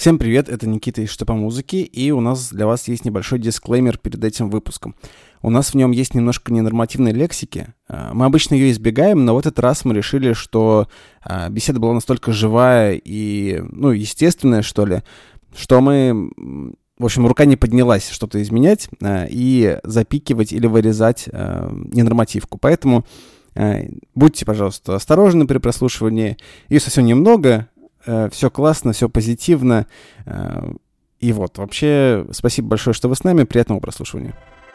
Всем привет, это Никита из «Что по музыке», и у нас для вас есть небольшой дисклеймер перед этим выпуском. У нас в нем есть немножко ненормативной лексики. Мы обычно ее избегаем, но в этот раз мы решили, что беседа была настолько живая и, естественная, что ли, что мы, в общем, рука не поднялась что-то изменять и запикивать или вырезать ненормативку. Поэтому будьте, пожалуйста, осторожны при прослушивании. Ее совсем немного. Все классно, все позитивно. И вот, вообще, спасибо большое, что вы с нами. Приятного прослушивания.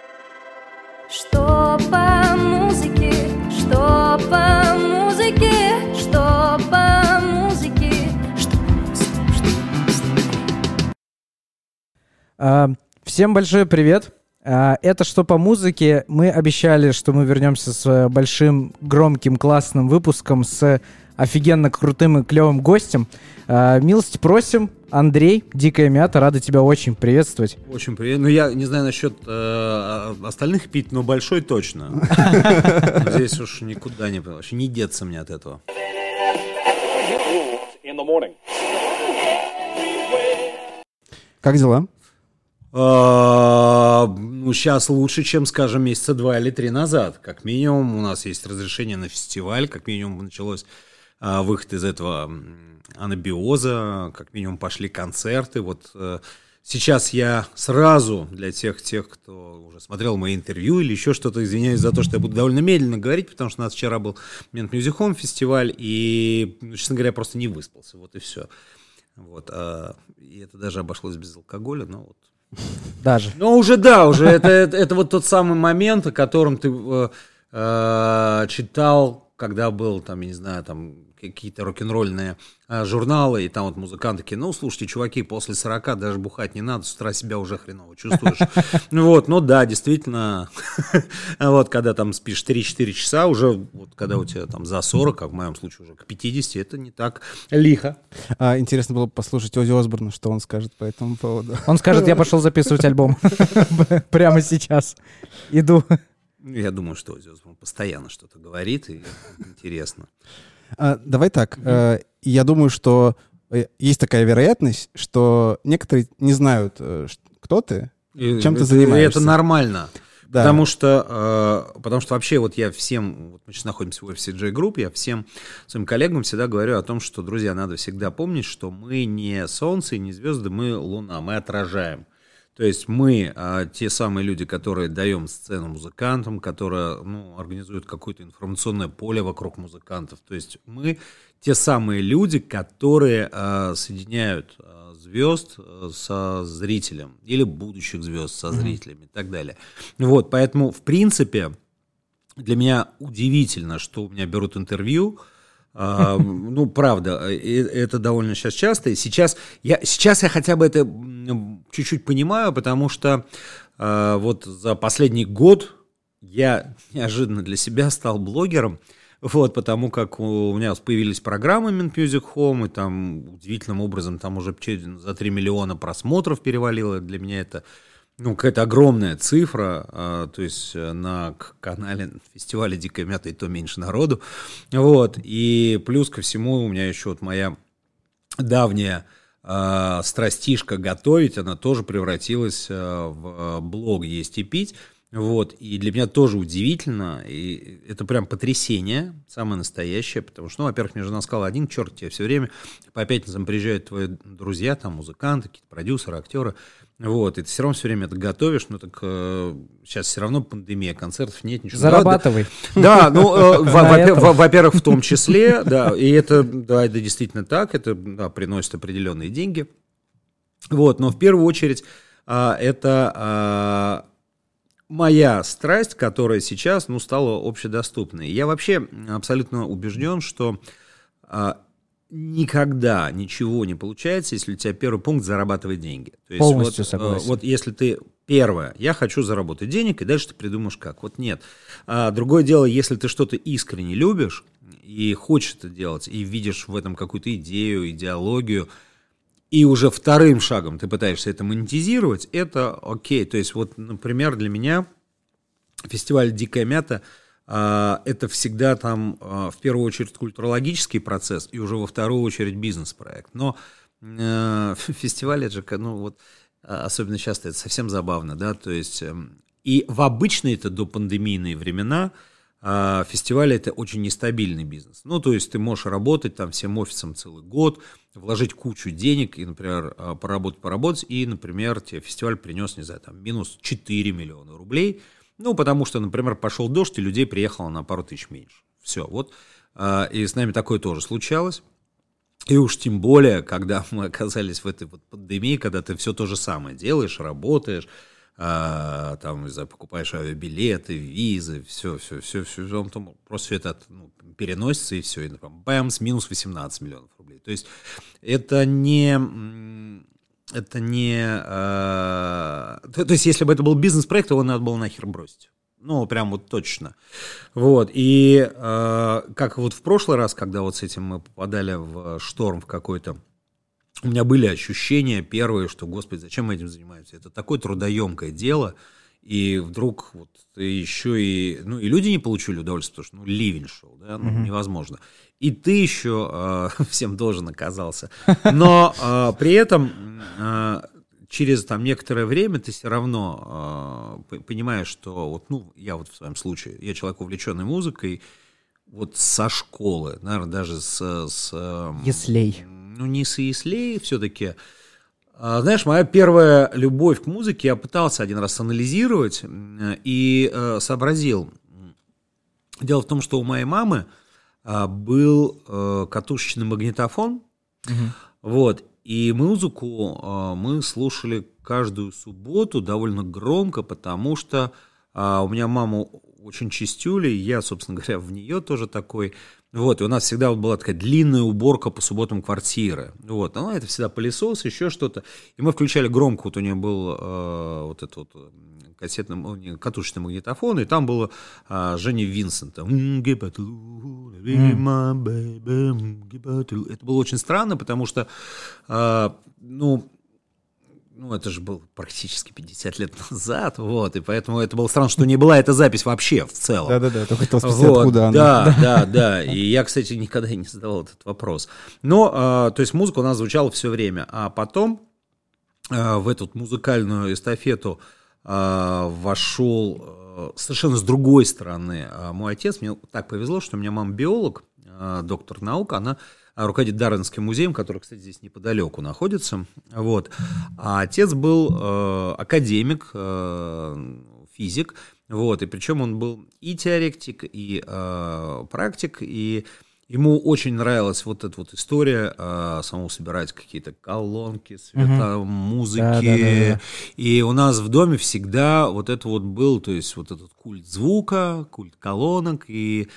Что по музыке, что по музыке, что по музыке, Всем большой привет. Это «Что по музыке». Мы обещали, что мы вернемся с большим, громким, классным выпуском с офигенно крутым и клевым гостем. Милости просим. Андрей, Дикая Мята, рада тебя очень приветствовать. Очень приятно. Я не знаю насчет остальных пить, но большой точно. Здесь уж никуда не деться мне от этого. Как дела? Сейчас лучше, чем, скажем, месяца 2 или 3 назад. Как минимум, у нас есть разрешение на фестиваль, как минимум началось выход из этого анабиоза, как минимум пошли концерты. Вот сейчас я сразу для тех, кто уже смотрел мои интервью или еще что-то, извиняюсь за то, что я буду довольно медленно говорить, потому что у нас вчера был Mint Music Home фестиваль, и, честно говоря, я просто не выспался, вот и все. Вот, и это даже обошлось без алкоголя, но вот. Даже. Ну, уже это вот тот самый момент, о котором ты читал, когда был, там, я не знаю, там, какие-то рок-н-ролльные журналы, и там вот музыканты такие, слушайте, чуваки, после 40 даже бухать не надо, с утра себя уже хреново чувствуешь. Да, действительно, вот, когда там спишь 3-4 часа, уже, вот, когда у тебя там за 40, а в моем случае уже к 50, это не так лихо. Интересно было бы послушать Оззи Осборна, что он скажет по этому поводу. Он скажет, я пошел записывать альбом прямо сейчас. Иду. Я думаю, что Оззи Осборн постоянно что-то говорит, и интересно. Давай так. Я думаю, что есть такая вероятность, что некоторые не знают, кто ты, чем ты занимаешься. Это нормально. Да. Потому что вообще вот я всем, вот мы сейчас находимся в офисе J-Group, я всем своим коллегам всегда говорю о том, что, друзья, надо всегда помнить, что мы не солнце и не звезды, мы луна, мы отражаем. То есть мы те самые люди, которые даем сцену музыкантам, которые организуют какое-то информационное поле вокруг музыкантов. То есть мы те самые люди, которые соединяют звезд со зрителем или будущих звезд со зрителями и так далее. Вот, поэтому, в принципе, для меня удивительно, что у меня берут интервью. Правда, это довольно сейчас часто. И сейчас я хотя бы это чуть-чуть понимаю, потому что вот за последний год я неожиданно для себя стал блогером, вот, потому как у меня появились программы Mint Music Home, и там удивительным образом там уже за 3 миллиона просмотров перевалило. Для меня это какая-то огромная цифра, то есть на канале фестиваля «Дикая Мята» и то меньше народу, вот, и плюс ко всему у меня еще вот моя давняя страстишка готовить, она тоже превратилась в блог «Есть и пить», вот, и для меня тоже удивительно, и это прям потрясение, самое настоящее, потому что, во-первых, мне жена сказала, один черт тебе все время, по пятницам приезжают твои друзья, там, музыканты, какие-то продюсеры, актеры, вот, и ты все равно все время это готовишь, так сейчас все равно пандемия, концертов нет, ничего. Зарабатывай. Да, во-первых, в том числе, да, и это действительно так, это приносит определенные деньги, вот, но в первую очередь это моя страсть, которая сейчас, стала общедоступной. Я вообще абсолютно убежден, что никогда ничего не получается, если у тебя первый пункт зарабатывать деньги. То есть полностью согласен. Вот если ты первое, я хочу заработать денег, и дальше ты придумаешь как. Вот нет. Другое дело, если ты что-то искренне любишь и хочешь это делать, и видишь в этом какую-то идею, идеологию, и уже вторым шагом ты пытаешься это монетизировать, это окей. То есть вот, например, для меня фестиваль «Дикая Мята» это всегда там в первую очередь культурологический процесс и уже во вторую очередь бизнес-проект. Но фестиваль, это же, ну вот, особенно часто это совсем забавно, да, то есть, и в обычные-то допандемийные времена фестивали — это очень нестабильный бизнес. Ну, то есть ты можешь работать там всем офисом целый год, вложить кучу денег и, например, поработать, и, например, тебе фестиваль принес, не знаю, там, минус 4 миллиона рублей, ну, потому что, например, пошел дождь, и людей приехало на пару тысяч меньше. Все, вот. И с нами такое тоже случалось. И уж тем более, когда мы оказались в этой вот пандемии, когда ты все то же самое делаешь, работаешь, там, не знаю, покупаешь авиабилеты, визы, все, потом просто все это переносится, и все, и там, бэмс, минус 18 миллионов рублей. То есть это не... То есть если бы это был бизнес-проект, его надо было нахер бросить. Ну, прям вот точно. Вот, и как вот в прошлый раз, когда вот с этим мы попадали в шторм в какой-то, у меня были ощущения первые, что, господи, зачем мы этим занимаемся? Это такое трудоемкое дело, и вдруг вот еще и... Ну, и люди не получили удовольствия, потому что, ливень шел, да, невозможно. И ты еще всем должен оказался. Но при этом через там некоторое время ты все равно понимаешь, что вот, ну, я вот в своем случае, я человек, увлеченный музыкой, вот со школы, наверное, даже с Яслей. Ну, не с яслей все-таки. Знаешь, моя первая любовь к музыке, я пытался один раз анализировать и сообразил. Дело в том, что у моей мамы был катушечный магнитофон, вот, и музыку мы слушали каждую субботу довольно громко, потому что у меня мама очень чистюля, и я, собственно говоря, в нее тоже такой. Вот, и у нас всегда вот была такая длинная уборка по субботам квартиры. Вот, ну, это всегда пылесос, еще что-то. И мы включали громко, вот у нее был вот этот вот катушечный магнитофон, и там было Женя Винсента. Это было очень странно, потому что, ну, это же было практически 50 лет назад, вот, и поэтому это было странно, что не была эта запись вообще в целом. Да-да-да, я только хотел спросить, вот, откуда она. Да, и я, кстати, никогда не задавал этот вопрос. Но, то есть музыка у нас звучала все время, а потом в эту музыкальную эстафету вошел совершенно с другой стороны мой отец. Мне так повезло, что у меня мама биолог, доктор наук, она руководит Дарвинским музеем, который, кстати, здесь неподалеку находится. Вот. А отец был академик, физик, вот, и причем он был и теоретик, и практик, и ему очень нравилась вот эта вот история самому собирать какие-то колонки, цвета, музыки. Да. И у нас в доме всегда вот это вот был, то есть вот этот культ звука, культ колонок, и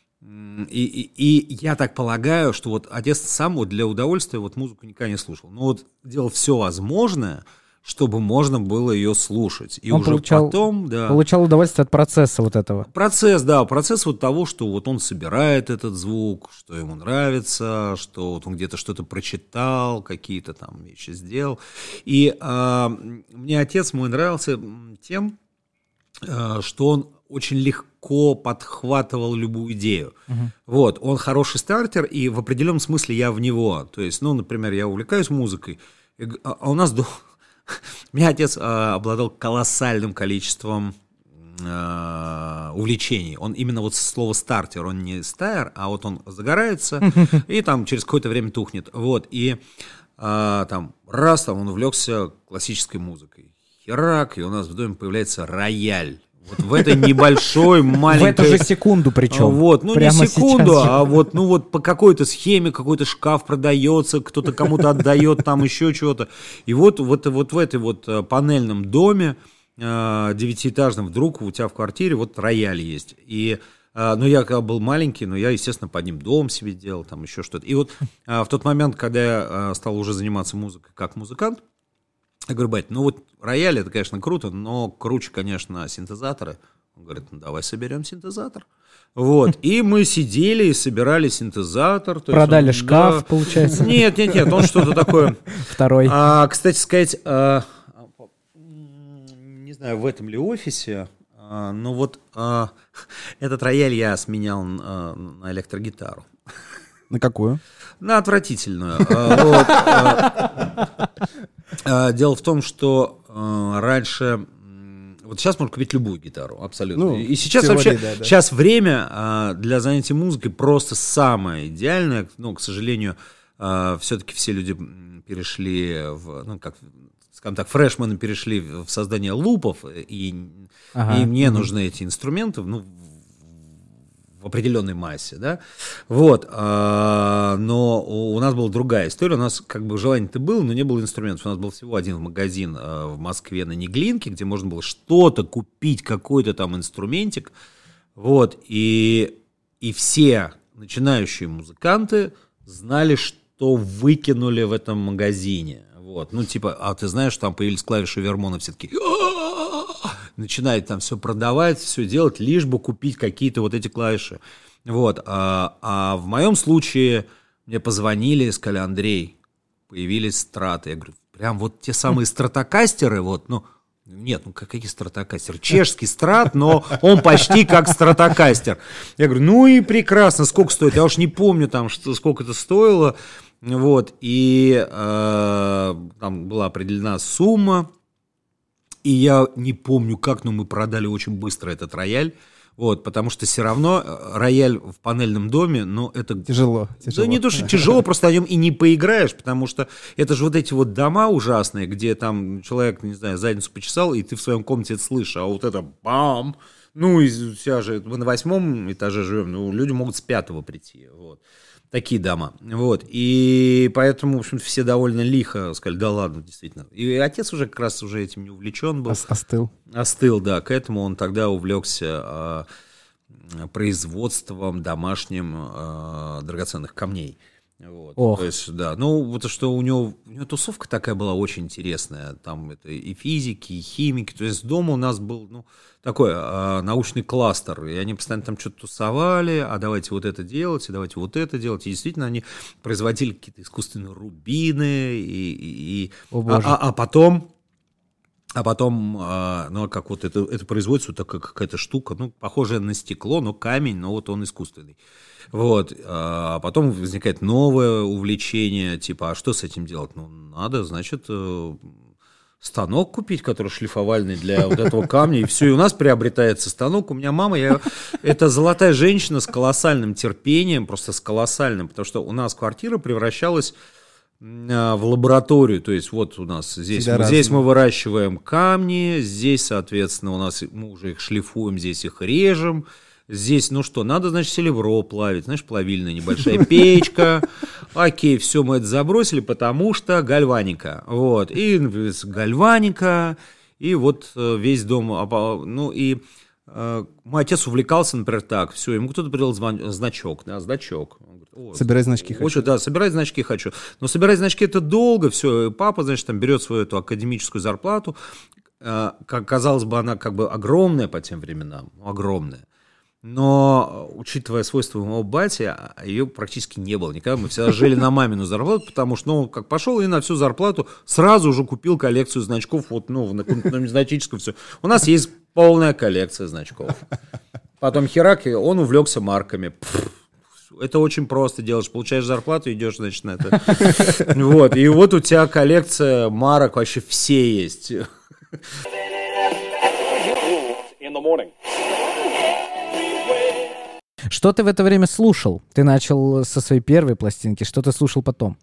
я так полагаю, что вот отец сам вот для удовольствия вот музыку никогда не слушал. Но вот делал все возможное, чтобы можно было ее слушать. И он уже потом... Да, получал удовольствие от процесса вот этого. Процесс вот того, что вот он собирает этот звук, что ему нравится, что вот он где-то что-то прочитал, какие-то там вещи сделал. И мне отец мой нравился тем, что он очень легко подхватывал любую идею. Вот, он хороший стартер, и в определенном смысле я в него. То есть, ну, например, я увлекаюсь музыкой, а у нас... У меня отец обладал колоссальным количеством увлечений. Он именно вот слово стартер, он не стайер, а вот он загорается, и там через какое-то время тухнет. Вот, и там раз там он увлекся классической музыкой. Херак, и у нас в доме появляется рояль. Вот в этой небольшой, маленькой... В эту же секунду причем. Вот, ну не секунду, а вот, ну вот по какой-то схеме какой-то шкаф продается, кто-то кому-то отдает там еще чего-то. И вот в этой вот панельном доме 9-этажном вдруг у тебя в квартире вот рояль есть. И, ну я когда был маленький, но я, естественно, под ним дом себе делал, там еще что-то. И вот в тот момент, когда я стал уже заниматься музыкой как музыкант, я говорю: бать, ну вот рояль это, конечно, круто, но круче, конечно, синтезаторы. Он говорит: ну давай соберем синтезатор. Вот, и мы сидели и собирали синтезатор. Продали шкаф, получается? Нет, он что-то такое. Второй. Кстати сказать, не знаю, в этом ли офисе, но вот этот рояль я сменял на электрогитару. На какую? На отвратительную. Дело в том, что раньше... Вот сейчас можно купить любую гитару, абсолютно. И сейчас вообще, сейчас время для занятия музыкой просто самое идеальное. Но, к сожалению, все-таки все люди перешли скажем так, фрешмены перешли в создание лупов, и им не нужны эти инструменты, в определенной массе, да, вот, но у нас была другая история, у нас как бы желание-то было, но не было инструментов, у нас был всего один магазин в Москве на Неглинке, где можно было что-то купить, какой-то там инструментик, вот, и все начинающие музыканты знали, что выкинули в этом магазине, вот, ну, типа, а ты знаешь, что там появились клавиши Вермона, все такие... начинает там все продавать, все делать, лишь бы купить какие-то вот эти клавиши. Вот. А в моем случае мне позвонили и сказали: Андрей, появились страты. Я говорю, прям вот те самые стратокастеры, вот, ну, нет, ну какие стратокастеры? Чешский страт, но он почти как стратокастер. Я говорю, ну и прекрасно, сколько стоит? Я уж не помню там, сколько это стоило. Вот. И там была определена сумма. И я не помню как, но мы продали очень быстро этот рояль, вот, потому что все равно рояль в панельном доме, ну, это... Тяжело. Да не то, что тяжело, просто о нем и не поиграешь, потому что это же вот эти вот дома ужасные, где там человек, не знаю, задницу почесал, и ты в своем комнате это слышишь, а вот это бам! Ну, и вся же, мы на 8 этаже живем, ну, люди могут с 5-го прийти, вот. Такие дома, вот, и поэтому, в общем-то, все довольно лихо сказали, да ладно, действительно. И отец уже как раз уже этим не увлечен был. Остыл, да, к этому он тогда увлекся производством домашним драгоценных камней. Вот. То есть, да, ну, вот что у него тусовка такая была очень интересная, там это и физики, и химики, то есть дома у нас был, ну, такой научный кластер, и они постоянно там что-то тусовали, а давайте вот это делать, и давайте вот это делать, и действительно они производили какие-то искусственные рубины, а потом, ну, как вот это производится, вот такая какая-то штука, ну, похожая на стекло, но камень, но вот он искусственный. Вот, а потом возникает новое увлечение, типа, а что с этим делать? Ну, надо, значит, станок купить, который шлифовальный для вот этого камня, и все, и у нас приобретается станок. У меня мама, это золотая женщина с колоссальным терпением, просто с колоссальным, потому что у нас квартира превращалась в лабораторию, то есть вот у нас здесь мы выращиваем камни, здесь, соответственно, мы уже их шлифуем, здесь их режем. Здесь, ну что, надо, значит, серебро плавить, знаешь, плавильная небольшая печка. Окей, все, мы это забросили, потому что гальваника. Вот, и гальваника, и вот весь дом, ну и мой отец увлекался, например, так, все, ему кто-то привел значок, да, значок. Собирать значки хочу. Да, собирать значки хочу. Но собирать значки это долго, все, папа, значит, там берет свою эту академическую зарплату, казалось бы, она как бы огромная по тем временам, огромная. Но, учитывая свойства моего бати, ее практически не было никогда. Мы всегда жили на мамину зарплату, потому что, ну, как пошел и на всю зарплату сразу же купил коллекцию значков, вот, ну, на нумизматическом все. У нас есть полная коллекция значков. Потом херак, он увлекся марками. Это очень просто делаешь. Получаешь зарплату, идешь, значит, на это. Вот, и вот у тебя коллекция марок вообще все есть. Что ты в это время слушал? Ты начал со своей первой пластинки. Что ты слушал потом?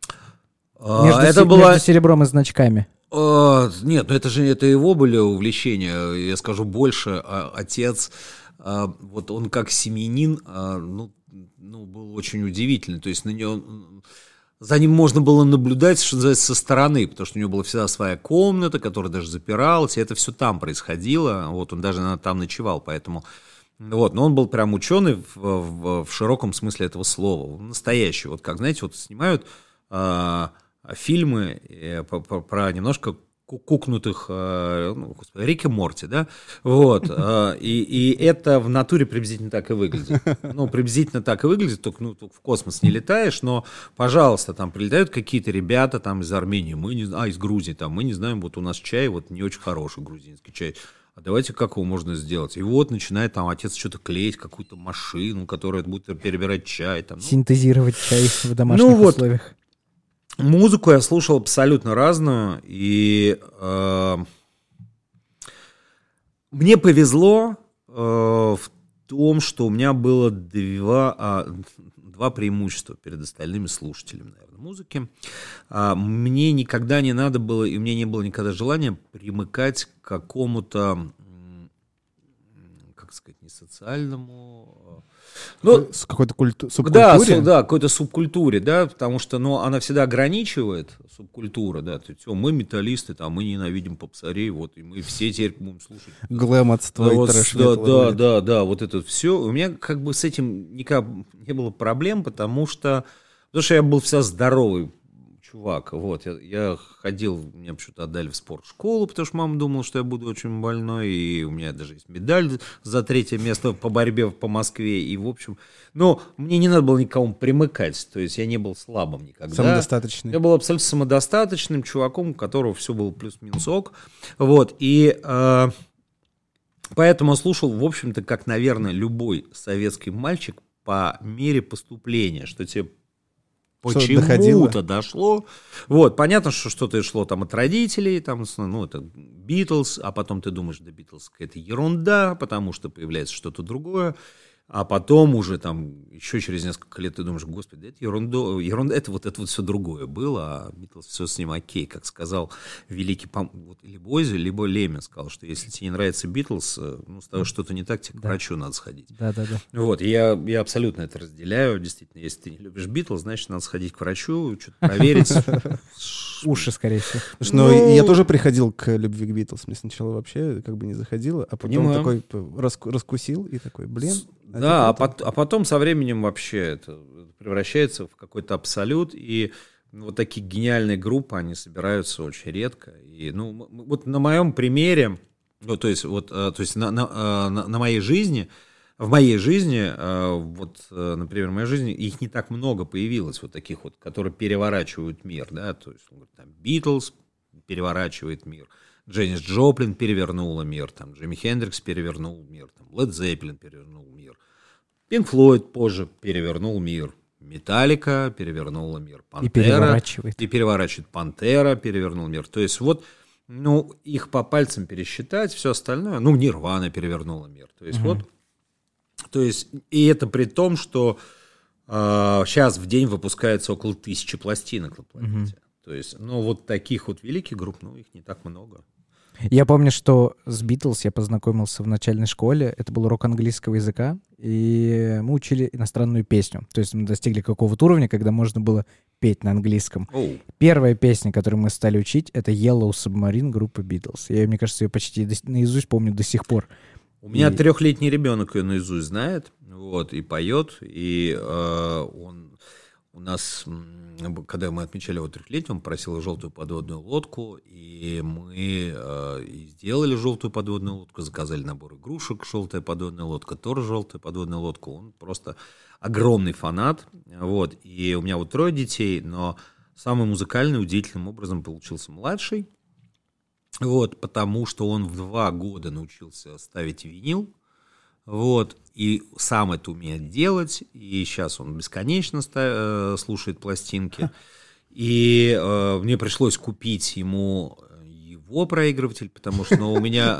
Между серебром и значками. Нет, ну это его были увлечения. Я скажу больше. Отец, вот он как семьянин, ну, был очень удивительный. То есть за ним можно было наблюдать, что называется, со стороны, потому что у него была всегда своя комната, которая даже запиралась, и это все там происходило. Вот он даже там ночевал, поэтому... Вот, но он был прям ученый в широком смысле этого слова, настоящий. Вот как, знаете, вот снимают фильмы про немножко кукнутых, Рик и Морти, да, вот, и это в натуре приблизительно так и выглядит. Ну, приблизительно так и выглядит, только в космос не летаешь, но, пожалуйста, там прилетают какие-то ребята там из Армении, из Грузии, там, мы не знаем, вот у нас чай, вот не очень хороший грузинский чай. а давайте как его можно сделать? И вот начинает там отец что-то клеить, какую-то машину, которая будет перебирать чай. Там, Синтезировать чай в домашних условиях. Музыку я слушал абсолютно разную, и мне повезло в том, что у меня было два преимущества перед остальными слушателями, наверное, музыки. Мне никогда не надо было, и у меня не было никогда желания примыкать к какому-то, как сказать, не социальному... с какой-то субкультуре? Да, какой-то субкультуре, да, потому что, она всегда ограничивает, субкультура, да, то есть, мы металлисты, там, мы ненавидим попсарей, вот, и мы все теперь будем слушать. Глэм отстой, Да, вот это все. У меня как бы с этим никак не было проблем, потому что я был вся здоровый чувак, вот, я ходил, меня почему-то отдали в спортшколу, потому что мама думала, что я буду очень больной, и у меня даже есть медаль за 3-е место по борьбе по Москве, и, в общем, мне не надо было никому примыкать, то есть я не был слабым никогда. Самодостаточный. Я был абсолютно самодостаточным чуваком, у которого все было плюс-минус ок, вот, и поэтому слушал, в общем-то, как, наверное, любой советский мальчик по мере поступления, что тебе почему-то дошло. Вот, понятно, что что-то шло там от родителей, там, это Битлз, а потом ты думаешь, да, Битлз какая-то ерунда, потому что появляется что-то другое, а потом уже там, еще через несколько лет ты думаешь, господи, да это ерунда, это вот все другое было, а Битлз все с ним окей, как сказал великий, либо Оззи, либо Лемин сказал, что если тебе не нравится Битлз, с тобой что-то не так, тебе к врачу надо сходить. Да. Вот, я абсолютно это разделяю, действительно, если ты не любишь Битлз, значит, надо сходить к врачу, что-то проверить. Уши, скорее всего. Я тоже приходил к любви к Битлз, мне сначала вообще как бы не заходило, а потом такой раскусил и такой, блин. Да, а потом со временем вообще это превращается в какой-то абсолют, и вот такие гениальные группы, они собираются очень редко. И, вот на моем примере, то есть на моей жизни, в моей жизни, например, в моей жизни их не так много появилось, вот таких вот, которые переворачивают мир, да, то есть, там, Битлз переворачивает мир, Дженнис Джоплин перевернула мир, там, Джимми Хендрикс перевернул мир, там, Лед Зеппелин перевернул мир, Пинк Флойд позже перевернул мир, Металлика перевернула мир, Пантера и переворачивает, Пантера перевернул мир, то есть вот, их по пальцам пересчитать, все остальное, Нирвана перевернула мир, то есть то есть, и это при том, что сейчас в день выпускается около 1000 пластинок на планете. То есть, вот таких вот великих групп, их не так много. Я помню, что с Битлз я познакомился в начальной школе. Это был урок английского языка, и мы учили иностранную песню. То есть мы достигли какого-то уровня, когда можно было петь на английском. Первая песня, которую мы стали учить, это Yellow Submarine группы Битлз. Я, мне кажется, ее почти наизусть помню до сих пор. У меня 3-летний ребенок ее наизусть знает, вот, и поет, и у нас, когда мы отмечали его 3-летие, он просил желтую подводную лодку, и мы сделали желтую подводную лодку, заказали набор игрушек, желтая подводная лодка, тоже желтая подводная лодка, он просто огромный фанат, вот, и у меня 3 детей, но самый музыкальный, удивительным образом получился младший, вот, потому что он в 2 года научился ставить винил, вот, и сам это умеет делать, и сейчас он бесконечно слушает пластинки, и мне пришлось купить ему его проигрыватель, потому что у меня,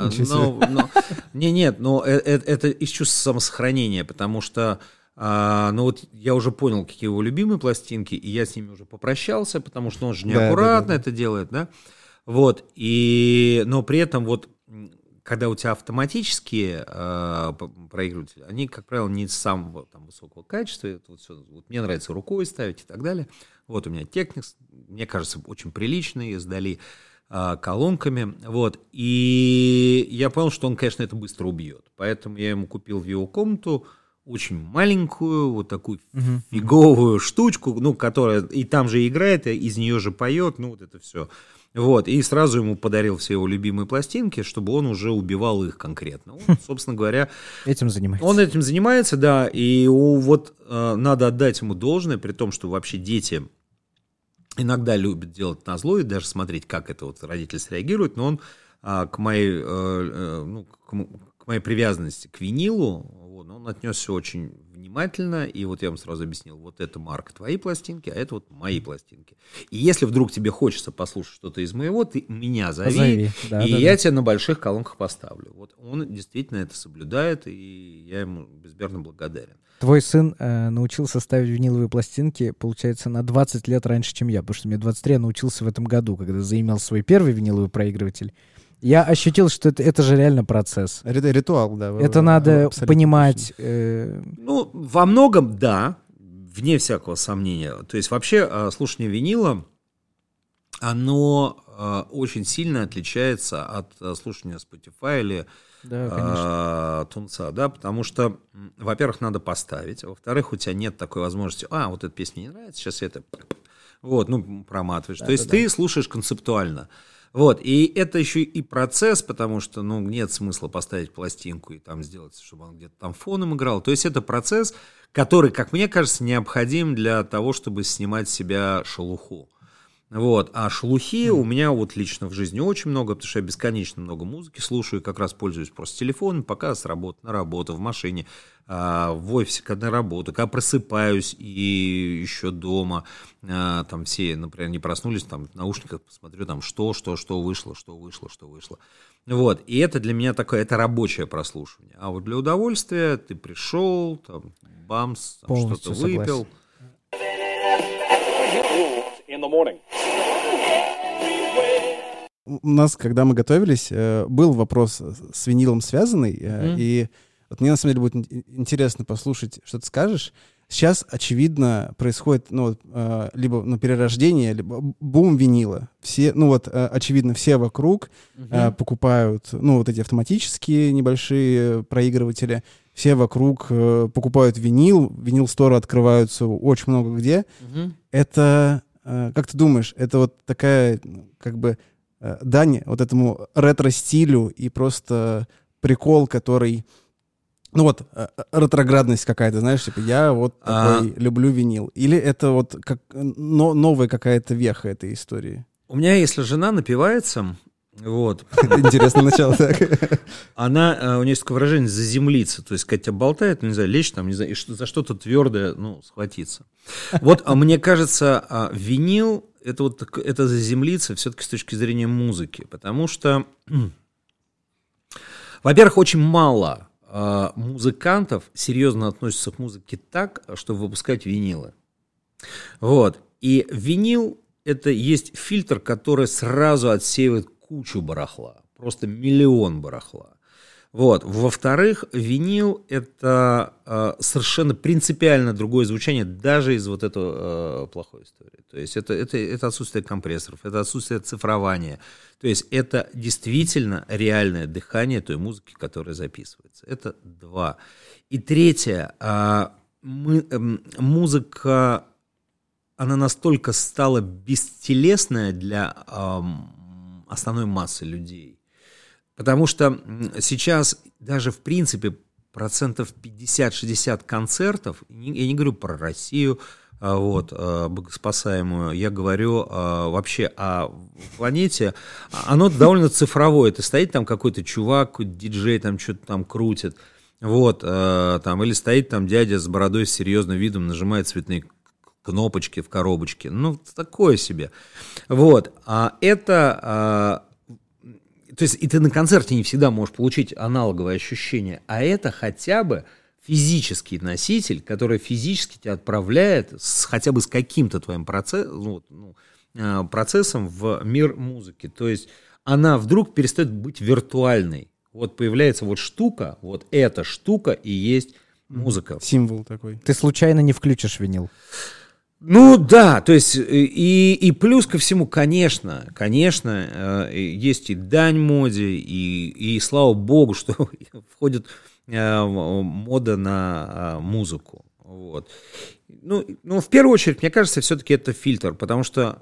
это из чувства самосохранения, потому что, я уже понял, какие его любимые пластинки, и я с ними уже попрощался, потому что он же неаккуратно это делает, да, вот, но при этом вот, когда у тебя автоматические проигрыватели, они, как правило, не самого высокого качества. Это мне нравится рукой ставить и так далее. Вот у меня Technics, мне кажется, очень приличный, сдали колонками. Вот. И я понял, что он, конечно, это быстро убьет. Поэтому я ему купил в его комнату очень маленькую, вот такую фиговую штучку, которая и там же играет, и из нее же поет, вот это все. Вот, и сразу ему подарил все его любимые пластинки, чтобы он уже убивал их конкретно. Он, собственно говоря... Этим занимается. Он этим занимается, да, и надо отдать ему должное, при том, что вообще дети иногда любят делать назло и даже смотреть, как это родитель среагирует, но он к моей, к моей привязанности к винилу, вот, он отнесся очень внимательно, и вот я ему сразу объяснил, вот это, Марк, твои пластинки, а это вот мои пластинки. И если вдруг тебе хочется послушать что-то из моего, ты меня зови, Да, и я тебя на больших колонках поставлю. Вот он действительно это соблюдает, и я ему безмерно благодарен. Твой сын научился ставить виниловые пластинки, получается, на 20 лет раньше, чем я, потому что мне 23, я научился в этом году, когда заимел свой первый виниловый проигрыватель. Я ощутил, что это же реально процесс. Ритуал, да. Это надо понимать. Ну, во многом, да, вне всякого сомнения. То есть вообще слушание винила, оно очень сильно отличается от слушания Spotify или Тунца, да, потому что, во-первых, надо поставить, во-вторых, у тебя нет такой возможности, вот эта песня не нравится, сейчас я это, вот, ну, проматываешь. То есть ты слушаешь концептуально. Вот, и это еще и процесс, потому что, ну, нет смысла поставить пластинку и там сделать, чтобы он где-то там фоном играл. То есть это процесс, который, как мне кажется, необходим для того, чтобы снимать с себя шелуху. Вот, а шелухи у меня вот лично в жизни очень много, потому что я бесконечно много музыки слушаю, как раз пользуюсь просто телефоном, пока с работы на работу, в машине, в офисе, когда на работу, когда просыпаюсь и еще дома, там все, например, не проснулись, там в наушниках посмотрю, там что вышло. Вот, и это для меня такое, это рабочее прослушивание. А вот для удовольствия ты пришел, там, бамс, там, что-то выпил. У нас, когда мы готовились, был вопрос с винилом связанный, и вот мне на самом деле будет интересно послушать, что ты скажешь. Сейчас, очевидно, происходит либо перерождение, либо бум винила. Все, очевидно, все вокруг покупают вот эти автоматические небольшие проигрыватели. Все вокруг покупают винил. Винил-сторы открываются очень много где. Это, как ты думаешь, это вот такая, как бы, дань вот этому ретро-стилю и просто прикол, который... ретроградность какая-то, знаешь, типа, я вот такой люблю винил. Или это вот как новая какая-то веха этой истории? У меня, если жена напивается, вот. Это интересное начало, так. У нее есть такое выражение «заземлиться», то есть, когда тебя болтает, не знаю, лечь там, не знаю, и за что-то твердое, схватиться. Вот, мне кажется, винил, это заземлиться все-таки с точки зрения музыки, потому что, во-первых, очень мало музыкантов серьезно относятся к музыке так, чтобы выпускать винилы. Вот. И винил — это есть фильтр, который сразу отсеивает кучу барахла, просто миллион барахла. Вот. Во-вторых, винил — это совершенно принципиально другое звучание даже из вот этой плохой истории. То есть это отсутствие компрессоров, это отсутствие цифрования. То есть это действительно реальное дыхание той музыки, которая записывается. Это два. И третье, музыка, она настолько стала бестелесная для основной массы людей. Потому что сейчас даже в принципе 50-60% концертов, я не говорю про Россию, богоспасаемую, я говорю вообще о планете, оно довольно цифровое. Это стоит там какой-то чувак, какой-то диджей там что-то там крутит, или стоит там дядя с бородой с серьезным видом, нажимает цветные кнопочки в коробочке. Такое себе. Вот. То есть и ты на концерте не всегда можешь получить аналоговое ощущение, а это хотя бы физический носитель, который физически тебя отправляет хотя бы с каким-то твоим процессом в мир музыки. То есть она вдруг перестает быть виртуальной. Вот появляется штука, вот эта штука и есть музыка. Символ такой. Ты случайно не включишь винил? Да, то есть и плюс ко всему, конечно, есть и дань моде, и слава богу, что входит мода на музыку. Вот. В первую очередь, мне кажется, все-таки это фильтр, потому что,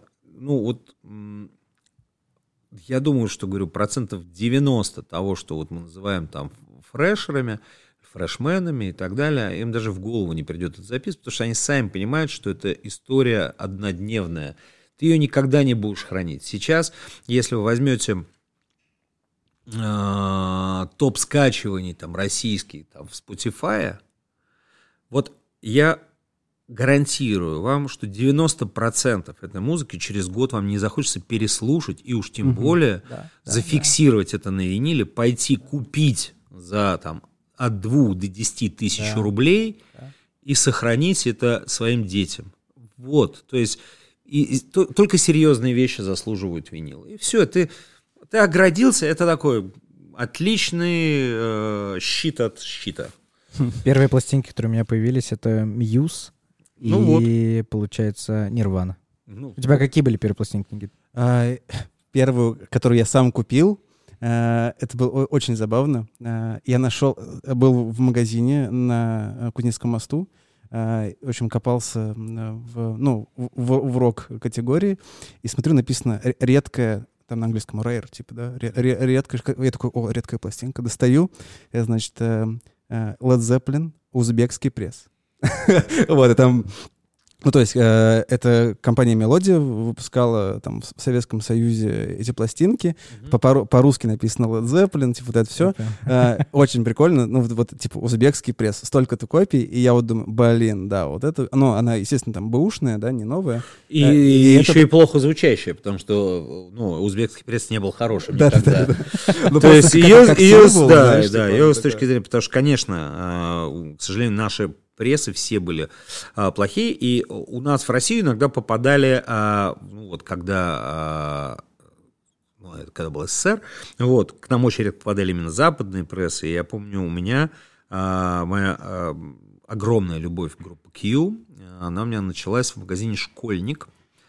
я думаю, что, говорю, 90% того, что мы называем там фрешерами, фрешменами и так далее, им даже в голову не придет это записывать, потому что они сами понимают, что это история однодневная. Ты ее никогда не будешь хранить. Сейчас, если вы возьмете топ скачиваний там российский там в Spotify, вот я гарантирую вам, что 90% этой музыки через год вам не захочется переслушать и уж тем более зафиксировать это на виниле, пойти купить за там от 2 до 10 тысяч рублей и сохранить это своим детям. Вот, то есть только серьезные вещи заслуживают винила. И все, ты оградился, это такой отличный щит от щита. Первые пластинки, которые у меня появились, это Muse и, получается, Nirvana. У тебя какие были первые пластинки, Никит? Первую, которую я сам купил, это было очень забавно. Я был в магазине на Кузнецком мосту, в общем, копался в рок-категории, и смотрю, написано «редкая», там на английском rare, типа, да, редкая. Я такой, редкая пластинка. Достаю, значит, Led Zeppelin, узбекский пресс. Вот, и там... Ну, то есть, эта компания «Мелодия» выпускала там в Советском Союзе эти пластинки. По-русски написано Led Zeppelin, типа вот это все. Очень прикольно. Ну, вот, типа, узбекский пресс. Столько-то копий. И я вот думаю, блин, да, вот это... Ну, она, естественно, там бэушная, да, не новая. И еще и плохо звучащая, потому что, узбекский пресс не был хорошим никогда. То есть, ее с точки зрения... Потому что, конечно, к сожалению, наши прессы все были плохие, и у нас в Россию иногда попадали, когда был СССР, к нам очень редко попадали именно западные прессы, и я помню, у меня моя огромная любовь к группе Q, она у меня началась в магазине «Школьник».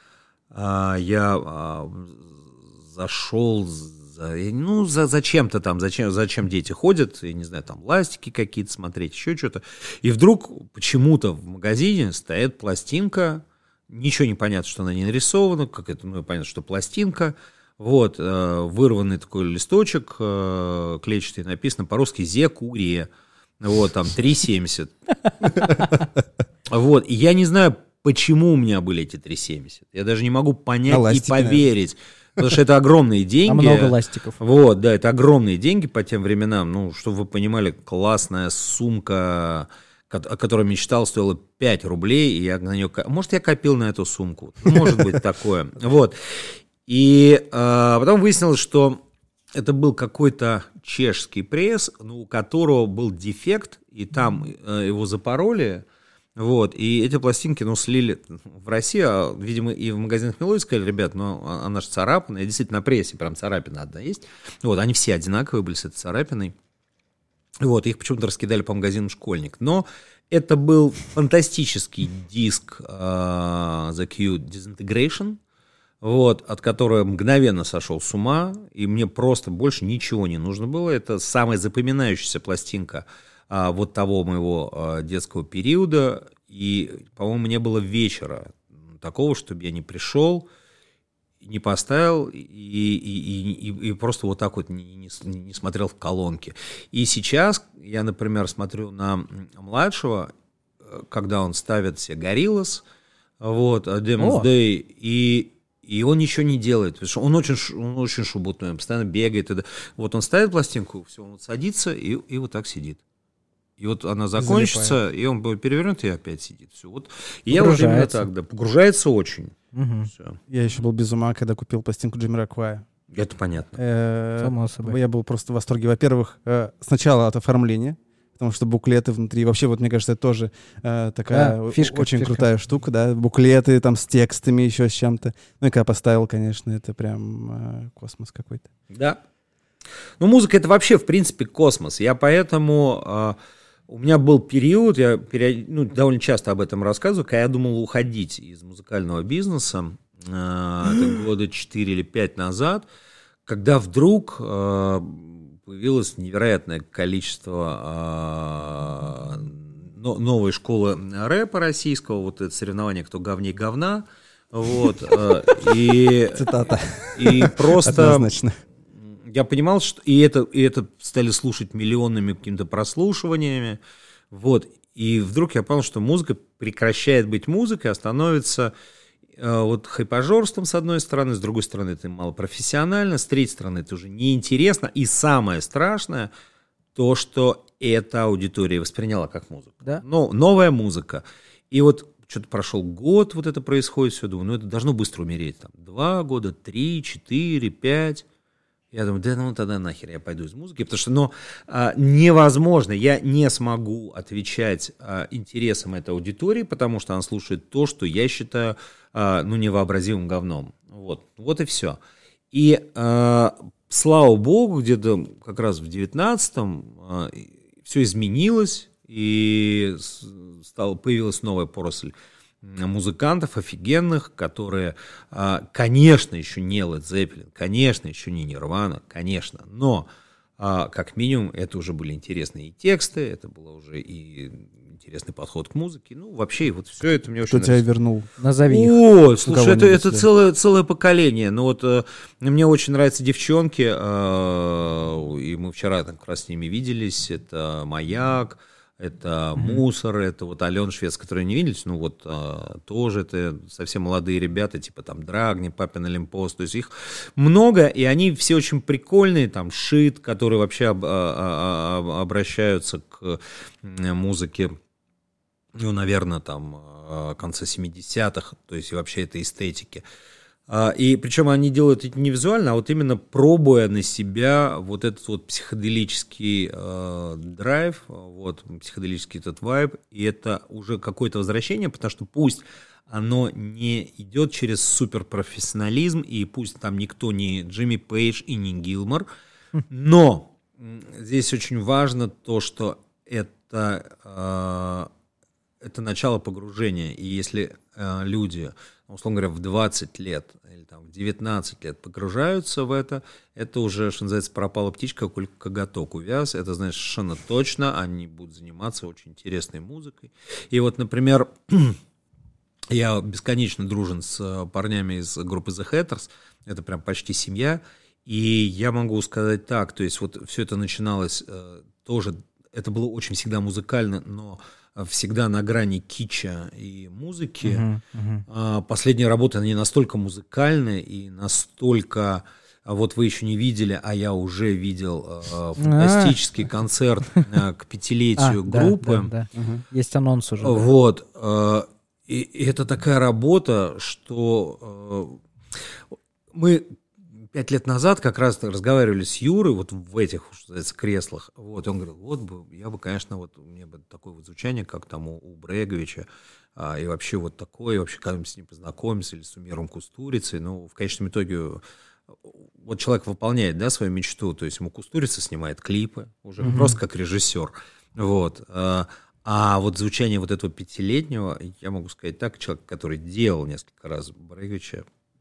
Я зашел зачем-то там, зачем дети ходят, я не знаю, там ластики какие-то смотреть, еще что-то. И вдруг почему-то в магазине стоит пластинка, ничего не понятно, что она не нарисована, как это, понятно, что пластинка, вырванный такой листочек клетчатый, написано по-русски «Зе-Куре», там 3,70. И я не знаю, почему у меня были эти 3,70, я даже не могу понять и поверить. Потому что это огромные деньги. Много ластиков. Это огромные деньги по тем временам. Чтобы вы понимали, классная сумка, о которой мечтал, стоила 5 рублей. И я на нее... Может, я копил на эту сумку. Может быть такое. И потом выяснилось, что это был какой-то чешский пресс, у которого был дефект, и там его запороли. И эти пластинки, слили в Россию, видимо, и в магазинах «Мелодии» сказали, ребят, она же царапанная, и действительно на прессе прям царапина одна есть. Они все одинаковые были с этой царапиной. Их почему-то раскидали по магазинам «Школьник». Но это был фантастический диск The Q Disintegration, от которого я мгновенно сошел с ума, и мне просто больше ничего не нужно было. Это самая запоминающаяся пластинка того моего детского периода, и, по-моему, не было вечера такого, чтобы я не пришел, не поставил и просто не смотрел в колонки. И сейчас я, например, смотрю на младшего, когда он ставит себе Gorillaz, Demon's Day, и он ничего не делает, потому что он очень шебутной, он постоянно бегает. Он ставит пластинку, все, он садится и вот так сидит. И она закончится, и он перевернет и опять сидит. Все. И я вот именно так, погружается очень. Все. Я еще был без ума, когда купил пластинку Jamiroquai. Это понятно. Само собой. Я был просто в восторге. Во-первых, сначала от оформления, потому что буклеты внутри. Вообще, мне кажется, это тоже такая фишка. Крутая штука, да. Буклеты там с текстами, еще с чем-то. И когда поставил, конечно, это прям космос какой-то. Да. Музыка — это вообще, в принципе, космос. Я поэтому... У меня был период, я довольно часто об этом рассказываю, когда я думал уходить из музыкального бизнеса, это года 4 или 5 назад, когда вдруг появилось невероятное количество новой школы рэпа российского, это соревнование «Кто говней говна». Цитата. И просто... Однозначно. Я понимал, что и это стали слушать миллионными какими-то прослушиваниями. И вдруг я понял, что музыка прекращает быть музыкой, а становится вот хайпажорством, с одной стороны, с другой стороны, это малопрофессионально, с третьей стороны, это уже неинтересно. И самое страшное, то, что эта аудитория восприняла как музыку. Да? Но новая музыка. И вот что-то прошел год, вот это происходит, все, думаю, ну это должно быстро умереть. Там, 2 года, 3, 4, 5. Я думаю, да ну тогда нахер я пойду из музыки, потому что невозможно, я не смогу отвечать интересам этой аудитории, потому что она слушает то, что я считаю невообразимым говном. Вот и все. И слава богу, где-то как раз в 19-м все изменилось, и появилась новая поросль музыкантов офигенных, которые, конечно, еще не Led Zeppelin, конечно, еще не Nirvana, конечно, но как минимум это уже были интересные и тексты, это было уже и интересный подход к музыке, ну вообще вот все это мне очень нравится. Кто тебя вернул? Назови их. О, слушай, это целое поколение, ну вот мне очень нравятся девчонки, и мы вчера там как раз с ними виделись, это «Маяк», это «Мусор», это вот Алена Швец, которые не виделись, ну вот тоже это совсем молодые ребята, типа там Драгни, Папин Олимпос, то есть их много, и они все очень прикольные, там Шит, которые вообще обращаются к музыке, ну, наверное, там конца 70-х, то есть вообще этой эстетики. И причем они делают это не визуально, а вот именно пробуя на себя вот этот вот психоделический драйв, вот психоделический этот вайб, и это уже какое-то возвращение, потому что пусть оно не идет через суперпрофессионализм, и пусть там никто не Джимми Пейдж и не Гилмор, но здесь очень важно то, что это начало погружения, и если люди, условно говоря, в 20 лет или там, в 19 лет погружаются в это уже, что называется, пропала птичка, коготок увяз, это, значит, совершенно точно они будут заниматься очень интересной музыкой. И вот, например, я бесконечно дружен с парнями из группы The Hatters, это прям почти семья, и я могу сказать так, то есть вот все это начиналось тоже, это было очень всегда музыкально, но всегда на грани китча и музыки. Последние работы, они настолько музыкальные и настолько... Вот вы еще не видели, а я уже видел фантастический концерт к 5-летию группы. Да. Есть анонс уже. Вот. И это такая работа, что мы 5 лет назад как раз разговаривали с Юрой вот в этих, что называется, креслах. Вот, и он говорил, вот бы, я бы, конечно, вот у меня бы такое вот звучание, как там у Бреговича, и вообще вот такое, и вообще когда-нибудь с ним познакомимся, или с Умиром Кустурицей. Ну, в конечном итоге вот человек выполняет, да, свою мечту, то есть ему Кустурица снимает клипы, уже просто как режиссер. Вот. А вот звучание вот этого 5-летнего, я могу сказать так, человек, который делал несколько раз Бреговича,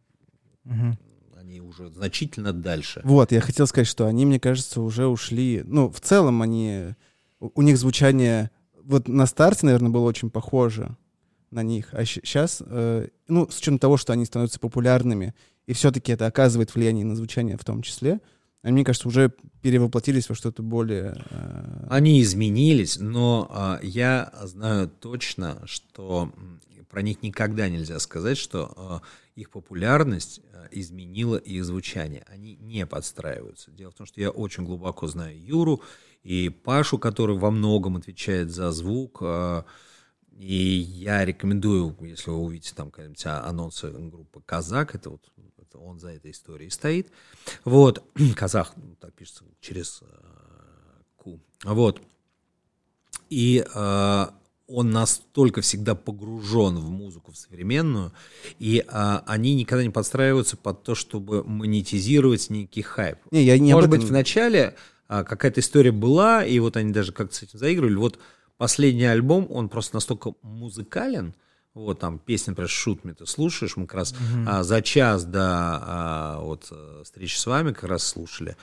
они уже значительно дальше. Вот, я хотел сказать, что они, мне кажется, уже ушли... Ну, в целом у них звучание вот на старте, наверное, было очень похоже на них. А сейчас, с учетом того, что они становятся популярными, и все-таки это оказывает влияние на звучание в том числе, они, мне кажется, уже перевоплотились во что-то более... Они изменились, но я знаю точно, что про них никогда нельзя сказать, что их популярность изменила их звучание. Они не подстраиваются. Дело в том, что я очень глубоко знаю Юру и Пашу, который во многом отвечает за звук. И я рекомендую, если вы увидите там какие-нибудь анонсы группы «Казак», это он за этой историей стоит. Вот. «Казах», так пишется, через «Ку». Вот. И он настолько всегда погружен в музыку, в современную, и они никогда не подстраиваются под то, чтобы монетизировать некий хайп. Может быть, в начале какая-то история была, и вот они даже как-то с этим заигрывали. Вот последний альбом, он просто настолько музыкален, вот там песня, например, «Shoot Me», ты слушаешь, мы как раз за час до встречи с вами как раз слушали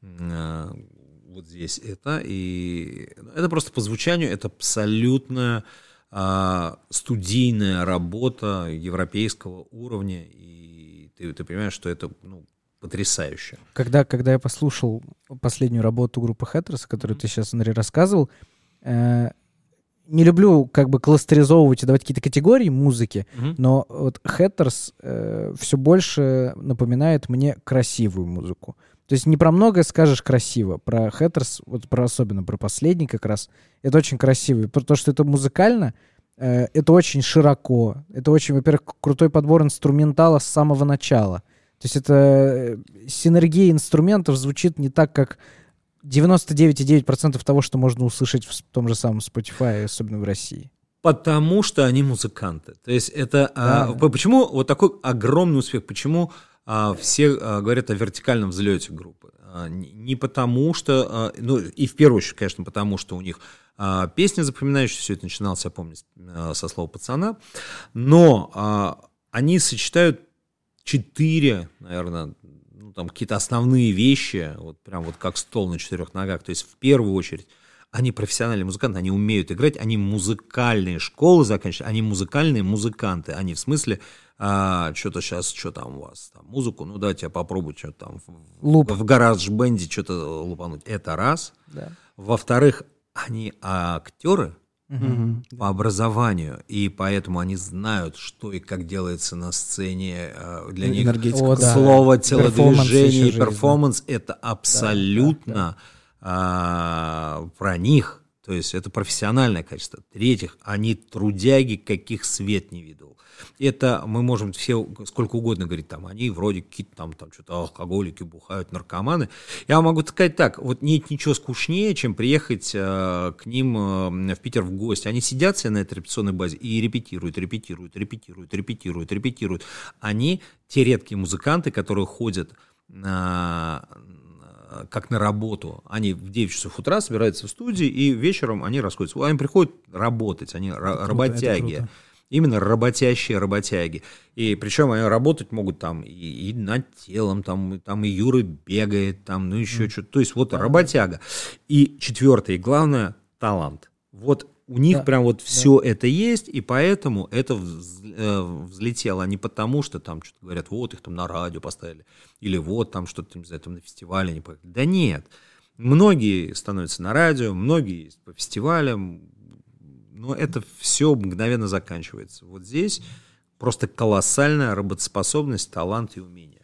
вот здесь это, и это просто по звучанию, это абсолютно студийная работа европейского уровня, и ты понимаешь, что это потрясающе. Когда я послушал последнюю работу группы Hatters, которую ты сейчас, Андрей, рассказывал, не люблю как бы кластеризовывать и давать какие-то категории музыки, но вот Hatters все больше напоминает мне красивую музыку. То есть не про многое скажешь красиво. Про Hatters, вот особенно про последний как раз, это очень красиво. Про то, что это музыкально, это очень широко. Это очень, во-первых, крутой подбор инструментала с самого начала. То есть это синергия инструментов звучит не так, как 99,9% того, что можно услышать в том же самом Spotify, особенно в России. Потому что они музыканты. То есть это... Почему вот такой огромный успех? Почему все говорят о вертикальном взлете группы? Не потому что... Ну, и в первую очередь, конечно, потому что у них песня запоминающая, все это начиналось, я помню, со слова «пацана». Но они сочетают 4, наверное, там какие-то основные вещи, вот прям вот как стол на 4 ногах. То есть в первую очередь они профессиональные музыканты, они умеют играть, они музыкальные школы заканчивают, они музыкальные музыканты, они в смысле что-то сейчас, что там у вас, там, музыку, ну давайте я попробую что-то там в гараж-бенде что-то лупануть. Это раз. Да. Во-вторых, они актеры по образованию, и поэтому они знают, что и как делается на сцене. Для них слово, телодвижение, перформанс — это абсолютно про них. То есть это профессиональное качество. В-третьих, они трудяги, каких свет не видел. Это мы можем все сколько угодно говорить, там, они вроде какие-то там что-то алкоголики, бухают, наркоманы. Я могу сказать так, вот нет ничего скучнее, чем приехать к ним в Питер в гости. Они сидят себе на этой репетиционной базе и репетируют. Они те редкие музыканты, которые ходят как на работу. Они в 9 часов утра собираются в студии, и вечером они расходятся. Они приходят работать, они работяги. Именно работяги. И причем они работать могут там и над телом, там и Юра бегает, там, ну еще что-то. То есть вот работяга. И четвертое, и главное, талант. Вот у них прям вот все это есть, и поэтому это взлетело. Не потому, что там что-то говорят, вот их там на радио поставили, или вот там что-то, не знаю, там на фестивале не поставили. Да нет. Многие становятся на радио, многие по фестивалям, но это все мгновенно заканчивается. Вот здесь просто колоссальная работоспособность, талант и умение.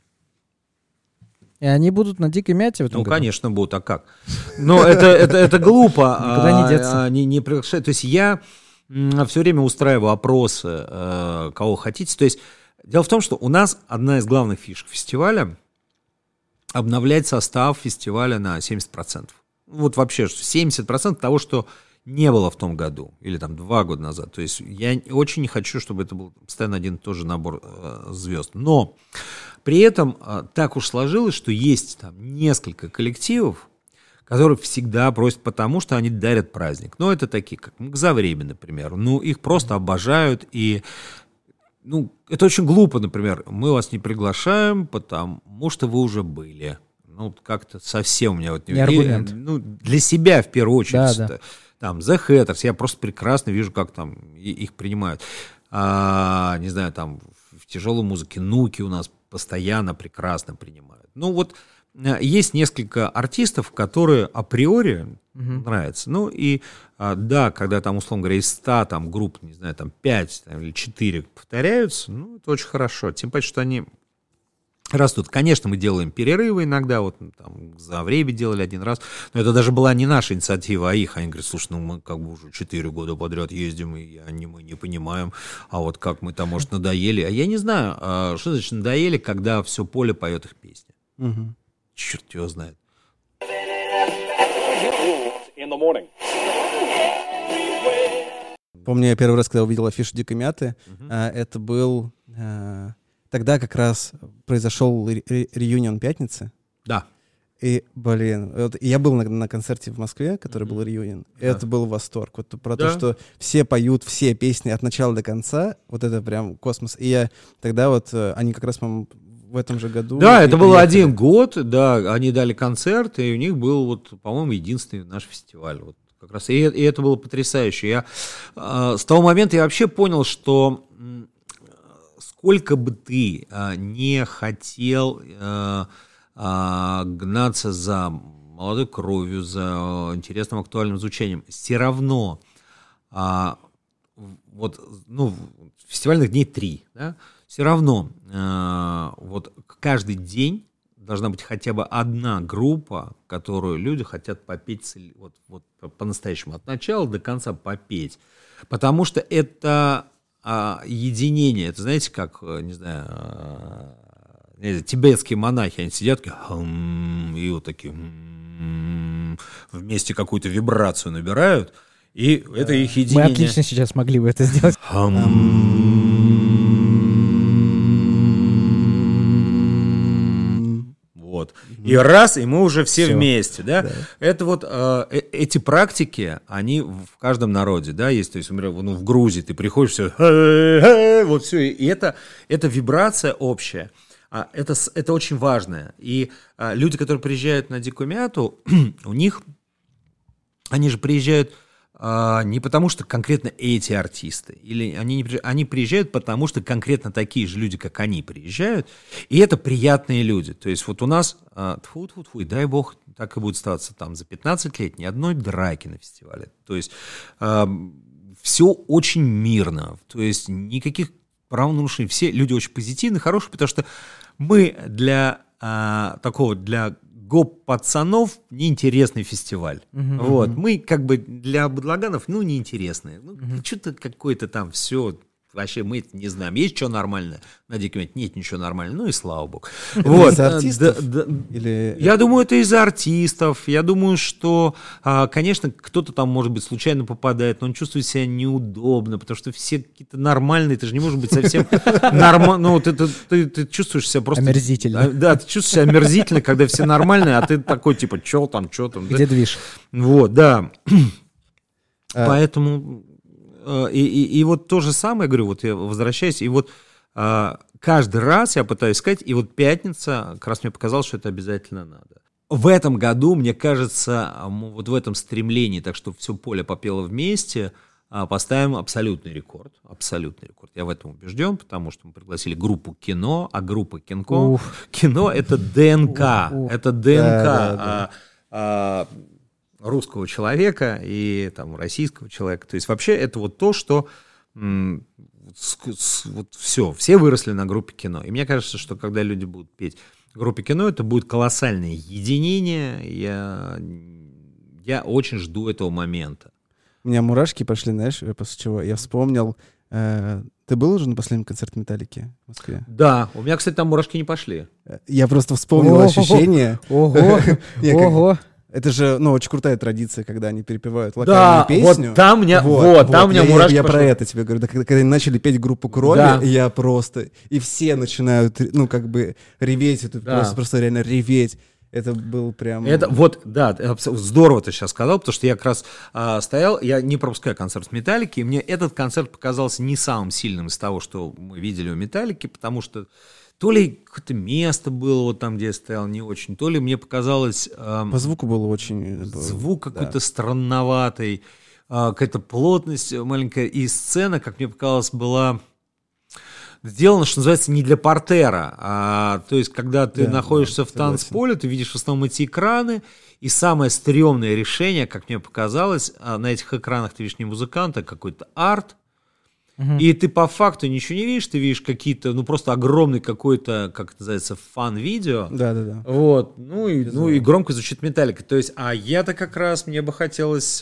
И они будут на дикой мяте в этом году? Ну, конечно, будут, а как? Но это глупо. Никуда не деться. Не приглашают. То есть я все время устраиваю опросы, кого хотите. То есть дело в том, что у нас одна из главных фишек фестиваля — обновлять состав фестиваля на 70%. Вот вообще 70% того, что не было в том году, или там 2 года назад. То есть я очень не хочу, чтобы это был постоянно один и тот же набор звезд. Но при этом так уж сложилось, что есть там несколько коллективов, которые всегда просят, потому что они дарят праздник. Ну, это такие, как «За время», например. Ну, их просто обожают, и ну, это очень глупо, например. Мы вас не приглашаем, потому что вы уже были. Ну, как-то совсем у меня вот не аргумент. Ну, для себя в первую очередь. Да. Там The Hatters, я просто прекрасно вижу, как там их принимают. Не знаю, там в тяжелой музыке Нуки у нас постоянно прекрасно принимают. Ну вот есть несколько артистов, которые априори нравятся. Ну и да, когда там, условно говоря, из 100 там, групп, не знаю, там 5 там, или 4 повторяются, ну это очень хорошо. Тем паче, что они растут. Конечно, мы делаем перерывы иногда, вот там «За время» делали 1 раз, но это даже была не наша инициатива, а их. Они говорят, слушай, ну мы как бы уже 4 года подряд ездим, и мы не понимаем, а вот как мы там, может, надоели. А я не знаю, что значит надоели, когда все поле поет их песни. Черт его знает. Помню, я первый раз, когда увидел афишу «Дикой мяты», это был... Тогда как раз произошел реюнион «Пятницы». Да. И, блин, вот я был на концерте в Москве, который был реюнион. Да. Это был восторг. Вот про то, что все поют все песни от начала до конца. Вот это прям космос. И я тогда вот, они как раз, по-моему, в этом же году... Да, это был 1 год, да, они дали концерт, и у них был, вот, по-моему, единственный наш фестиваль. Вот как раз. И это было потрясающе. С того момента я вообще понял, что... Сколько бы ты не хотел гнаться за молодой кровью, за интересным актуальным звучанием, все равно вот, ну, фестивальных дней 3, да, все равно вот каждый день должна быть хотя бы одна группа, которую люди хотят попеть вот по-настоящему, от начала до конца попеть. Потому что это единение, это знаете, как, не знаю, тибетские монахи, они сидят и вот такие вместе какую-то вибрацию набирают, и это их единение. Мы отлично сейчас могли бы это сделать. Вот. И раз, и мы уже все вместе, да? Это вот эти практики, они в каждом народе, да, есть, то есть, например, ну, в Грузии ты приходишь, все, вот все, и это вибрация общая. Это очень важно. И люди, которые приезжают на Дикую Мяту, у них, они же приезжают не потому, что конкретно эти артисты, или они приезжают потому, что конкретно такие же люди, как они, приезжают, и это приятные люди. То есть вот у нас, тьфу-тьфу-тьфу, дай бог, так и будет оставаться там за 15 лет, ни одной драки на фестивале. То есть все очень мирно, то есть никаких правонарушений, все люди очень позитивные, хорошие, потому что мы для гоп-пацанов неинтересный фестиваль. Вот. Мы как бы для быдлаганов, ну, неинтересные. Ну, что-то какое-то там все... Вообще мы это не знаем. Есть что нормальное на Дикой Мяте? Нет ничего нормального. Ну и слава богу. Вот. Из-за артистов? Или... Я думаю, это из-за артистов. Я думаю, что, конечно, кто-то там, может быть, случайно попадает, но он чувствует себя неудобно, потому что все какие-то нормальные. Ты же не можешь быть совсем нормально. Ну, ты чувствуешь себя просто... Омерзительно. Да, ты чувствуешь себя омерзительно, когда все нормальные, а ты такой, типа, что там. Где движ? Вот, да. Поэтому... И вот то же самое, говорю, вот я возвращаюсь, и вот каждый раз я пытаюсь сказать, и вот пятница, как раз мне показалось, что это обязательно надо. В этом году, мне кажется, вот в этом стремлении, так что все поле попело вместе, поставим абсолютный рекорд. Абсолютный рекорд. Я в этом убежден, потому что мы пригласили группу кино, а группа кино это ДНК. Это ДНК. Русского человека и там российского человека. То есть вообще это вот то, что вот все выросли на группе кино. И мне кажется, что когда люди будут петь в группе кино, это будет колоссальное единение. Я очень жду этого момента. У меня мурашки пошли, знаешь, после чего я вспомнил... Ты был уже на последнем концерте Металлики в Москве? Да, у меня, кстати, там мурашки не пошли. Я просто вспомнил ощущение. Ого! Это же, ну, очень крутая традиция, когда они перепевают локальную песню. Вот там у меня мурашки Я пошли. про это тебе говорю. Когда они начали петь группу Крови, я просто... И все начинают, ну, как бы реветь. Это просто реально реветь. Это был прям... Здорово ты сейчас сказал, потому что я как раз стоял, я не пропускаю концерт Металлики, и мне этот концерт показался не самым сильным из того, что мы видели у Металлики, потому что то ли какое-то место было вот там, где я стоял, не очень, то ли мне показалось... По звуку было очень... Звук какой-то странноватый, какая-то плотность маленькая, и сцена, как мне показалось, была сделана, что называется, не для портера, то есть, когда ты находишься в танцполе, ты видишь в основном эти экраны, и самое стрёмное решение, как мне показалось, на этих экранах ты видишь не музыканта, а какой-то арт, и ты по факту ничего не видишь, ты видишь какие-то, ну, просто огромный какой-то, как это называется, фан-видео. Да. Вот, ну и громко звучит Металлика. То есть, я-то как раз, мне бы хотелось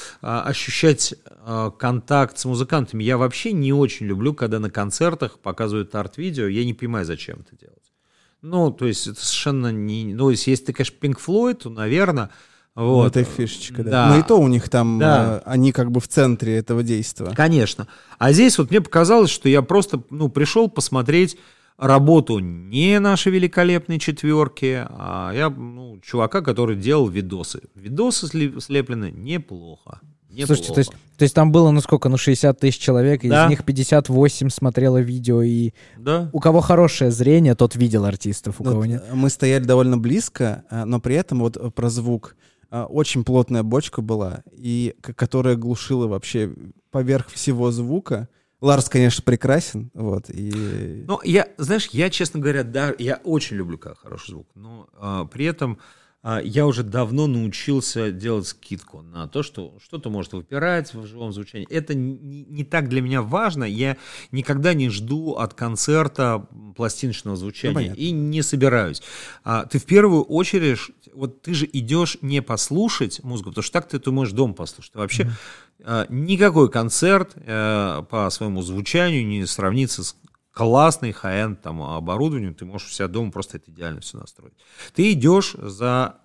ощущать контакт с музыкантами. Я вообще не очень люблю, когда на концертах показывают арт-видео, я не понимаю, зачем это делать. Ну, то есть, это совершенно не... Ну, если ты, конечно, Pink Floyd, то, наверное... Вот. Ну, это их фишечка, да. Но и то у них там, они как бы в центре этого действия. Конечно. А здесь вот мне показалось, что я просто, пришел посмотреть работу не нашей великолепной четверки, а я, чувака, который делал видосы. Видосы слеплены неплохо. Слушайте, то есть там было, 60 тысяч человек, и из них 58 смотрело видео, и у кого хорошее зрение, тот видел артистов, у кого нет. Мы стояли довольно близко, но при этом вот про звук. Очень плотная бочка была, и которая глушила вообще поверх всего звука. Ларс, конечно, прекрасен, вот. Ну, я, честно говоря, я очень люблю, когда хороший звук, но при этом я уже давно научился делать скидку на то, что что-то может выпирать в живом звучании. Это не так для меня важно. Я никогда не жду от концерта пластиночного звучания и не собираюсь. Ты в первую очередь, вот ты же идешь не послушать музыку, потому что так ты можешь дома послушать. Вообще никакой концерт по своему звучанию не сравнится с классный хай-энд там оборудованием, ты можешь у себя дома просто это идеально все настроить. Ты идешь за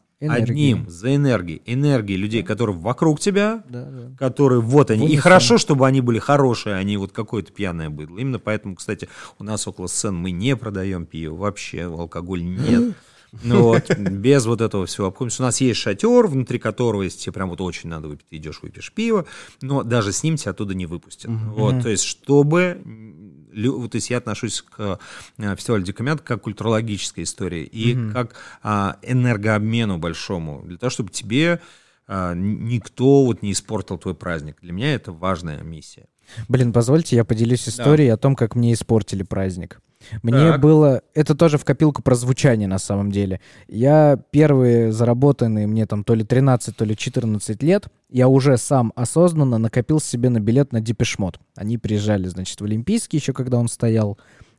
за энергией людей, которые вокруг тебя, которые вот они. И хорошо, чтобы они были хорошие, а не вот какое-то пьяное быдло. Именно поэтому, кстати, у нас около сцен мы не продаем пиво, вообще алкоголь нет. Ну вот, без вот этого всего обходимся. У нас есть шатер, внутри которого, если тебе прям вот очень надо выпить, ты идешь, выпьешь пиво, но даже с ним тебя оттуда не выпустят. Вот, то есть, чтобы... То есть я отношусь к фестивалю Дикомят как к культурологической истории и как энергообмену большому, для того, чтобы тебе никто вот не испортил твой праздник. Для меня это важная миссия. Блин, позвольте, я поделюсь историей о том, как мне испортили праздник. Мне было... Это тоже в копилку про звучание на самом деле. Я первые заработанные, мне там то ли 13, то ли 14 лет, я уже сам осознанно накопил себе на билет на Depeche Mode. Они приезжали, значит, в Олимпийский еще, когда он стоял,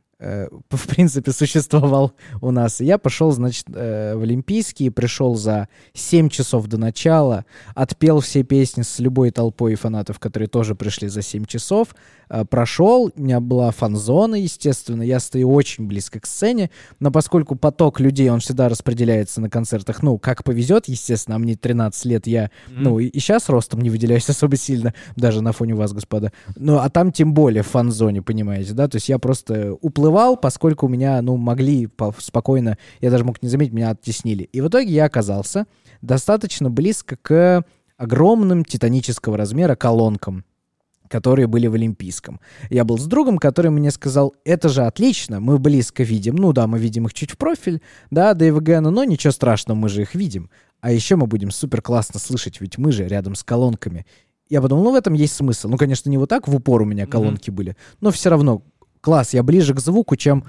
в принципе, существовал у нас. И я пошел, значит, в Олимпийский, пришел за 7 часов до начала, отпел все песни с любой толпой фанатов, которые тоже пришли за 7 часов, прошел, у меня была фан-зона, естественно, я стою очень близко к сцене, но поскольку поток людей, он всегда распределяется на концертах, ну, как повезет, естественно, а мне 13 лет, я, ну, и сейчас ростом не выделяюсь особо сильно, даже на фоне вас, господа, ну, а там тем более в фан-зоне, понимаете, да, то есть я просто уплывал, поскольку меня, ну, могли спокойно, я даже мог не заметить, меня оттеснили, и в итоге я оказался достаточно близко к огромным титанического размера колонкам, которые были в Олимпийском. Я был с другом, который мне сказал, это же отлично, мы близко видим, ну да, мы видим их чуть в профиль, да, до EVGN, но ничего страшного, мы же их видим. А еще мы будем супер классно слышать, ведь мы же рядом с колонками. Я подумал, ну в этом есть смысл. Ну, конечно, не вот так в упор у меня колонки были, но все равно класс, я ближе к звуку, чем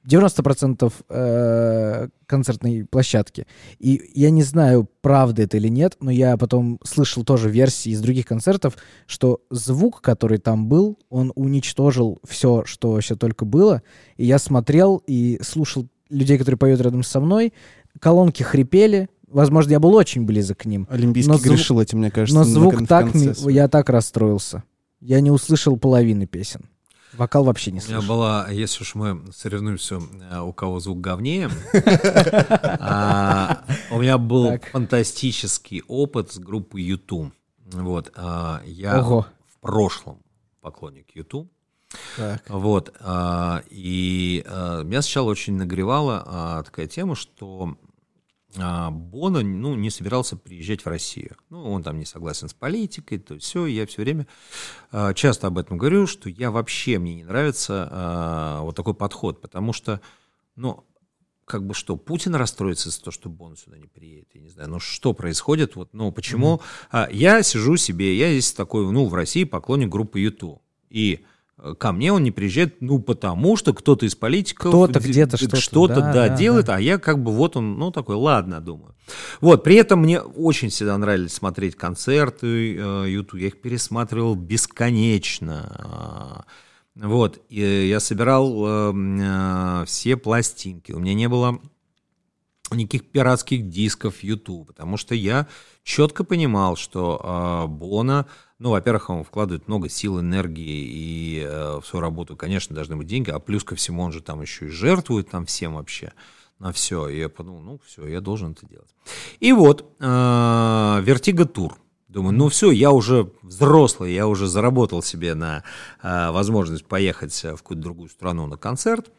90% концертной площадки. И я не знаю, правда это или нет, но я потом слышал тоже версии из других концертов, что звук, который там был, он уничтожил все, что вообще только было. И я смотрел и слушал людей, которые поют рядом со мной. Колонки хрипели. Возможно, я был очень близок к ним. Олимпийский грешил этим, мне кажется. Но звук так... Я так расстроился. Я не услышал половины песен. Вокал вообще не слышал. У меня была, если уж мы соревнуемся, у кого звук говнее, у меня был фантастический опыт с группой U2. Вот, я в прошлом поклонник U2. Вот, и меня сначала очень нагревала такая тема, что Боно, ну, не собирался приезжать в Россию. Ну, он там не согласен с политикой, то есть все. Я все время часто об этом говорю, что мне не нравится вот такой подход, потому что, ну, как бы что, Путин расстроится из-за того, что Боно сюда не приедет, я не знаю, ну, что происходит, вот, ну, почему? Я сижу себе, я здесь такой, ну, в России поклонник группы U2, и ко мне он не приезжает, ну, потому что кто-то из политиков кто-то где-то что-то делает, а я как бы вот он, ну, такой, ладно, думаю. Вот, при этом мне очень всегда нравилось смотреть концерты U2, я их пересматривал бесконечно. Вот, и я собирал все пластинки, у меня не было никаких пиратских дисков U2, потому что я четко понимал, что Боно, ну, во-первых, он вкладывает много сил, энергии, и в свою работу, конечно, должны быть деньги, а плюс ко всему он же там еще и жертвует там всем вообще, на все. И я подумал, ну, все, я должен это делать. И вот, Vertigo Tour. Думаю, ну все, я уже взрослый, я уже заработал себе на возможность поехать в какую-то другую страну на концерт.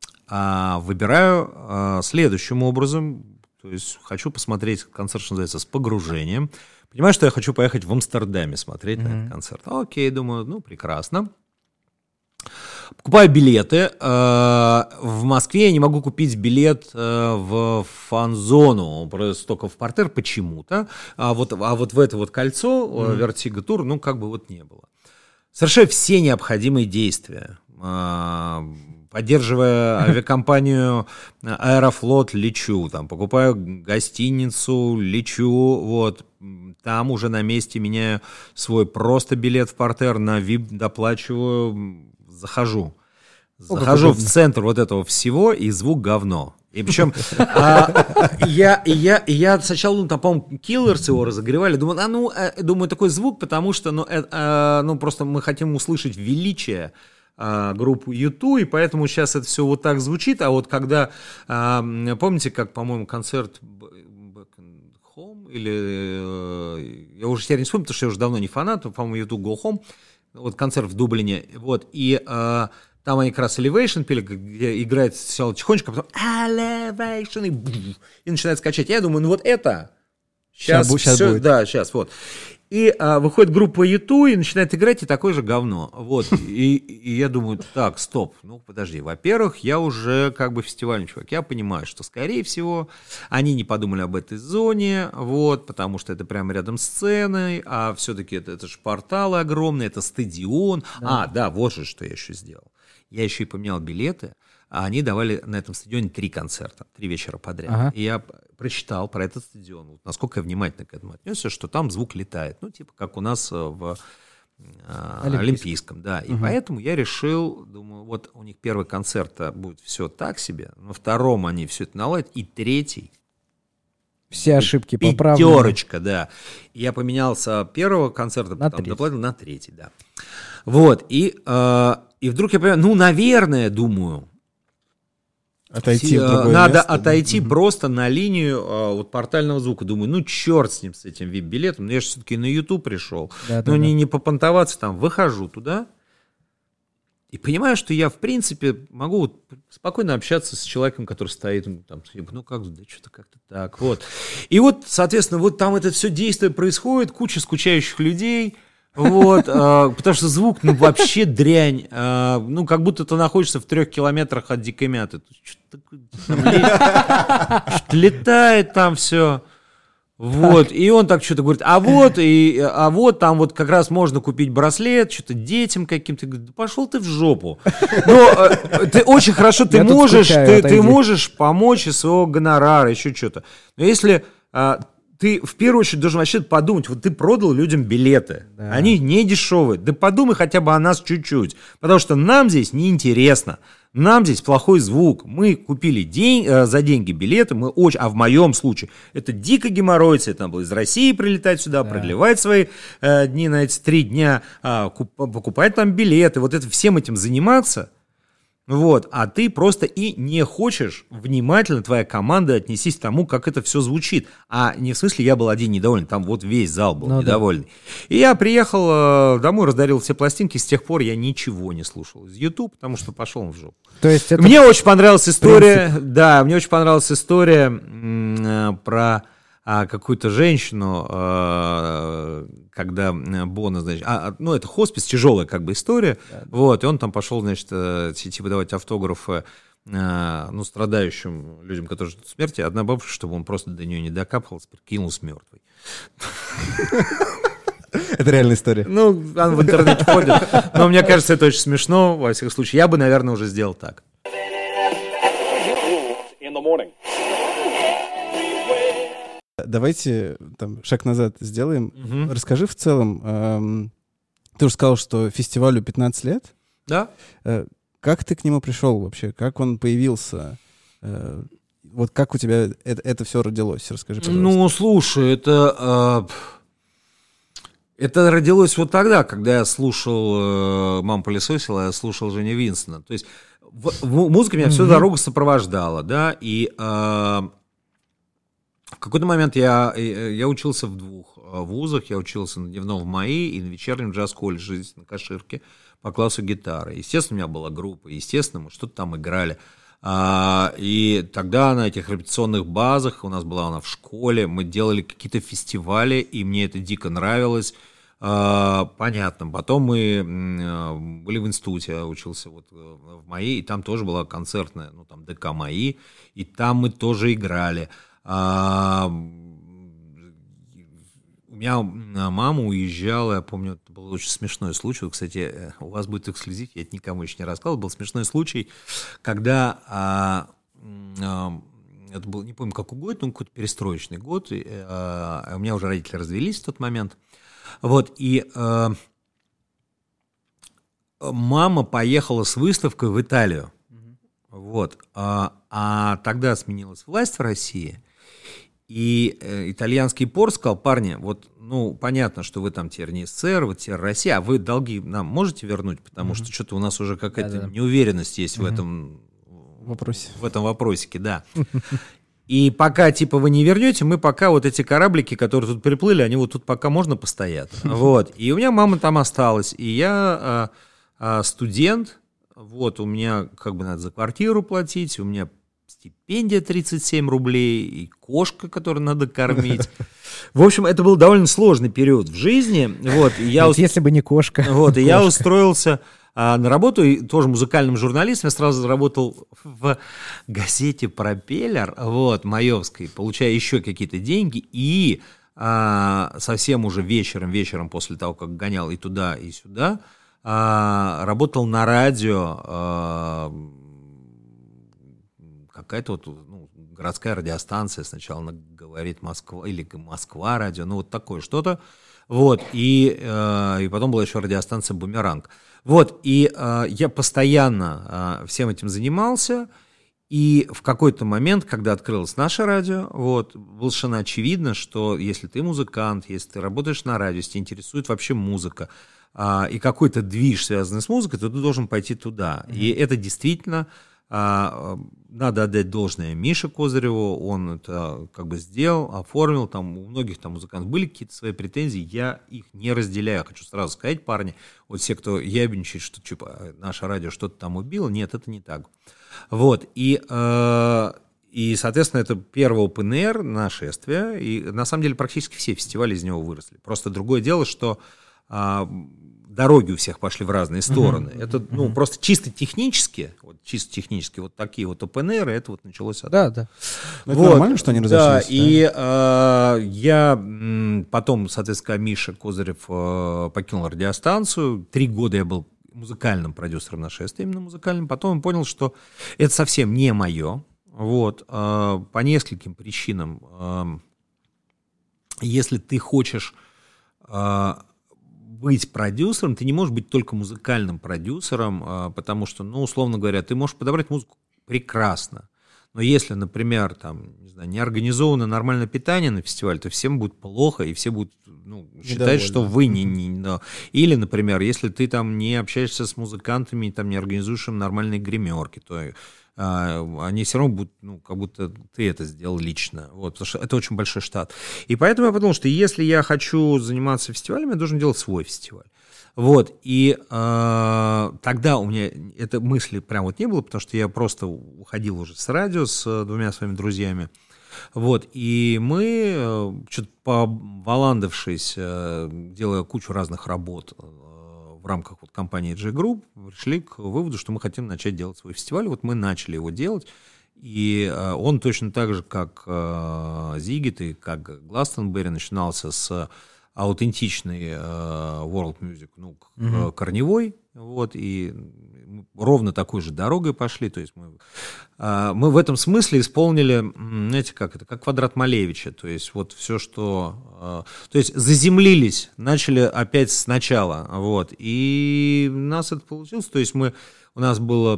Выбираю следующим образом, то есть хочу посмотреть концерт, что называется, с погружением. Понимаю, что я хочу поехать в Амстердаме смотреть на этот концерт. Окей, думаю, ну прекрасно. Покупаю билеты. В Москве я не могу купить билет в фан-зону, просто только в партер почему-то. А вот в это вот кольцо Vertigo Tour, ну как бы вот не было. Совершаю все необходимые действия. поддерживая авиакомпанию Аэрофлот, лечу, там, покупаю гостиницу, лечу, вот, там уже на месте меняю свой просто билет в партер на VIP, доплачиваю, захожу в центр вот этого всего, и звук говно. И причем я сначала, там, по-моему, Killers его разогревали, думаю, такой звук, потому что, просто мы хотим услышать величие группу U2, и поэтому сейчас это все вот так звучит, а вот когда, помните, как, по-моему, концерт Back in Home, или, я уже теперь не вспомню, потому что я уже давно не фанат, по-моему, U2 Go Home, вот концерт в Дублине, вот, и там они как раз Elevation пели, где играет сначала тихонечко, а потом Elevation, и начинает скачать. Я думаю, вот это сейчас будет. Да, сейчас, вот. И выходит группа U2 и начинает играть, и такое же говно. Вот. И я думаю, так, стоп, подожди. Во-первых, я уже как бы фестивальный чувак. Я понимаю, что, скорее всего, они не подумали об этой зоне, вот, потому что это прямо рядом с сценой, а все-таки это же порталы огромные, это стадион. Да, вот же, что я еще сделал. Я еще и поменял билеты, а они давали на этом стадионе 3 концерта, 3 вечера подряд. Ага. И я прочитал про этот стадион, вот насколько я внимательно к этому отнесся, что там звук летает, типа как у нас в Олимпийском, да. И поэтому я решил, думаю, вот у них первый концерт будет все так себе, на втором они все это наладят, и третий. Все ошибки поправлены. 5, да. И я поменял с первого концерта, потом доплатил на 3, да. Вот, и вдруг я понимаю, наверное, думаю, надо отойти просто на линию вот портального звука. Думаю, черт с ним, с этим VIP-билетом, я же все-таки на YouTube пришел. Не попонтоваться там, выхожу туда и понимаю, что я, в принципе, могу спокойно общаться с человеком, который стоит, там, что-то как-то так, вот. И вот, соответственно, вот там это все действие происходит, куча скучающих людей. Вот, потому что звук, вообще дрянь, как будто ты находишься в 3 километрах от Дикой Мяты. Летает там все. Вот, и он так что-то говорит, а вот там вот как раз можно купить браслет, что-то детям каким-то. Говорит, да пошел ты в жопу. Но ты очень хорошо, ты можешь помочь из своего гонорара, еще что-то. Но если ты в первую очередь должен вообще подумать, вот ты продал людям билеты, они не дешевые, да подумай хотя бы о нас чуть-чуть, потому что нам здесь неинтересно, нам здесь плохой звук, мы купили за деньги билеты, а в моем случае это дико геморройцы, это надо было из России прилетать сюда, продлевать свои дни на эти 3 дня, покупать там билеты, вот это всем этим заниматься. Вот, а ты просто и не хочешь внимательно, твоя команда, отнесись к тому, как это все звучит. А не в смысле я был один недоволен, там вот весь зал был недовольный. Да. И я приехал домой, раздарил все пластинки, с тех пор я ничего не слушал из YouTube, потому что пошел он в жопу. То есть это мне очень понравилась история, мне очень понравилась история про какую-то женщину, когда Боно, значит, это хоспис, тяжелая как бы история, вот, и он там пошел, значит, типа давать автографы, страдающим людям, которые ждут смерти, одна бабушка, чтобы он просто до нее не докапывался, прикинулась мертвой. Это реальная история. Она в интернете ходит, но мне кажется, это очень смешно, во всяком случае, я бы, наверное, уже сделал так. Давайте шаг назад сделаем. Расскажи в целом, ты уже сказал, что фестивалю 15 лет. Да. Как ты к нему пришел вообще? Как он появился? Вот как у тебя это все родилось? Расскажи, пожалуйста. Слушай, это родилось вот тогда, когда я слушал «Мама пылесосила», я слушал Женю Винсона. То есть музыка меня всю дорогу сопровождала, да, и в какой-то момент я учился в 2 вузах, я учился на дневном в МАИ и на вечернем джаз-колледже здесь на Каширке по классу гитары. Естественно, у меня была группа, естественно, мы что-то там играли. И тогда на этих репетиционных базах, у нас была она в школе, мы делали какие-то фестивали, и мне это дико нравилось. Понятно. Потом мы были в институте, я учился вот в МАИ, и там тоже была концертная, там ДК МАИ, и там мы тоже играли. У меня мама уезжала, я помню, это был очень смешной случай. Кстати, у вас будет эксклюзив, я это никому еще не рассказывал. Был смешной случай, когда это был, не помню, какой год, но какой-то перестроечный год. У меня уже родители развелись в тот момент. Вот, и мама поехала с выставкой в Италию. Вот. А тогда сменилась власть в России, и итальянский порт сказал: парни, вот, ну, понятно, что вы там теперь не СССР, вы теперь Россия, а вы долги нам можете вернуть, потому что что-то у нас уже какая-то неуверенность есть в этом вопросике, да. И пока, типа, вы не вернете, мы пока вот эти кораблики, которые тут приплыли, они вот тут пока можно постоят. Вот. И у меня мама там осталась, и я студент, вот, у меня как бы надо за квартиру платить, у меня стипендия 37 рублей, и кошка, которую надо кормить. В общем, это был довольно сложный период в жизни. Вот, и я если бы не кошка. Вот, и я устроился на работу, и тоже музыкальным журналистом. Я сразу работал в газете «Пропеллер», вот, маевской, получая еще какие-то деньги, и совсем уже вечером после того, как гонял и туда, и сюда, работал на радио, какая-то вот, ну, городская радиостанция, сначала она говорит Москва, или Москва радио, ну вот такое что-то, вот, и потом была еще радиостанция «Бумеранг». Вот, и я постоянно всем этим занимался, и в какой-то момент, когда открылось наше радио, вот, было совершенно очевидно, что если ты музыкант, если ты работаешь на радио, если тебя интересует вообще музыка, и какой-то движ, связанный с музыкой, то ты должен пойти туда. И это действительно, надо отдать должное Мише Козыреву, он это как бы сделал, оформил, там у многих там музыкантов были какие-то свои претензии, я их не разделяю. Я хочу сразу сказать, парни, вот все, кто ябедничает, что типа наше радио что-то там убило, нет, это не так. Вот, и соответственно, это первый open air, нашествие, и на самом деле практически все фестивали из него выросли. Просто другое дело, что дороги у всех пошли в разные стороны. Это, ну, просто чисто технически, вот такие вот open-air, это вот началось оттуда. Да. Это нормально, что они разошлись? Да, и я потом, соответственно, Миша Козырев покинул радиостанцию. 3 года я был музыкальным продюсером нашествия, именно музыкальным. Потом я понял, что это совсем не мое. Вот, по нескольким причинам. Если ты хочешь быть продюсером, ты не можешь быть только музыкальным продюсером, потому что, ну, условно говоря, ты можешь подобрать музыку прекрасно, но если, например, там, не знаю, не организовано нормальное питание на фестивале, то всем будет плохо, и все будут, ну, считать, что вы не... Или, например, если ты там не общаешься с музыкантами, там не организуешь им нормальные гримерки, то они все равно будут, ну, как будто ты это сделал лично, вот, потому что это очень большой штат. И поэтому я подумал, что если я хочу заниматься фестивалем, я должен делать свой фестиваль. Вот, и тогда у меня этой мысли прям вот не было, потому что я просто уходил уже с радио с 2 своими друзьями. Вот, и мы, что-то поваландавшись, делая кучу разных работ в рамках вот компании J-Group, пришли к выводу, что мы хотим начать делать свой фестиваль. Вот мы начали его делать, и он точно так же, как Зигит и как Гластонберри, начинался с аутентичной world music, ну, корневой, вот, и ровно такой же дорогой пошли, то есть мы в этом смысле исполнили, знаете, как это, как квадрат Малевича, то есть вот все, что, то есть заземлились, начали опять сначала, вот, и у нас это получилось, то есть у нас было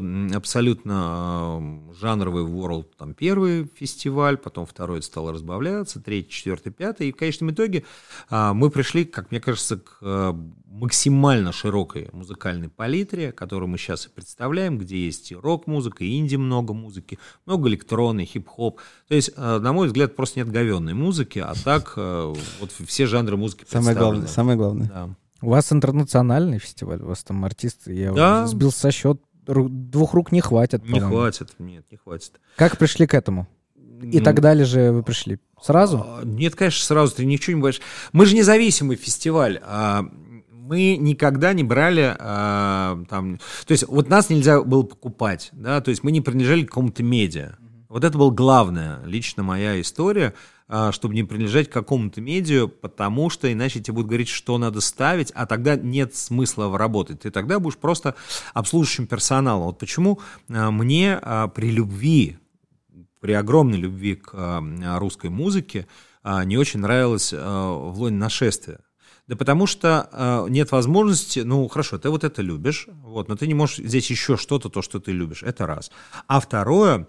абсолютно жанровый world, там, первый фестиваль, потом второй стал разбавляться, 3, 4, 5, и в конечном итоге мы пришли, как мне кажется, к максимально широкой музыкальной палитре, которую мы сейчас и представляем, где есть и рок-музыка, и инди много музыки, много электронной, хип-хоп. То есть, на мой взгляд, просто нет говенной музыки, а так вот все жанры музыки представлены. Самое главное. Да. У вас интернациональный фестиваль, у вас там артисты, я уже сбил со счет, 2 рук не хватит. Не хватит, нет, не хватит. Как пришли к этому? И так далее же вы пришли? Сразу? Нет, конечно, сразу, ты ничего не боишься. Мы же независимый фестиваль, мы никогда не брали там... То есть вот нас нельзя было покупать, да, то есть мы не принадлежали к какому-то медиа. Вот это была главная лично моя история. чтобы не принадлежать к какому-то медиа, потому что иначе тебе будут говорить, что надо ставить, а тогда нет смысла работать. Ты тогда будешь просто обслуживающим персоналом. Вот почему мне при огромной любви к русской музыке не очень нравилось в лоне нашествия. Да потому что нет возможности, ну хорошо, ты вот это любишь, вот, но ты не можешь здесь еще что-то, то, что ты любишь, это раз. А второе,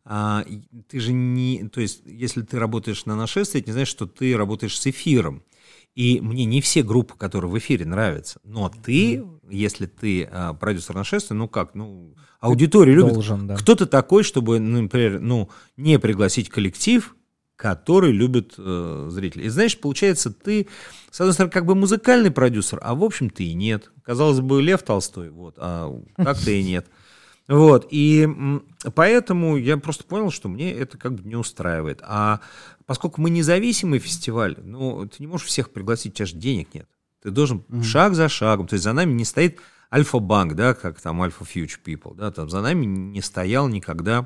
ты же не, то есть если ты работаешь на нашествии, это не значит, что ты работаешь с эфиром. И мне не все группы, которые в эфире, нравятся, но ты, если ты продюсер нашествия, аудитория любит. Должен, да. Кто ты такой, чтобы, например, не пригласить коллектив, который любит зрители. И знаешь, получается, ты, с одной стороны, как бы музыкальный продюсер, а в общем-то и нет. Казалось бы, Лев Толстой, вот, а так-то и нет. Вот, и поэтому я просто понял, что мне это как бы не устраивает. А поскольку мы независимый фестиваль, ты не можешь всех пригласить, у тебя же денег нет. Ты должен шаг за шагом, то есть за нами не стоит Альфа-банк, да, как там Альфа Future People, да, там за нами не стоял никогда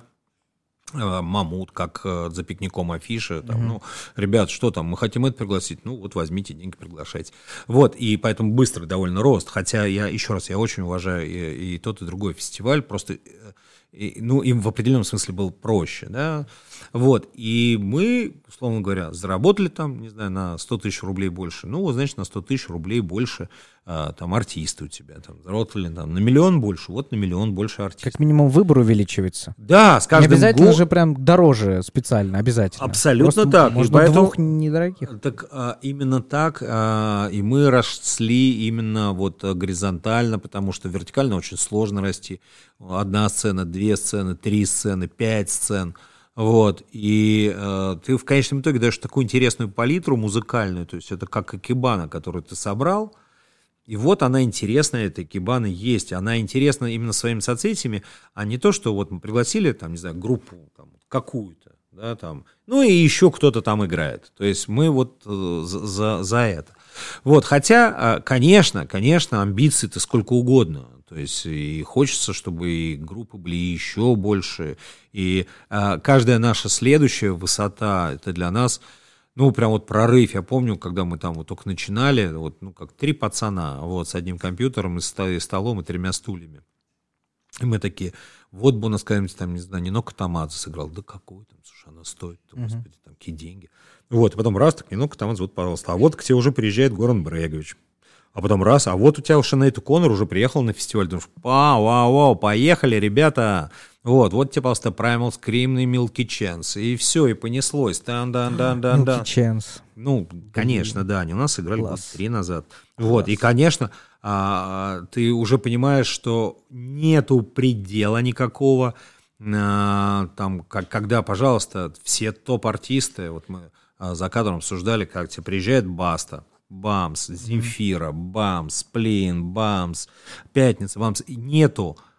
Мамут, как за пикником афиша, там, ребят, что там, мы хотим это пригласить, вот возьмите деньги, приглашайте. Вот, и поэтому быстрый довольно рост, хотя я очень уважаю и тот, и другой фестиваль, просто, им в определенном смысле было проще, да, вот, и мы, условно говоря, заработали там, не знаю, на 100 тысяч рублей больше, значит, на 100 тысяч рублей больше там артисты у тебя, там, заработали там, на 1 миллион больше, вот на 1 миллион больше артистов. Как минимум выбор увеличивается. Да, с каждым не обязательно же прям дороже специально, обязательно. Абсолютно просто так. Можно двух недорогих. Так именно так, и мы росли именно вот горизонтально, потому что вертикально очень сложно расти. 1 сцена, 2 сцены, 3 сцены, 5 сцен. Вот, и ты в конечном итоге даешь такую интересную палитру музыкальную, то есть это как икебана, которую ты собрал, и вот она интересная, эта икебана есть, она интересна именно своими соцсетями, а не то, что вот мы пригласили, там, не знаю, группу там, какую-то, да, там, и еще кто-то там играет, то есть мы вот за это. Вот, хотя, конечно, амбиций-то сколько угодно. То есть и хочется, чтобы и группы были еще больше. И каждая наша следующая высота, это для нас, прям вот прорыв. Я помню, когда мы там вот только начинали, как 3 пацана, вот, с одним компьютером, и столом, и 3 стульями. И мы такие, вот бы у нас какая-нибудь там, не знаю, Нино Катамадзе сыграл. Да какой там, слушай, она стоит, господи, там, какие деньги. Вот, и потом раз, так, Нино Катамадзе, вот, пожалуйста. А вот к тебе уже приезжает Горан Брегович. А потом раз, а вот у тебя Шанейт Коннор уже приехал на фестиваль. Думаешь, вау, поехали, ребята. Вот тебе просто Primal Scream и Milky Chance. И все, и понеслось. Milky Chance. Конечно, да, они у нас играли года 3 назад. Вот, и, конечно, ты уже понимаешь, что нету предела никакого. Там, когда, пожалуйста, все топ-артисты, вот мы за кадром обсуждали, как тебе приезжает Баста, Бамс, Земфира, Бамс, Сплин, Бамс, Пятница, Бамс. Не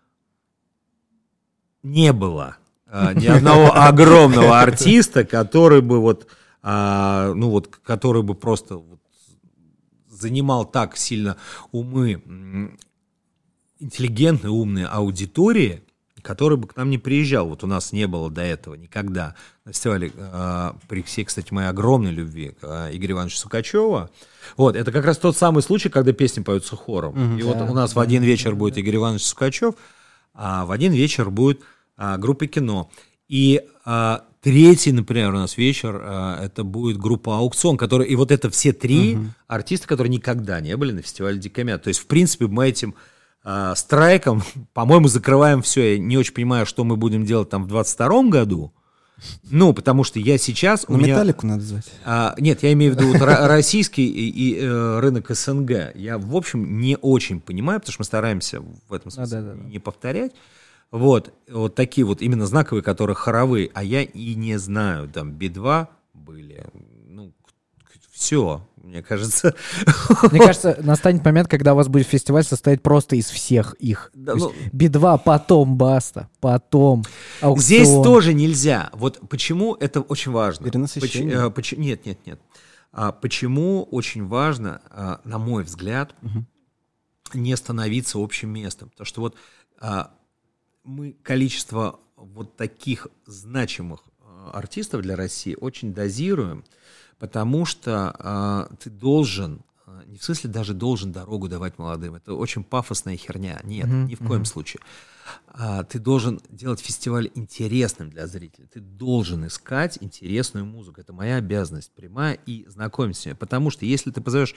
было ни одного огромного артиста, который бы который бы просто занимал так сильно умы интеллигентной, умной аудитории, который бы к нам не приезжал. Вот у нас не было до этого никогда на фестивале, при всей, кстати, моей огромной любви к Игорю Ивановичу Сукачеву. Вот, это как раз тот самый случай, когда песни поются хором. И вот у нас в один вечер будет Игорь Иванович Сукачев, а в один вечер будет группа «Кино». И третий, например, у нас вечер, это будет группа «Аукцион», которая, и вот это все 3 артиста, которые никогда не были на фестивале «Дикомят». То есть, в принципе, мы этим страйком, по-моему, закрываем все. Я не очень понимаю, что мы будем делать там в 22-м году. Потому что я сейчас... Металлику надо звать. Нет, я имею в виду российский и рынок СНГ. Я, в общем, не очень понимаю, потому что мы стараемся в этом смысле не повторять. Вот такие вот именно знаковые, которые хоровые. А я и не знаю, там Би-2 были... Все, мне кажется. Мне кажется, настанет момент, когда у вас будет фестиваль состоять просто из всех их. Да, Би-2, потом Баста, потом Аукцион. Здесь тоже нельзя. Вот почему это очень важно. Нет. Почему очень важно, на мой взгляд, не становиться общим местом. Потому что мы количество вот таких значимых артистов для России очень дозируем, потому что ты должен, не в смысле даже должен дорогу давать молодым, это очень пафосная херня, нет, ни в коем случае. Ты должен делать фестиваль интересным для зрителей, ты должен искать интересную музыку, это моя обязанность прямая, и знакомиться с ней, потому что если ты позовешь,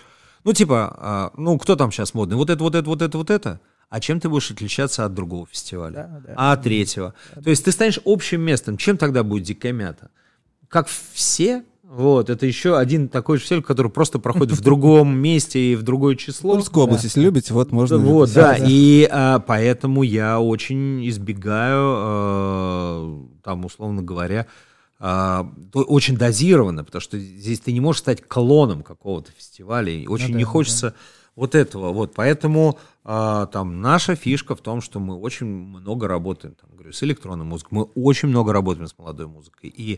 кто там сейчас модный, вот это, а чем ты будешь отличаться от другого фестиваля, от третьего? То есть ты станешь общим местом. Чем тогда будет «Дикая мята»? Как все? Вот, это еще один такой же фестиваль, который просто проходит в другом месте и в другое число. Тульскую область, если любите, вот можно... Вот, да. И поэтому я очень избегаю, там, условно говоря, очень дозированно, потому что здесь ты не можешь стать клоном какого-то фестиваля, и очень не хочется вот этого. Вот, поэтому там наша фишка в том, что мы очень много работаем, там, говорю, с электронной музыкой, мы очень много работаем с молодой музыкой, и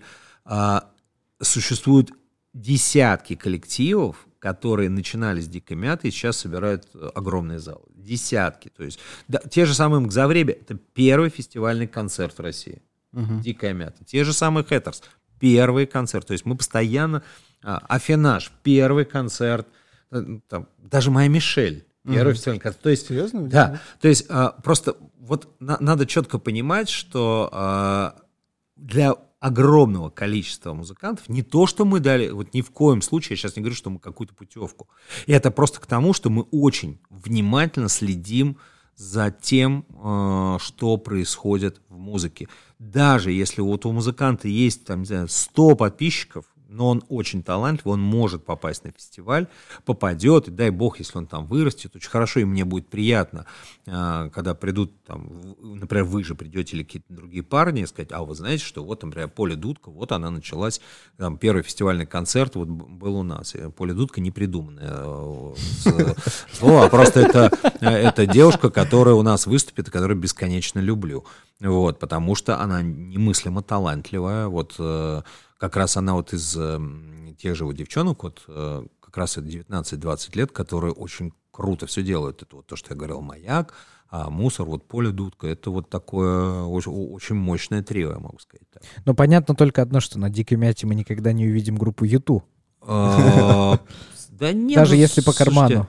существуют десятки коллективов, которые начинали с «Дикой мяты» и сейчас собирают огромные залы. Десятки. То есть те же самые «Мгзавреби» — это первый фестивальный концерт в России. «Дикая мята». Те же самые «Хэттерс» — первый концерт. То есть мы постоянно... «Афинаж» — первый концерт. Там, даже «Моя Мишель» — первый фестивальный концерт. То есть, серьезно? Да. То есть просто вот надо четко понимать, что для огромного количества музыкантов, не то, что мы дали, вот ни в коем случае, я сейчас не говорю, что мы какую-то путевку. И это просто к тому, что мы очень внимательно следим за тем, что происходит в музыке. Даже если вот у музыканта есть, там, не знаю, 100 подписчиков, но он очень талантливый, он может попасть на фестиваль, попадет, и дай бог, если он там вырастет, очень хорошо, и мне будет приятно, когда придут, там, например, вы же придете или какие-то другие парни, и сказать, вы знаете, что вот, например, Поля Дудка, вот она началась, там, первый фестивальный концерт вот был у нас, и Поля Дудка не придуманное слово, а просто это девушка, которая у нас выступит, и которую бесконечно люблю, вот, потому что она немыслимо талантливая, вот, как раз она вот из тех же вот девчонок, вот как раз это 19-20 лет, которые очень круто все делают. Это вот то, что я говорил, «Маяк», «Мусор», вот Поля Дудка. Это вот такое очень мощное трио, я могу сказать. Так. Но понятно только одно, что на «Дикой мяте» мы никогда не увидим группу «Юту». Да нет. Даже если по карману.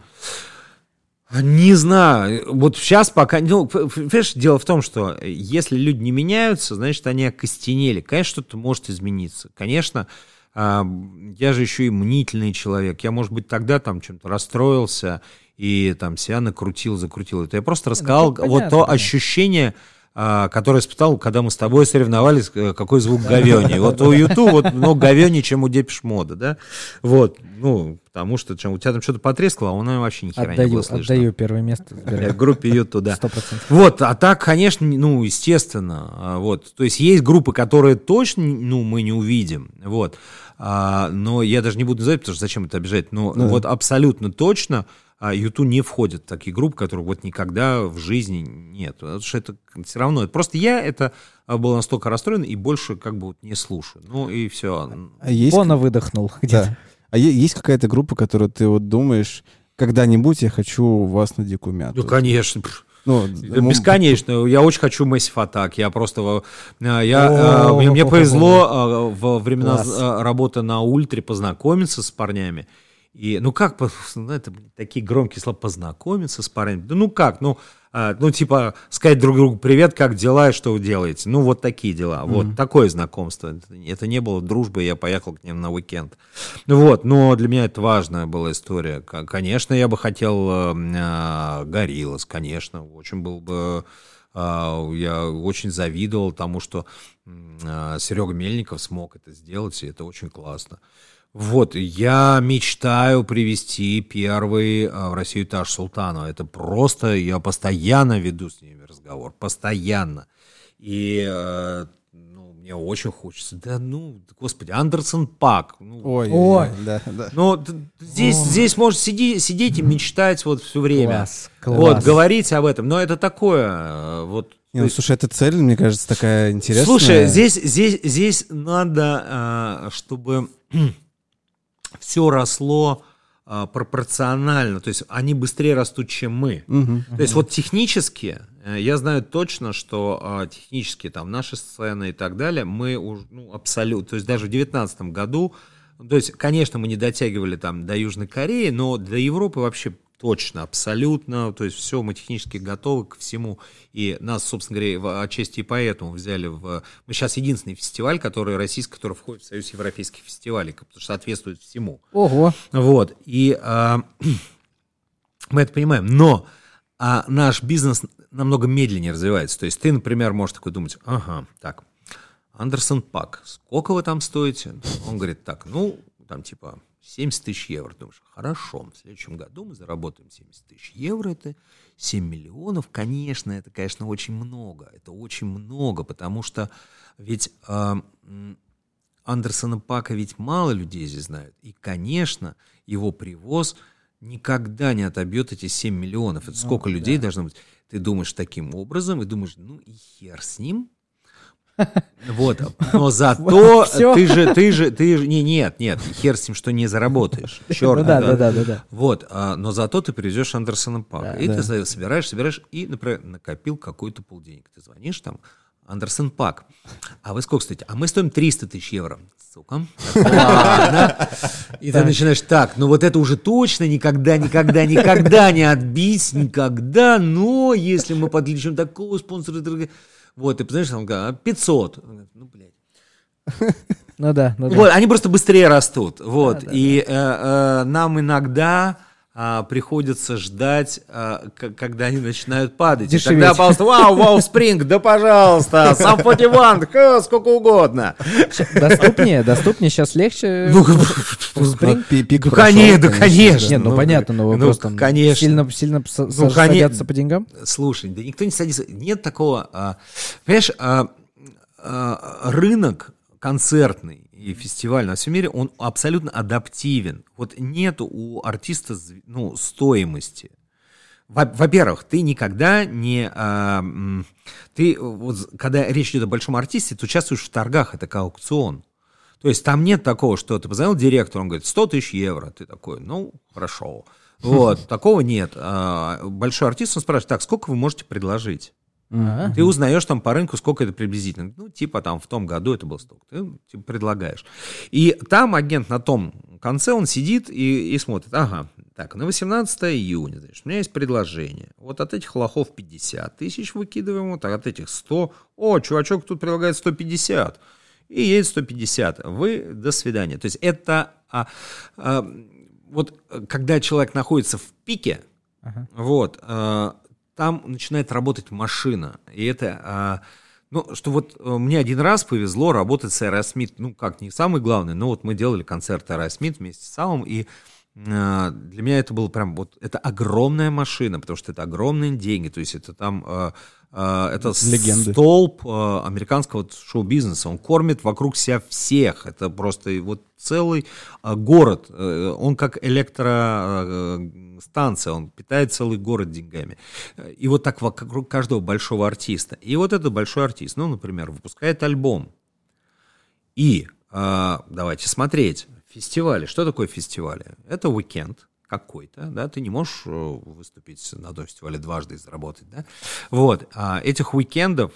Не знаю, вот сейчас пока, понимаешь, дело в том, что если люди не меняются, значит, они окостенели, конечно, что-то может измениться, конечно, я же еще и мнительный человек, я, может быть, тогда там чем-то расстроился и там себя накрутил, закрутил, это я просто рассказал вот то ощущение, который испытал, когда мы с тобой соревновались, какой звук говёней. Вот у Юту вот много говёней, чем у Депеш Мода, да? Вот, потому что у тебя там что-то потрескало, а у нас вообще ни хера не было слышно. Отдаю первое место. В группе Юту, да. 100%. Вот, а так, конечно, естественно, вот. То есть есть группы, которые точно, мы не увидим, вот. Но я даже не буду называть, потому что зачем это обижать, но вот абсолютно точно Юту не входит в такие группы, которые вот никогда в жизни нет. Потому что это все равно. Просто я был настолько расстроен и больше как бы вот не слушаю. Ну и все. Боно выдохнул где-то. Да. А есть какая-то группа, которую ты вот думаешь, когда-нибудь я хочу вас на «Дикую мяту»? Ну, конечно. Бесконечно. Я очень хочу Massive Attack. Я просто... Мне повезло во времена работы на Ультре познакомиться с парнями. И, это такие громкие слова, познакомиться с парнями. Типа, сказать друг другу привет, как дела и что вы делаете. Вот такие дела. Вот такое знакомство. Это не было дружбы, я поехал к ним на уикенд. Вот, но для меня это важная была история. Конечно, я бы хотел Гориллаз, конечно, очень был бы... Я очень завидовал тому, что Серега Мельников смог это сделать, и это очень классно. Вот, я мечтаю привезти первый в Россию Таш Султана. Это просто, я постоянно веду с ними разговор, постоянно. И, мне очень хочется. Господи, Андерсон Пак. Ой. Да. Здесь можно сидеть и мечтать вот все время. Класс. Вот, говорить об этом. Но это такое, вот. Слушай, эта цель, мне кажется, такая интересная. Слушай, здесь надо, чтобы... все росло пропорционально, то есть они быстрее растут, чем мы. То есть вот технически, я знаю точно, что технически там наши сцены и так далее, мы уже, абсолютно, то есть даже в 2019 году, то есть, конечно, мы не дотягивали там до Южной Кореи, но для Европы вообще точно, абсолютно, то есть все, мы технически готовы ко всему, и нас, собственно говоря, отчасти и поэтому взяли мы сейчас единственный фестиваль, который российский, который входит в Союз европейских фестивалей, потому что соответствует всему. Ого! Вот, и мы это понимаем, но наш бизнес намного медленнее развивается, то есть ты, например, можешь такой думать, так, Андерсон Пак, сколько вы там стоите? Он говорит, так, там типа 70 тысяч евро. Думаешь, хорошо, в следующем году мы заработаем 70 тысяч евро, это 7 миллионов. Конечно, это, конечно, очень много. Это очень много, потому что ведь Андерсона Пака ведь мало людей здесь знают. И, конечно, его привоз никогда не отобьет эти 7 миллионов. Это сколько людей должно быть? Ты думаешь таким образом, и думаешь, и хер с ним. Вот, но зато ты же, нет, хер с ним, что не заработаешь, черт. Да. Вот, но зато ты привезешь Андерсона Пака, и ты собираешь, и, например, накопил какой-то полденег, ты звонишь там, Андерсон Пак, а вы сколько стоите? А мы стоим 300 тысяч евро. Сука. Ладно. И ты начинаешь так, вот это уже точно никогда не отбить, никогда, но если мы подключим такого спонсора, вот, ты знаешь, там 500. Блядь. Ну да. Вот, они просто быстрее растут. Вот. И нам иногда приходится ждать, когда они начинают падать. Дешеветь. И тогда, пожалуйста, вау, Спринг, да пожалуйста, сам 41, сколько угодно. Доступнее, сейчас легче. Спринг? Пик конечно. Нет, понятно, но вы просто сильно садятся по деньгам? Слушай, да никто не садится. Нет такого, понимаешь, рынок концертный и фестиваль на всем мире, он абсолютно адаптивен. Вот нет у артиста стоимости. Во-первых, ты никогда не... когда речь идет о большом артисте, ты участвуешь в торгах, это как аукцион. То есть там нет такого, что ты позвонил директору, он говорит, 100 тысяч евро. Ты такой, хорошо. Вот, такого нет. Большой артист, он спрашивает, так, сколько вы можете предложить? Ты узнаешь там по рынку, сколько это приблизительно. Там в том году это было столько. Ты предлагаешь. И там агент на том конце, он сидит и смотрит. Так, на 18 июня, значит, у меня есть предложение. Вот от этих лохов 50 тысяч выкидываем, вот от этих 100. О, чувачок тут предлагает 150. И едет 150. Вы, до свидания. То есть это... вот когда человек находится в пике, там начинает работать машина. И это, что вот мне один раз повезло работать с Aerosmith, не самый главный, но вот мы делали концерт Aerosmith вместе с Салом, и для меня это было прям, это огромная машина, потому что это огромные деньги, то есть это там, это легенды. Столб американского шоу-бизнеса, он кормит вокруг себя всех, это просто целый город, он как электростанция, он питает целый город деньгами, и вот так вокруг каждого большого артиста, и вот этот большой артист, например, выпускает альбом, и давайте смотреть, фестивали. Что такое фестивали? Это уикенд какой-то, да, ты не можешь выступить на одном фестивале дважды и заработать, да? Вот, этих уикендов,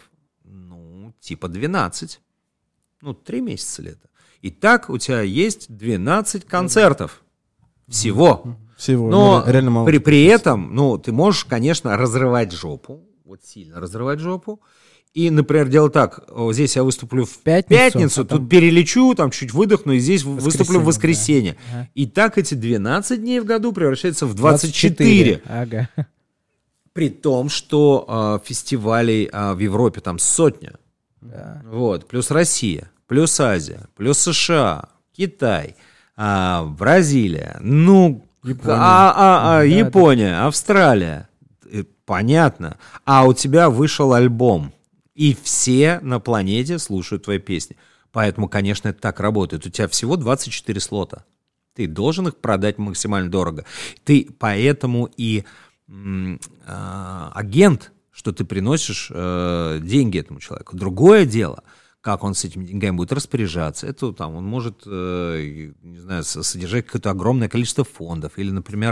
12, 3 месяца лета. И так у тебя есть 12 концертов всего. Но реально мало. При этом, ты можешь, конечно, разрывать жопу, сильно разрывать жопу, и, например, делать так, здесь я выступлю в пятницу, тут перелечу, там чуть выдохну, и здесь выступлю в воскресенье. Да. И так эти 12 дней в году превращаются в 24. Ага. При том, что фестивалей в Европе там сотня. Да. Вот, плюс Россия, плюс Азия, плюс США, Китай, Бразилия, Япония, Австралия. Понятно. А у тебя вышел альбом. И все на планете слушают твои песни. Поэтому, конечно, это так работает. У тебя всего 24 слота. Ты должен их продать максимально дорого. Ты поэтому и агент, что ты приносишь деньги этому человеку. Другое дело, как он с этими деньгами будет распоряжаться. Это там он может, не знаю, содержать какое-то огромное количество фондов или, например,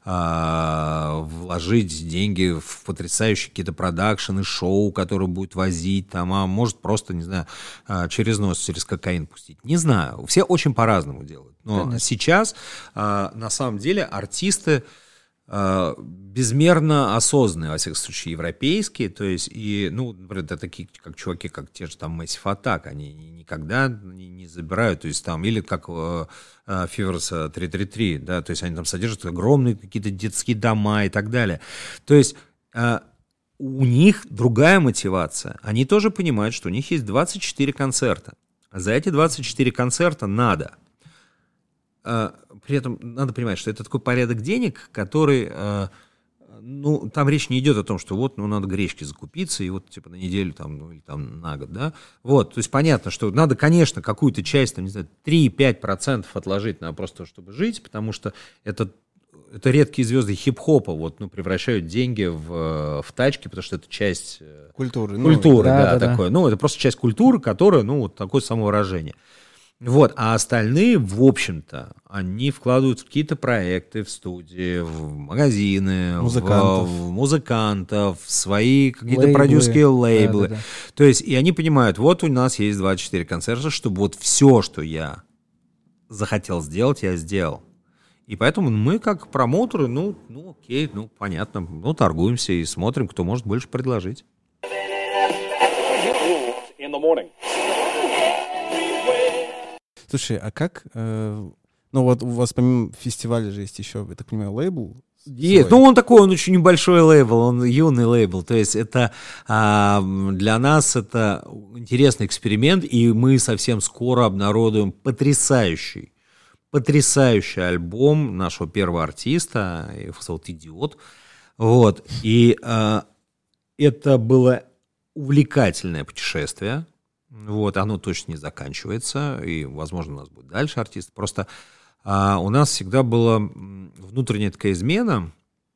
вложить деньги в потрясающие какие-то продакшены, шоу, которые будет возить, там, а может просто, не знаю, через нос, через кокаин пустить. Не знаю, все очень по-разному делают. Но Конечно. сейчас, на самом деле, артисты безмерно осознанные, во всяком случае, европейские, то есть, и, ну, например, это такие, как чуваки, как те же там Massive Attack, они никогда не забирают, то есть там, или как Fevers 333, да, то есть они там содержат огромные какие-то детские дома и так далее. То есть у них другая мотивация. Они тоже понимают, что у них есть 24 концерта. За эти 24 концерта надо. При этом надо понимать, что это такой порядок денег, который, ну, там речь не идет о том, что вот, ну, надо гречки закупиться, и вот, типа, на неделю, там, ну, или там на год, да, вот, то есть понятно, что надо, конечно, какую-то часть, там, не знаю, 3-5% отложить на просто, чтобы жить, потому что это редкие звезды хип-хопа, вот, ну, превращают деньги в тачки, потому что это часть Культуры. Культуры, да, такое, ну, это просто часть культуры, которая, ну, вот такое самовыражение. Вот, а остальные, в общем-то, они вкладывают в какие-то проекты, в студии, в магазины, в музыкантов, в свои какие-то продюсерские лейблы. Да. То есть, и они понимают, вот у нас есть 24 концерта, чтобы вот все, что я захотел сделать, я сделал. И поэтому мы, как промоутеры, ну окей, ну понятно, ну торгуемся и смотрим, кто может больше предложить. Слушай, а как... ну вот у вас помимо фестиваля же есть еще, я так понимаю, лейбл? Есть, ну он такой, он очень небольшой лейбл, он юный лейбл, то есть это для нас это интересный эксперимент, и мы совсем скоро обнародуем потрясающий альбом нашего первого артиста, его зовут «Идиот», вот, и это было увлекательное путешествие. Вот, оно точно не заканчивается, и, возможно, у нас будет дальше артист. Просто у нас всегда была внутренняя такая измена.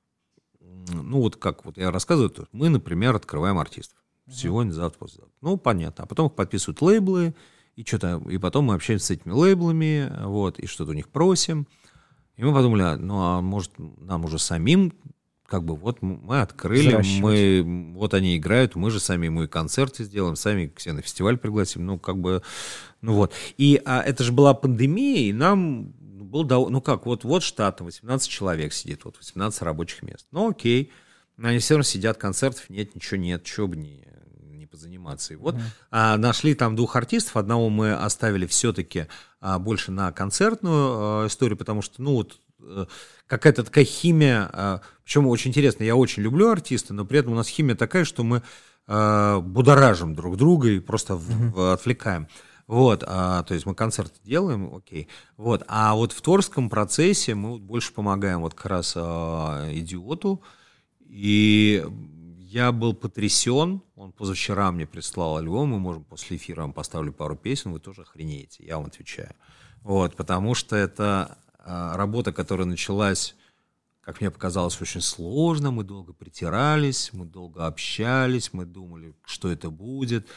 Ну, вот как вот я рассказываю, мы, например, открываем артистов. Сегодня, завтра, послезавтра. Ну, понятно. А потом их подписывают лейблы, и потом мы общаемся с этими лейблами, вот, и что-то у них просим. И мы подумали, ну, а может, нам уже самим, как бы, вот мы открыли, вот они играют, мы же сами ему и концерты сделаем, сами все на фестиваль пригласим, ну, как бы, ну, вот. И это же была пандемия, и нам было, ну, как, вот штат, 18 человек сидит, вот 18 рабочих мест. Ну, окей, они все равно сидят, концертов нет, ничего нет, чего бы не позаниматься. И вот нашли там 2 артистов, одного мы оставили все-таки больше на концертную историю, потому что, ну, вот, какая-то такая химия, причем очень интересно, я очень люблю артиста, но при этом у нас химия такая, что мы будоражим друг друга и просто отвлекаем. Вот, то есть мы концерты делаем, окей. Вот, а вот в творческом процессе мы больше помогаем вот как раз «Идиоту», и я был потрясен, он позавчера мне прислал альбом, мы можем после эфира вам поставлю пару песен, вы тоже охренеете, я вам отвечаю. Вот, потому что это работа, которая началась, как мне показалось, очень сложно, мы долго притирались, мы долго общались, мы думали, что это будет,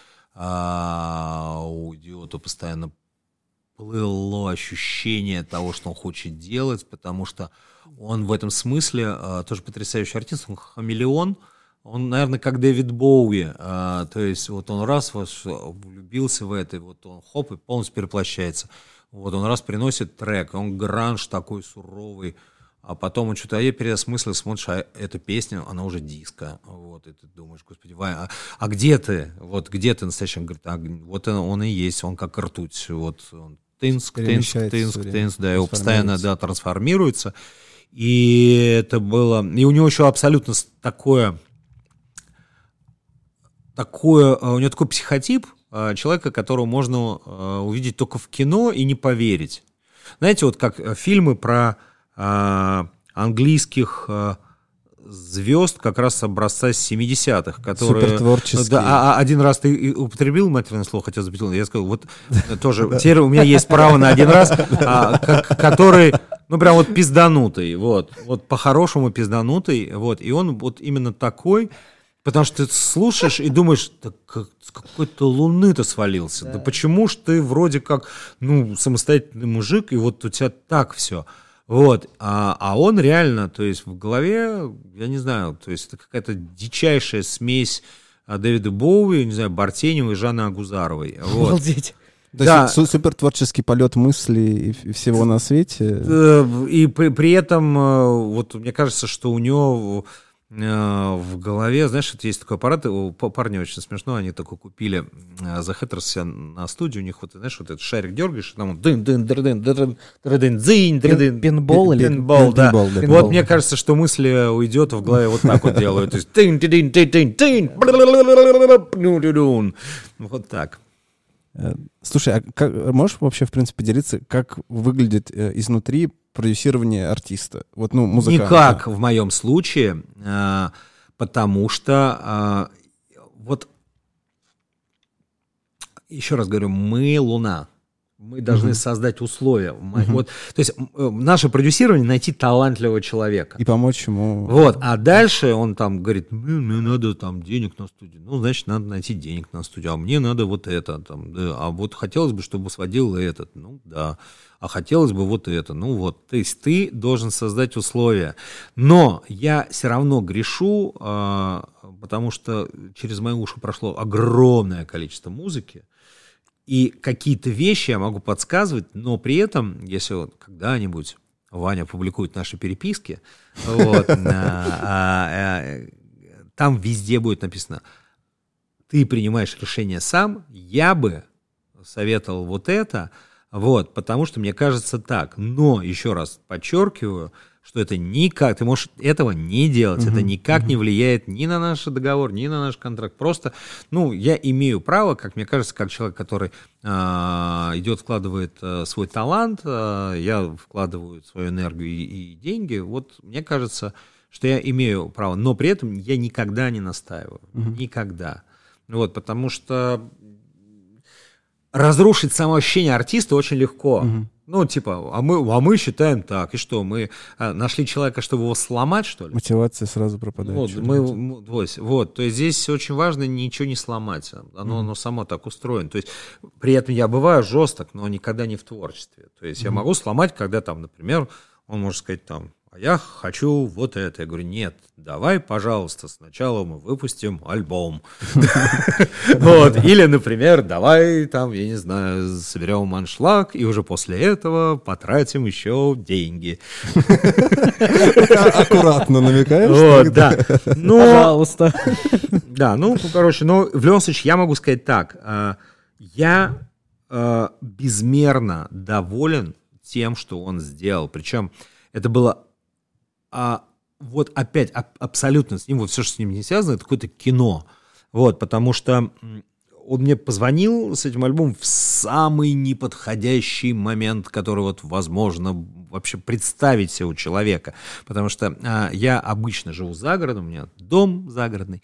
у «Идиота» постоянно плыло ощущение того, что он хочет делать, потому что он в этом смысле тоже потрясающий артист, он хамелеон, он, наверное, как Дэвид Боуи, то есть вот он раз влюбился в это, вот он хоп, и полностью переплощается. Вот он раз приносит трек, он гранж такой суровый, а потом он что-то, я переосмыслил, смотришь, а эта песня, она уже диско, вот, и ты думаешь, господи, Ваня, а где ты? Вот где ты настоящий? Он говорит, вот он и есть, он как ртуть, вот, он тынск, да, его постоянно, да, трансформируется, и это было, и у него еще абсолютно такое, у него такой психотип, человека, которого можно увидеть только в кино и не поверить. Знаете, вот как фильмы про английских звезд как раз образца 70-х, которые... Супертворческие. Да, один раз ты употребил матерное слово, хотел запретил, я сказал, вот тоже, теперь у меня есть право на один раз, который, ну, прям вот пизданутый, вот по-хорошему пизданутый, вот, и он вот именно такой. Потому что ты слушаешь и думаешь, да с какой-то луны ты свалился. Да почему ж ты вроде как, самостоятельный мужик, и вот у тебя так все. Вот. А он реально, то есть в голове, я не знаю, то есть это какая-то дичайшая смесь Дэвида Боуи, не знаю, Бартенева и Жанны Агузаровой. Вот. Обалдеть. То есть супер творческий полет мыслей и всего на свете. И при этом, вот мне кажется, что у него в голове, знаешь, это есть такой аппарат, у парня очень смешно, они такой купили The Hatters себя на студии, у них вот, знаешь, вот этот шарик дергаешь, и там он пинбол или пинбол, да. Вот мне кажется, что мысли уйдет в голове вот так вот делают, то есть вот так. Слушай, а можешь вообще, в принципе, поделиться, как выглядит изнутри продюсирование артиста? Вот, музыканта. Никак в моем случае, потому что, вот, еще раз говорю, мы Луна. Мы должны создать условия. Вот, то есть наше продюсирование — найти талантливого человека. И помочь ему. Вот, а дальше он там говорит, мне надо там денег на студию. Значит, надо найти денег на студию. А мне надо вот это. Там, да. А вот хотелось бы, чтобы сводил этот. Да. А хотелось бы вот это. Вот. То есть ты должен создать условия. Но я все равно грешу, потому что через мои уши прошло огромное количество музыки. И какие-то вещи я могу подсказывать, но при этом, если вот когда-нибудь Ваня публикует наши переписки, там везде будет написано: ты принимаешь решение сам, я бы советовал вот это, потому что мне кажется так. Но, еще раз подчеркиваю, что это никак, ты можешь этого не делать, это никак не влияет ни на наш договор, ни на наш контракт. Просто, я имею право, как мне кажется, как человек, который идет, вкладывает свой талант, я вкладываю свою энергию и деньги, вот мне кажется, что я имею право, но при этом я никогда не настаиваю, никогда. Потому что разрушить самоощущение артиста очень легко. А мы считаем так. И что, мы нашли человека, чтобы его сломать, что ли? Мотивация сразу пропадает. То есть здесь очень важно ничего не сломать. Оно само так устроено. То есть при этом я бываю жесток, но никогда не в творчестве. То есть я могу сломать, когда там, например, он может сказать там: а я хочу вот это. Я говорю: нет, давай, пожалуйста, сначала мы выпустим альбом. Или, например, давай там, я не знаю, соберем аншлаг, и уже после этого потратим еще деньги. Аккуратно намекаешь? Да. Пожалуйста. Да, в любом случае, я могу сказать так. Я безмерно доволен тем, что он сделал. Причем это было опять абсолютно с ним, все, что с ним не связано, это какое-то кино. Потому что он мне позвонил с этим альбомом в самый неподходящий момент, который возможно вообще представить себе у человека. Потому что я обычно живу за городом, у меня дом загородный.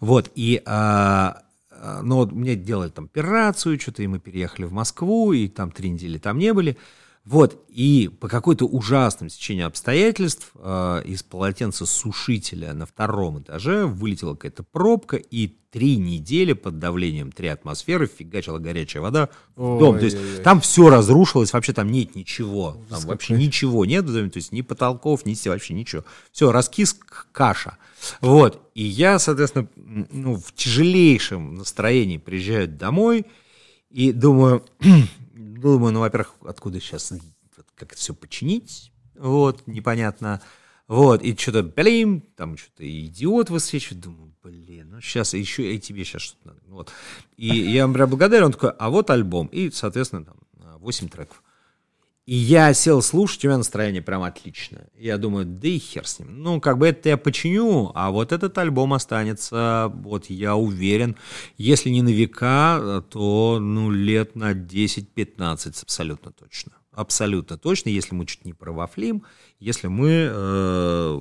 Мне делали там операцию, что-то, и мы переехали в Москву, и там 3 недели там не были. И по какой-то ужасном стечению обстоятельств из полотенцесушителя на 2-м этаже вылетела какая-то пробка, и 3 недели под давлением 3 атмосферы фигачила горячая вода в дом. То есть там все разрушилось, вообще там нет ничего. Там вообще ничего нет в доме, то есть ни потолков, ни стен, вообще ничего. Все, раскис, каша. И я, соответственно, в тяжелейшем настроении приезжаю домой и думаю, во-первых, откуда сейчас, как это все починить, непонятно, и что-то, там что-то идиот высвечивает, думаю, сейчас еще и тебе сейчас что-то надо, И я ему прям благодарен, он такой: а вот альбом, и, соответственно, там 8 треков. И я сел слушать, у меня настроение прям отличное. Я думаю, да и хер с ним. Это я починю, а вот этот альбом останется, я уверен, если не на века, то, лет на 10-15 абсолютно точно. Абсолютно точно, если мы чуть не провафлим, если мы...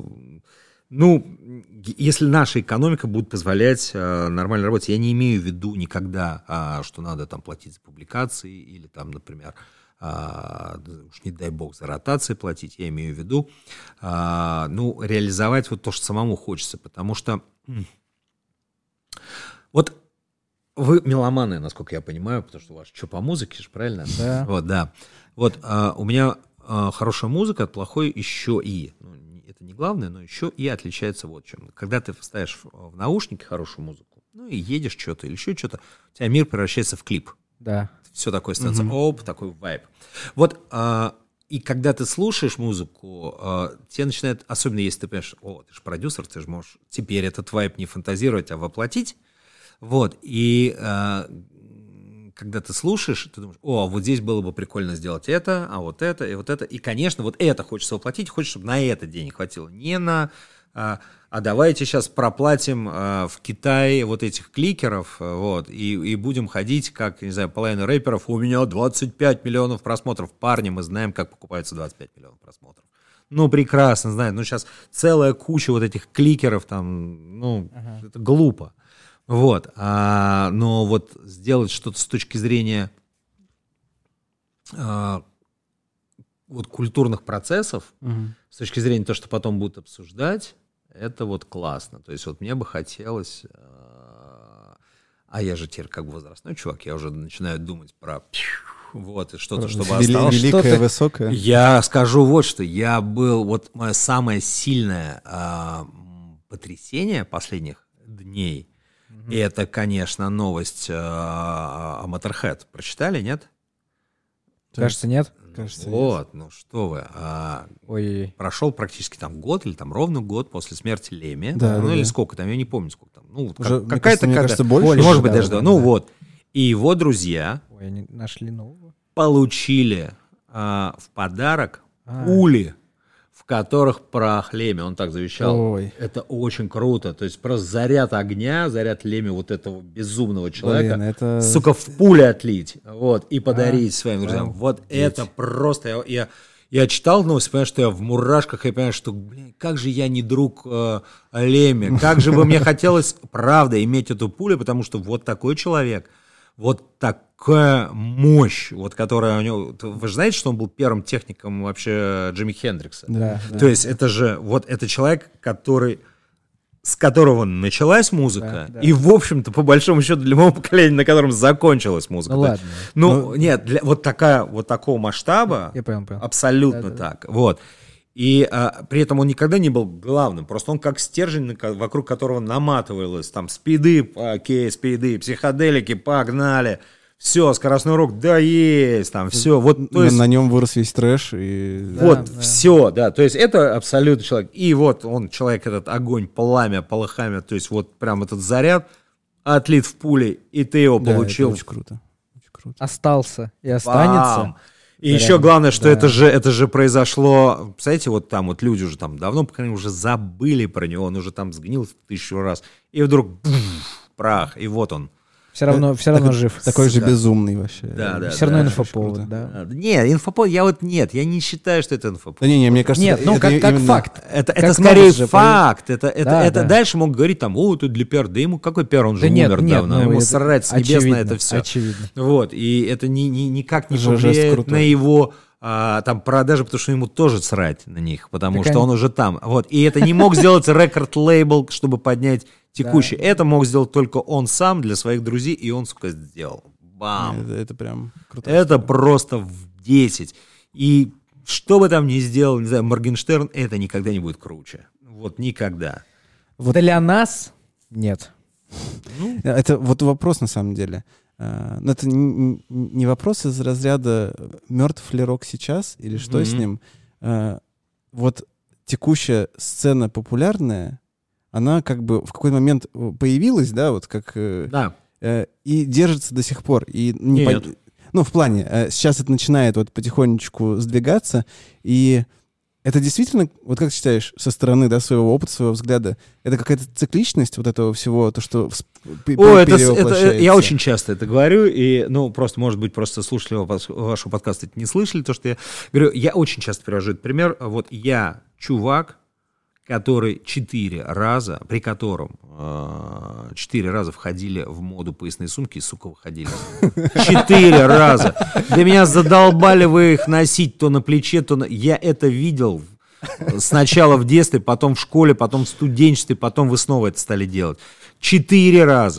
если наша экономика будет позволять нормально работать. Я не имею в виду никогда, что надо там платить за публикации или там, например... уж не дай бог за ротации платить, я имею в виду, реализовать то, что самому хочется, потому что Вот вы меломаны, насколько я понимаю, потому что у вас что по музыке же, правильно? Да. Вот, да. Вот у меня хорошая музыка от плохой еще и. Ну, это не главное, но еще и отличается вот чем. Когда ты ставишь в наушники хорошую музыку, ну и едешь что-то или еще что-то, у тебя мир превращается в клип. Да. Все такое становится, такой вайб. Вот, и когда ты слушаешь музыку, тебе начинает, особенно если ты понимаешь, ты же продюсер, ты же можешь теперь этот вайб не фантазировать, а воплотить. Вот, и когда ты слушаешь, ты думаешь, вот здесь было бы прикольно сделать это, а вот это, и вот это. И, конечно, вот это хочется воплотить, хочется, чтобы на это денег хватило. Не на... А давайте сейчас проплатим в Китае вот этих кликеров, вот, и будем ходить, как, не знаю, половина рэперов, у меня 25 миллионов просмотров. Парни, мы знаем, как покупаются 25 миллионов просмотров. Ну, прекрасно знаем. Ну, сейчас целая куча вот этих кликеров там, это глупо. Вот. Но вот сделать что-то с точки зрения вот культурных процессов, с точки зрения того, что потом будут обсуждать, это вот классно. То есть вот мне бы хотелось... я же теперь как бы возрастной чувак, я уже начинаю думать про... Вот, и что-то, чтобы осталось. Великое, высокое. Я скажу вот что. Я был... Вот мое самое сильное потрясение последних дней, это, конечно, новость о Motorhead. Прочитали, нет? Кажется, нет. Кажется, вот, ну что вы. Ой. Прошел практически там год или там ровно год после смерти Леми. Да, ну да, или да. сколько там, я не помню сколько там. Ну, Уже, какая-то, мне кажется, больше. может быть, да, даже да, да. Ну да. вот. И его друзья Ой, они нашли нового. получили в подарок пули, в которых прах Леми. Он так завещал. Ой. Это очень круто. То есть просто заряд огня, заряд Леми вот этого безумного человека, Блин, это... сука, в пули отлить, вот, и подарить своим друзьям. прям Вот это просто... Я читал новость, понимаю, что я в мурашках, я понимаю, что, как же я не друг Леми, как же бы мне хотелось, правда, иметь эту пулю, потому что вот такой человек, вот такая мощь, вот которая у него... Вы же знаете, что он был первым техником вообще Джимми Хендрикса? Да, То есть это же, вот это человек, с которого началась музыка, Да. и, в общем-то, по большому счету, для моего поколения, на котором закончилась музыка. Ну То ладно. есть, нет, для вот такого масштаба, Я понял. абсолютно Да. так, вот. И при этом он никогда не был главным, просто он как стержень, вокруг которого наматывалось, там, спиды, спиды, психоделики, погнали, все, скоростной рок, да есть, там, все, вот, то есть... На нем вырос весь трэш. И... Вот, да. все, да, то есть это абсолютно человек. И вот он, человек, этот огонь, пламя, полыхами, то есть вот прям этот заряд отлит в пуле, и ты его Да, получил. это очень круто. Очень круто. Остался и останется. Бам! И Заряд. еще главное, что Да. это же произошло, представляете, вот там вот люди уже там давно, по крайней мере, уже забыли про него, он уже там сгнил 1000 раз, и вдруг прах, и вот он. Все равно жив. Такой же Сука. безумный вообще. Да. Все равно очень инфоповод, круто. да. Не, инфоповод, я не считаю, что это инфоповод. Да не, мне кажется, Нет, ну это как именно- факт. Это Как скорее новость же, факт. Это Да. дальше мог говорить там, тут для пиар. Да ему какой пиар, он же Да нет, умер нет, давно. ну, Ему это срать с небес на очевидно, это все. очевидно. Вот, и это никак не Жест повлияет крутой. на его там продажи, потому что ему тоже срать на них, потому Так что они- он уже там. Вот, и это не мог сделать рекорд-лейбл, чтобы поднять текущий. Это мог сделать только он сам для своих друзей, и он, сука, сделал. Бам! Это прям круто. Это просто в 10. И что бы там ни сделал, не знаю, Моргенштерн, это никогда не будет круче. Вот никогда. Вот для нас нет. Это вот вопрос на самом деле. Но это не вопрос из разряда мертв ли рок сейчас или что с ним. Вот текущая сцена популярная, она как бы в какой-то момент появилась, да, вот как... Да. И держится до сих пор. И Нет. Ну, в плане, сейчас это начинает вот потихонечку сдвигаться, и это действительно, вот как ты считаешь, со стороны, да, своего опыта, своего взгляда, это какая-то цикличность вот этого всего, то, что перевоплощается? Я очень часто это говорю, и, просто, может быть, просто слушатели вашего подкаста это не слышали, то, что я говорю, я очень часто привожу этот пример. Вот я чувак, который 4 раза, при котором 4 раза входили в моду поясные сумки и, сука, выходили. 4 раза. Для меня задолбали вы их носить то на плече, то на... Я это видел сначала в детстве, потом в школе, потом в студенчестве, потом вы снова это стали делать. 4 раза.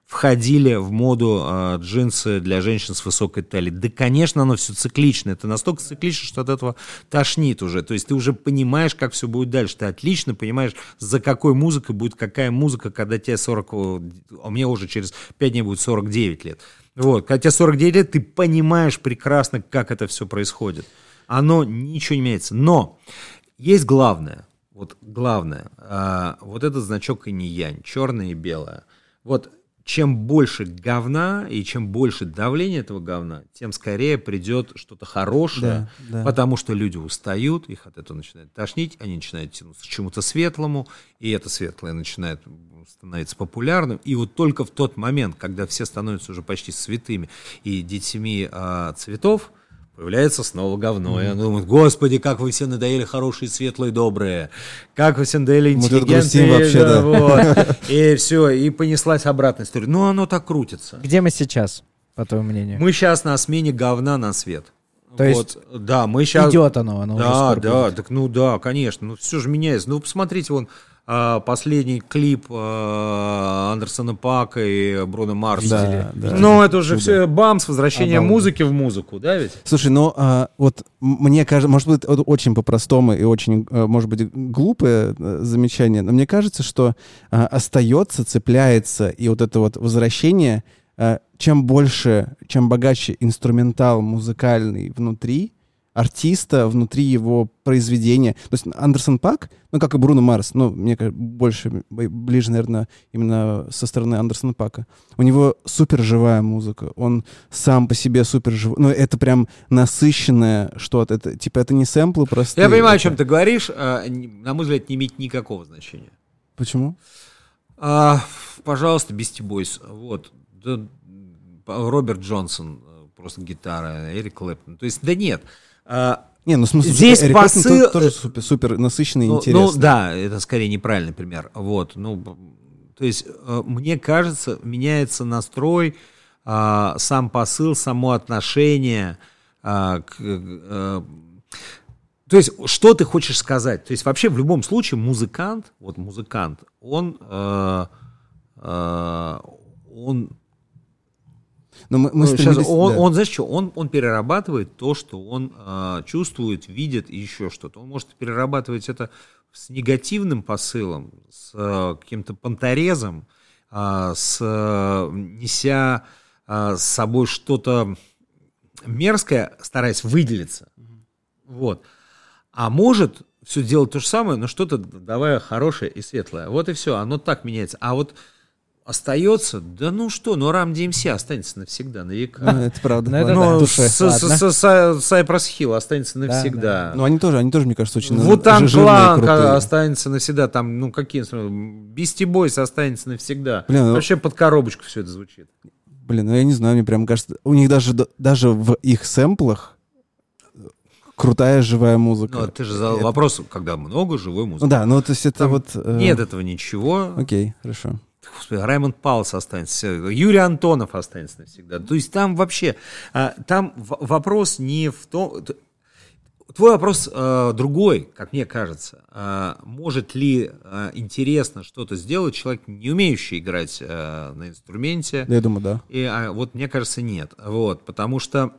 входили в моду джинсы для женщин с высокой талией. Да, конечно, оно все циклично. Это настолько циклично, что от этого тошнит уже. То есть ты уже понимаешь, как все будет дальше. Ты отлично понимаешь, за какой музыкой будет какая музыка, когда тебе 40... А мне уже через 5 дней будет 49 лет. Вот. Когда тебе 49 лет, ты понимаешь прекрасно, как это все происходит. Оно ничего не меняется. Но есть главное. Вот главное. Вот этот значок инь-янь, черное и белое. Вот чем больше говна и чем больше давления этого говна, тем скорее придет что-то хорошее, да. Потому что люди устают, их от этого начинает тошнить, они начинают тянуться к чему-то светлому, и это светлое начинает становиться популярным. И вот только в тот момент, когда все становятся уже почти святыми и детьми цветов, появляется снова говно. И он думает: господи, как вы все надоели хорошие, светлые, добрые. Как вы все надоели интеллигентные. Вообще, да. Вот. И все, и понеслась обратная история. Ну, оно так крутится. Где мы сейчас, по твоему мнению? Мы сейчас на смене говна на свет. То есть да, мы сейчас... идет оно уже скоро будет. Так, ну да, конечно. Ну, все же меняется. Ну, посмотрите, вон, последний клип Андерсона Пака и Бруно Марса. Да, Ну, это уже все бамс, возвращение музыки в музыку, да ведь? Слушай, ну вот мне кажется, может быть, это очень по-простому и очень, может быть, глупое замечание, но мне кажется, что остается, цепляется, и вот это вот возвращение, чем больше, чем богаче инструментал музыкальный внутри артиста, внутри его произведения. То есть Андерсон Пак, ну, как и Бруно Марс, ну, мне кажется, больше, ближе, наверное, именно со стороны Андерсона Пака. У него супер живая музыка, он сам по себе супер живой. Ну, это прям насыщенное что-то. Это, типа, это не сэмплы простые. Я понимаю, о чем ты говоришь. На мой взгляд, не имеет никакого значения. Почему? Пожалуйста, Beastie Boys. Вот. Да, Роберт Джонсон, просто гитара, Эрик Клэптон. То есть, да нет. Не, ну в смысле, здесь Эрик посыл... тоже супер насыщенный и интересный. Ну да, это скорее неправильный пример. Вот, ну, то есть, мне кажется, меняется настрой, сам посыл, само отношение то есть, что ты хочешь сказать? То есть, вообще, в любом случае, музыкант, он знаешь что, он перерабатывает то, что он чувствует, видит и еще что-то. Он может перерабатывать это с негативным посылом, с каким-то понторезом, неся с собой что-то мерзкое, стараясь выделиться. Вот. А может все делать то же самое, но что-то давая хорошее и светлое. Вот и все, оно так меняется. А вот остается, да ну что, ну Run DMC останется навсегда, на века. Это правда. Cypress Hill останется навсегда. Ну они тоже, мне кажется, очень Wu-Tang Clan останется навсегда. Там, ну какие инструменты? Beastie Boys останется навсегда. Блин, вообще под коробочку все это звучит. Блин, ну я не знаю, мне прям кажется, у них даже в их сэмплах крутая живая музыка. Ну, это же вопрос, когда много живой музыки. Ну да, ну то есть это там вот... Нет этого ничего. Окей, хорошо. Господи, Раймонд Паулс останется, Юрий Антонов останется навсегда. То есть там вообще, там вопрос не в том... Твой вопрос другой, как мне кажется. Может ли интересно что-то сделать человек, не умеющий играть на инструменте? Я думаю, да. И вот мне кажется, нет. Вот, потому что...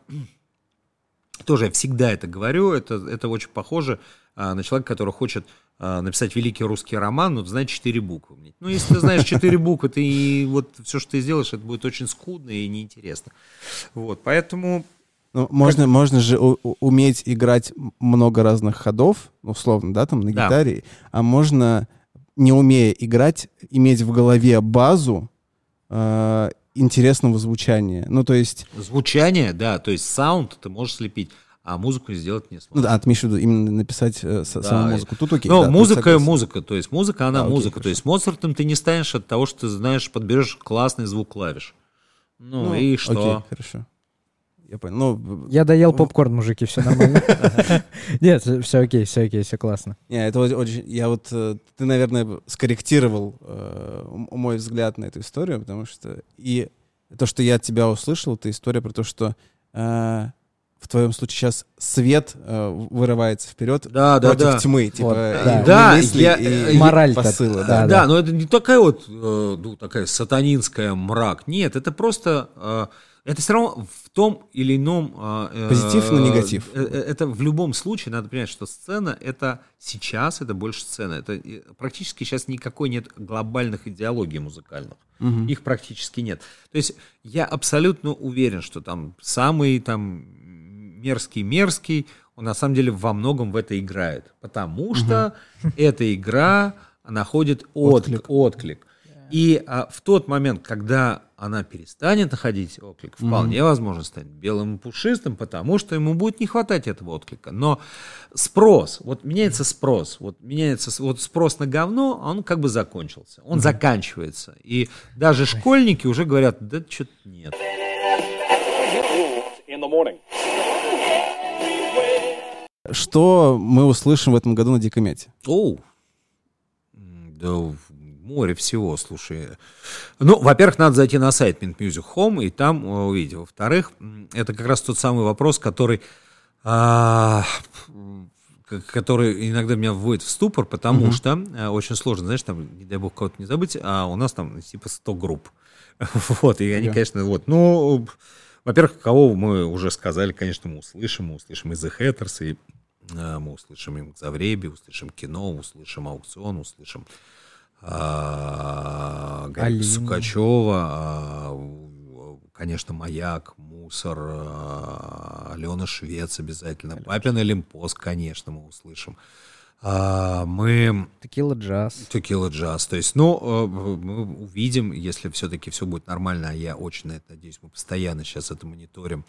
Тоже я всегда это говорю, это очень похоже на человека, который хочет написать великий русский роман, но знать 4 буквы. Ну, если ты знаешь 4 буквы, ты вот все, что ты сделаешь, это будет очень скудно и неинтересно. Вот, поэтому... Ну, можно же уметь играть много разных ходов, условно, да, там, на гитаре, а можно, не умея играть, иметь в голове базу интересного звучания. Ну, то есть... Звучание, да, то есть саунд ты можешь слепить, а музыку сделать не сможешь. Ну да, ты имеешь в виду именно написать саму музыку. Тут окей. Ну, да, музыка, то есть музыка, она музыка. Окей, то есть Моцартом ты не станешь от того, что ты знаешь, подберешь классный звук клавиш. Ну и что? Окей, хорошо. Я понял. Ну, я доел попкорн, мужики, все нормально. Нет, все окей, все классно. Не, это очень... Ты, наверное, скорректировал мой взгляд на эту историю, потому что... И то, что я от тебя услышал, это история про то, что в твоем случае сейчас свет вырывается вперед против тьмы, Вот, типа да. мысли и мораль посылы. да. Да, но это не такая вот такая сатанинская мрак. Нет, это просто... Это все равно в том или ином... Позитив на негатив. Это в любом случае, надо понимать, что сцена, это сейчас, это больше сцена. Это практически сейчас никакой нет глобальных идеологий музыкальных. Их практически нет. То есть я абсолютно уверен, что там самый там мерзкий, он на самом деле во многом в это играет. Потому что эта игра находит отклик. И в тот момент, когда она перестанет находить отклик, вполне возможно станет белым и пушистым, потому что ему будет не хватать этого отклика. Но спрос, вот меняется спрос, вот спрос на говно, он как бы закончился, он заканчивается. И даже школьники уже говорят, да что-то нет. Что мы услышим в этом году на Дикомете? Да море всего, слушай. Ну, во-первых, надо зайти на сайт Mint Music Home и там увидеть. Во-вторых, это как раз тот самый вопрос, который иногда меня вводит в ступор, потому что очень сложно, знаешь, там, не дай бог кого-то не забыть, а у нас там типа 100 групп. Вот, и они, конечно, ну, во-первых, кого мы уже сказали, конечно, мы услышим из The Hatters, и мы услышим им Завреби, услышим Кино, услышим Аукцион, услышим Гарика Сукачева, конечно, Маяк, Мусор, Алена Швец обязательно, Папин Олимпос, конечно, мы услышим. Мы... Текила джаз. То есть, мы увидим, если все-таки все будет нормально, а я очень на это надеюсь, мы постоянно сейчас это мониторим.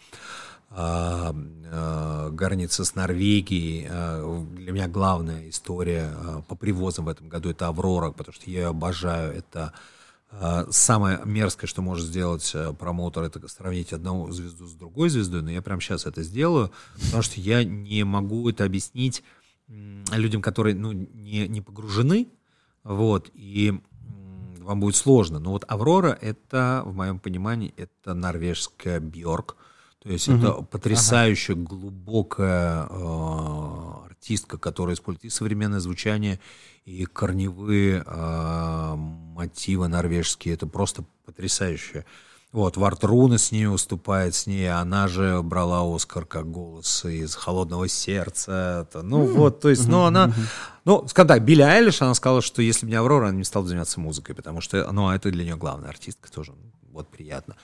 Граница с Норвегией. Для меня главная история по привозам в этом году — это «Аврора», потому что я ее обожаю. Это самое мерзкое, что может сделать промоутер, это сравнить одну звезду с другой звездой, но я прямо сейчас это сделаю, потому что я не могу это объяснить людям, которые не погружены, вот, и вам будет сложно. Но вот «Аврора» — это, в моем понимании, это норвежская Бьорк. То есть это потрясающе глубокая артистка, которая использует и современное звучание, и корневые мотивы норвежские. Это просто потрясающе. Вот, Вард Руне с ней выступает, она же брала Оскар как голос из «Холодного сердца». Скажем так, Билли Айлиш, она сказала, что если бы не «Аврора», она не стала заниматься музыкой, потому что, это для нее главная артистка тоже. Вот приятно.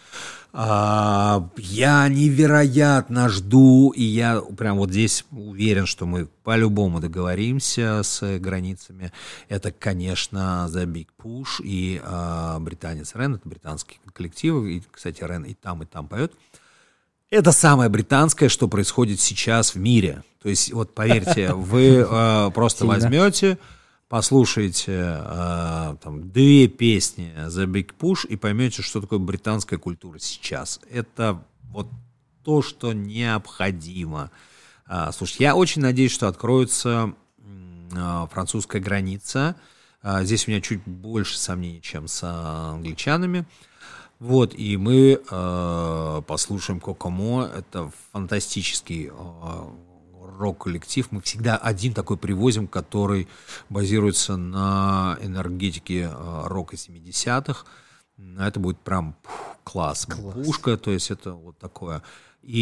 Я невероятно жду, и я прям вот здесь уверен, что мы по-любому договоримся с границами. Это, конечно, The Big Push и британец Рен, это британский коллектив, и, кстати, Рен и там поет. Это самое британское, что происходит сейчас в мире. То есть, вот поверьте, вы просто возьмете... Послушайте там 2 песни The Big Push и поймете, что такое британская культура сейчас. Это вот то, что необходимо. Слушайте, я очень надеюсь, что откроется французская граница. Здесь у меня чуть больше сомнений, чем с англичанами. Вот, и мы послушаем Кокомо. Это фантастический рок-коллектив. Мы всегда один такой привозим, который базируется на энергетике рока 70-х. Это будет прям класс. Пушка, то есть это вот такое. И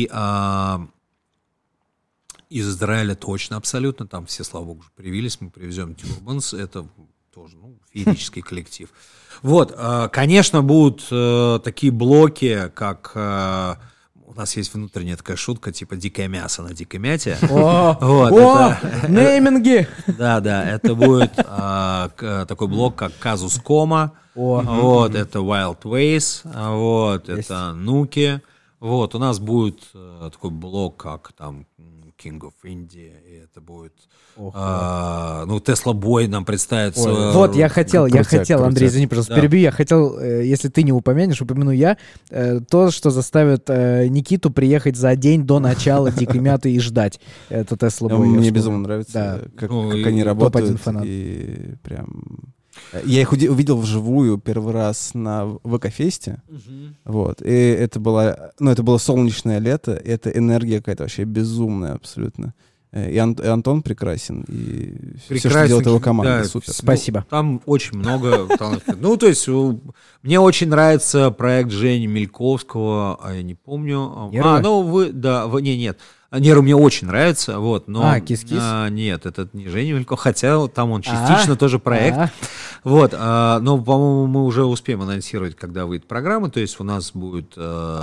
из Израиля точно абсолютно. Там все, слава богу, уже привились. Мы привезем Turbans. Это тоже феерический коллектив. Вот, конечно, будут такие блоки, как... У нас есть внутренняя такая шутка, типа «дикое мясо на дикой мяте». Нейминги! Да, это будет такой блок, как «Казус Кома». Вот, это «Wild Ways». Вот, это «Нуки». Вот, у нас будет такой блок, как там King of India, и это будет... Тесла Бой нам представит. Вот, я хотел, Андрей, извини, пожалуйста, перебью. Я хотел, если ты не упомянешь, упомяну я, то, что заставит Никиту приехать за день до начала «Дикой мяты» и ждать. Это Тесла Бой. Мне безумно нравится, как они работают. И прям... Я их увидел вживую первый раз на ВК-фесте. Вот. И это было солнечное лето, и это энергия какая-то вообще безумная абсолютно. И Антон прекрасен, и все, что делает его команда, супер. Спасибо. Там очень много талантов. Ну, то есть, мне очень нравится проект Жени Мельковского, а я не помню. Нервы? Нет. Нервы мне очень нравятся, вот, но... Кис-кис? Нет, это не Женя Мельков, хотя там он частично тоже проект. Вот, но, по-моему, мы уже успеем анонсировать, когда выйдет программа, то есть у нас будет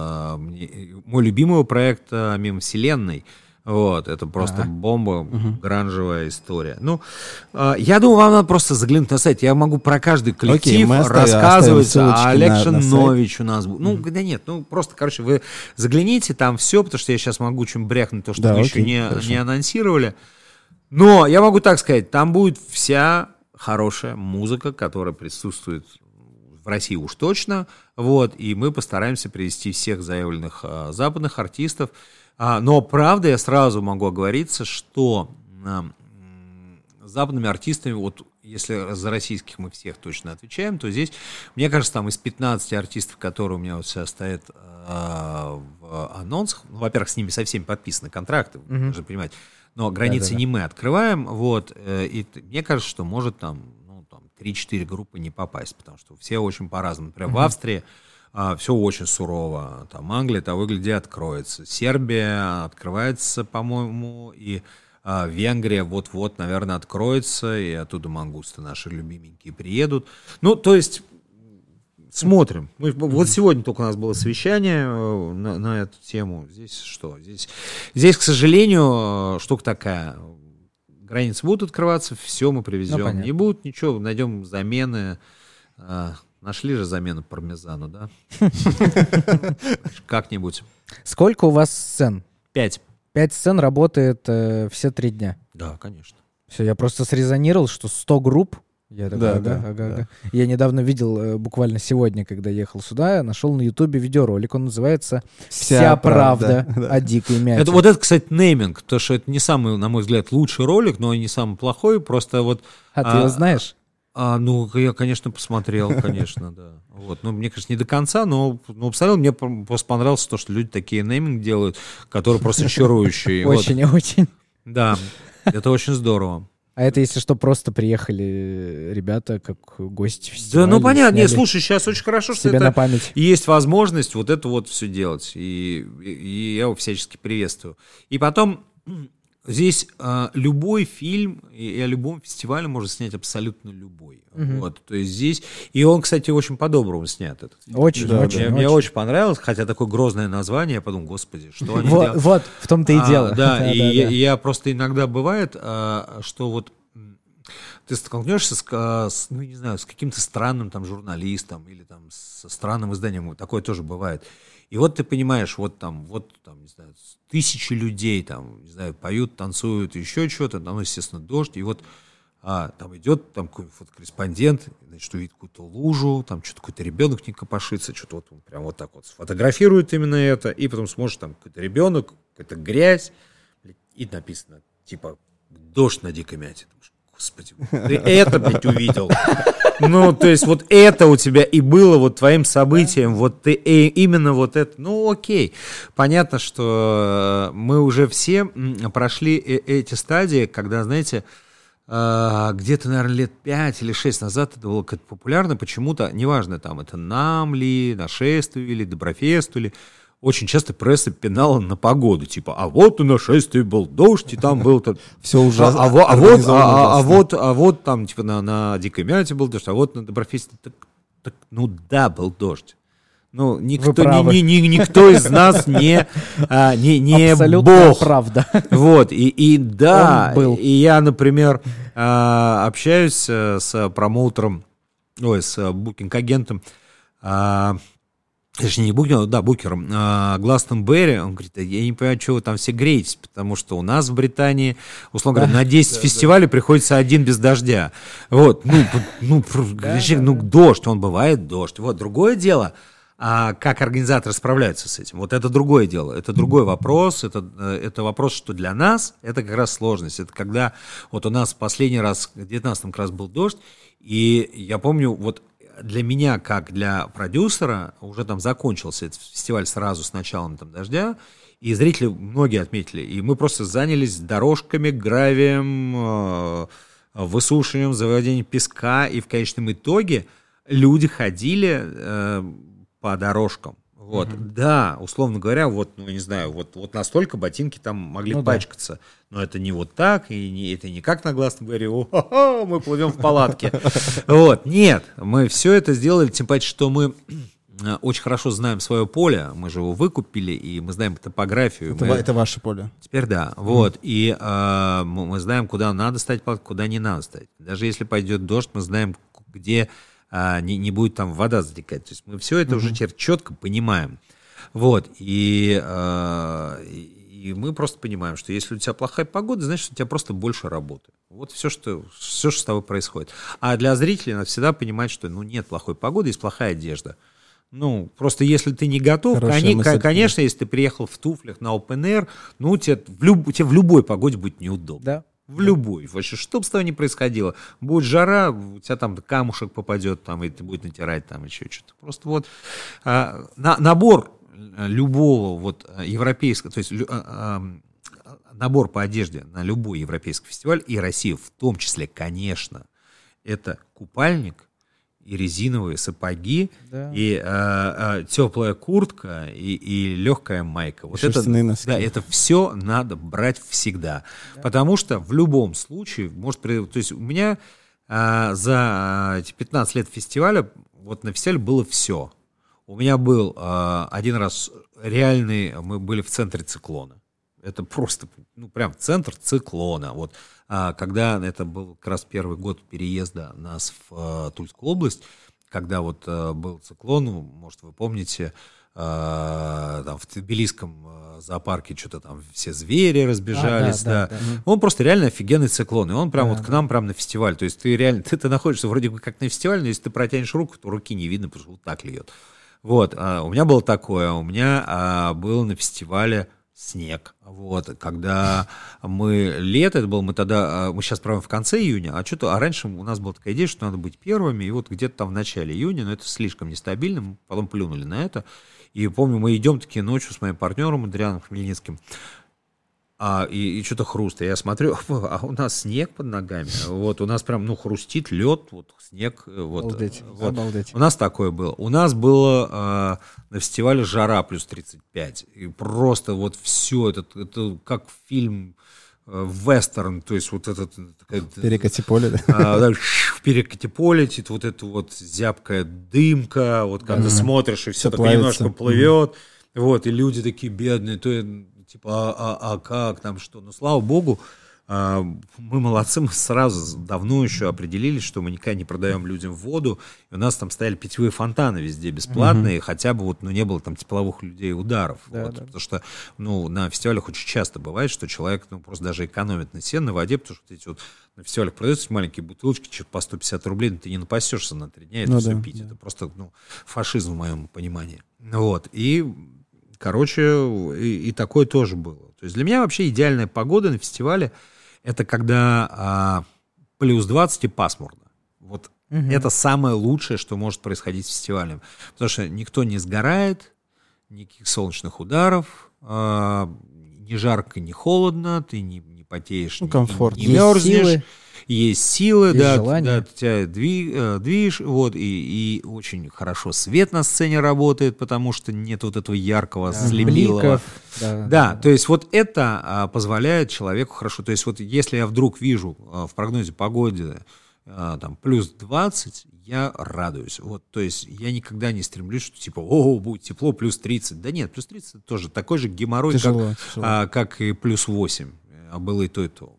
мой любимый проект «Мимо вселенной». Вот, это просто бомба, гранжевая история. Ну, я думаю, вам надо просто заглянуть на сайт. Я могу про каждый коллектив рассказывать. Олег Шинович у нас будет. Ну, да нет, просто, короче, вы загляните, там все, потому что я сейчас могу чем брякнуть то, что мы еще не анонсировали. Но я могу так сказать, там будет вся хорошая музыка, которая присутствует в России уж точно. Вот, и мы постараемся привести всех заявленных западных артистов. Но, правда, я сразу могу оговориться, что с западными артистами, вот если за российских мы всех точно отвечаем, то здесь, мне кажется, там из 15 артистов, которые у меня вот сейчас стоят в анонсах, во-первых, с ними со всеми подписаны контракты, вы должны понимать, но границы не мы открываем, вот, и мне кажется, что может там 3-4 группы не попасть, потому что все очень по-разному. Например, в Австрии все очень сурово. Там Англия того и гляди откроется. Сербия открывается, по-моему, и Венгрия вот-вот, наверное, откроется, и оттуда мангусты наши любименькие приедут. Ну, то есть, смотрим. Вот сегодня только у нас было совещание на эту тему. Здесь что? Здесь, к сожалению, штука такая. Границы будут открываться, все мы привезем. Не будут ничего, найдем замены. Нашли же замену пармезану, да? Как-нибудь. Сколько у вас сцен? 5. 5 сцен работает все 3 дня? Да, конечно. Все, я просто срезонировал, что 100 групп. Я такой, ага. Я недавно видел, буквально сегодня, когда ехал сюда, нашел на Ютубе видеоролик, он называется «Вся правда о дикой мяте». Вот это, кстати, нейминг, потому что это не самый, на мой взгляд, лучший ролик, но и не самый плохой, просто вот... ты его знаешь? Я, конечно, посмотрел, конечно, да. Вот. Мне, конечно, не до конца, но посмотрел, мне просто понравилось то, что люди такие нейминг делают, которые просто чарующие. Очень-очень. Да, это очень здорово. А это, если что, просто приехали ребята как гости фестиваля. Да, понятно. Нет, слушай, сейчас очень хорошо, что это на память. Есть возможность вот это вот все делать. И я его всячески приветствую. И потом... Здесь любой фильм и о любом фестивале можно снять абсолютно любой. Вот, то есть здесь... И он, кстати, очень по-доброму снят. Этот фильм. Мне очень понравилось, хотя такое грозное название, я подумал, господи, что они делают. Вот, в том-то и дело. Да, я просто иногда бывает, что вот ты столкнешься с каким-то странным там журналистом или там со странным изданием, такое тоже бывает. И вот ты понимаешь, вот там, не знаю, тысячи людей там, не знаю, поют, танцуют, еще что-то, там, естественно, дождь, и вот там идет там какой-нибудь фотокорреспондент, значит, увидит какую-то лужу, там что-то какой-то ребенок не копошится, что-то вот он прям вот так вот сфотографирует именно это, и потом смотришь, там какой-то ребенок, какая-то грязь, и написано, типа, дождь на дикой мяте. Господи, ты это, блядь, увидел. Ну, то есть вот это у тебя и было вот твоим событием, вот ты именно вот это, ну, окей. Понятно, что мы уже все прошли эти стадии, когда, знаете, где-то, наверное, лет 5 или 6 назад это было как-то популярно, почему-то, неважно, там, это нам ли, нашествие или Доброфесту ли, очень часто пресса пинала на погоду, типа, а вот у нашествия был дождь, и там был... Все ужасно. А вот там, типа, на Дикой Мяте был дождь, а вот на Доброфесте... Ну да, был дождь. Ну, никто из нас не абсолютно бог. Правда. Вот, и да, и я, например, общаюсь с промоутером, с букинг-агентом, точнее, не букером, да, букером, Гластонберри. Он говорит, я не понимаю, что вы там все греетесь, потому что у нас в Британии, условно говоря, на 10 фестивалей приходится один без дождя. Вот, дождь, он бывает дождь. Вот, другое дело, А как организаторы справляются с этим? Вот это другое дело, это другой вопрос, это вопрос, что для нас это как раз сложность. Это когда вот у нас последний раз, в 19-м как раз был дождь, и я помню, вот для меня, как для продюсера, уже там закончился этот фестиваль сразу с началом там дождя, и зрители многие отметили, и мы просто занялись дорожками, гравием, высушиванием, заведением песка, и в конечном итоге люди ходили по дорожкам. Вот. Да, условно говоря, вот, ну, я не знаю, вот настолько ботинки там могли пачкаться. Но это не вот так, и это не как на Гласном говоре, о-хо-хо, мы плывем в палатке. Вот, нет, мы все это сделали, тем паче, что мы очень хорошо знаем свое поле, мы же его выкупили, и мы знаем топографию. Это ваше поле. Теперь да, вот, и мы знаем, куда надо ставить палатку, куда не надо ставить. Даже если пойдет дождь, мы знаем, где не будет там вода затекать. То есть мы все это уже теперь четко понимаем. Вот, и мы просто понимаем, что если у тебя плохая погода, значит, у тебя просто больше работы. Вот все, что с тобой происходит. А для зрителей надо всегда понимать, что нет плохой погоды, есть плохая одежда. Ну, просто если ты не готов, конечно, если ты приехал в туфлях на open air, ну, тебе в любой погоде будет неудобно. Да. В любой. Вообще, что бы с тобой ни происходило. Будет жара, у тебя там камушек попадет, там, и ты будет натирать, там, еще что-то. Просто вот набор любого вот европейского, то есть набор по одежде на любой европейский фестиваль, и Россия в том числе, конечно, это купальник, и резиновые сапоги, и теплая куртка, и легкая майка. Вот это, да, это все надо брать всегда. Да. Потому что в любом случае, то есть у меня за эти 15 лет фестиваля, вот на фестивале было все. У меня был один раз реальный, мы были в центре циклона. Это просто, прям центр циклона. Вот. Когда это был как раз первый год переезда нас в Тульскую область, когда вот был циклон, может, вы помните, там в Тбилисском зоопарке что-то там все звери разбежались. Да. Он просто реально офигенный циклон. И он прям вот к нам прям на фестиваль. То есть ты реально, ты находишься вроде бы как на фестивале, но если ты протянешь руку, то руки не видно, потому что вот так льет. Вот. У меня было такое. У меня был на фестивале снег. Вот, когда мы мы сейчас проводим в конце июня, а раньше у нас была такая идея, что надо быть первыми, и вот где-то там в начале июня, но это слишком нестабильно, мы потом плюнули на это, и помню, мы идем такие ночью с моим партнером Адрианом Хмельницким, и что-то хруст, и я смотрю, а у нас снег под ногами, вот, у нас прям, хрустит лед, вот, снег, вот. Обалдеть. У нас такое было. У нас было на фестивале жара плюс 35, и просто вот все, это как фильм вестерн, то есть вот этот... Перекати поле, да? В перекати поле, вот эта вот зябкая дымка, вот когда смотришь, и все так немножко плывет, вот, и люди такие бедные, типа, как там что, слава богу, мы молодцы, мы сразу давно еще определились, что мы никогда не продаем людям воду, и у нас там стояли питьевые фонтаны везде бесплатные, хотя бы не было там тепловых людей ударов, потому что, на фестивалях очень часто бывает, что человек, просто даже экономит на воде, потому что эти на фестивалях продаются маленькие бутылочки, по 150 рублей, но ты не напасешься на 3 дня это все пить, это просто, фашизм в моем понимании, вот, и короче, и такое тоже было. То есть для меня вообще идеальная погода на фестивале — это когда плюс 20 и пасмурно. Вот это самое лучшее, что может происходить с фестивалем. Потому что никто не сгорает, никаких солнечных ударов, ни жарко, ни холодно, ты не потеешь, не мерзнешь. Есть силы, ты тебя движешь, вот, и очень хорошо свет на сцене работает, потому что нет вот этого яркого, злемилого. Да, то есть вот это позволяет человеку хорошо, то есть вот если я вдруг вижу в прогнозе погоды там плюс 20, я радуюсь, вот, то есть я никогда не стремлюсь, что типа, будет тепло, плюс 30, да нет, плюс 30 тоже такой же геморрой, тяжело. Как и плюс 8, а было и то, и то.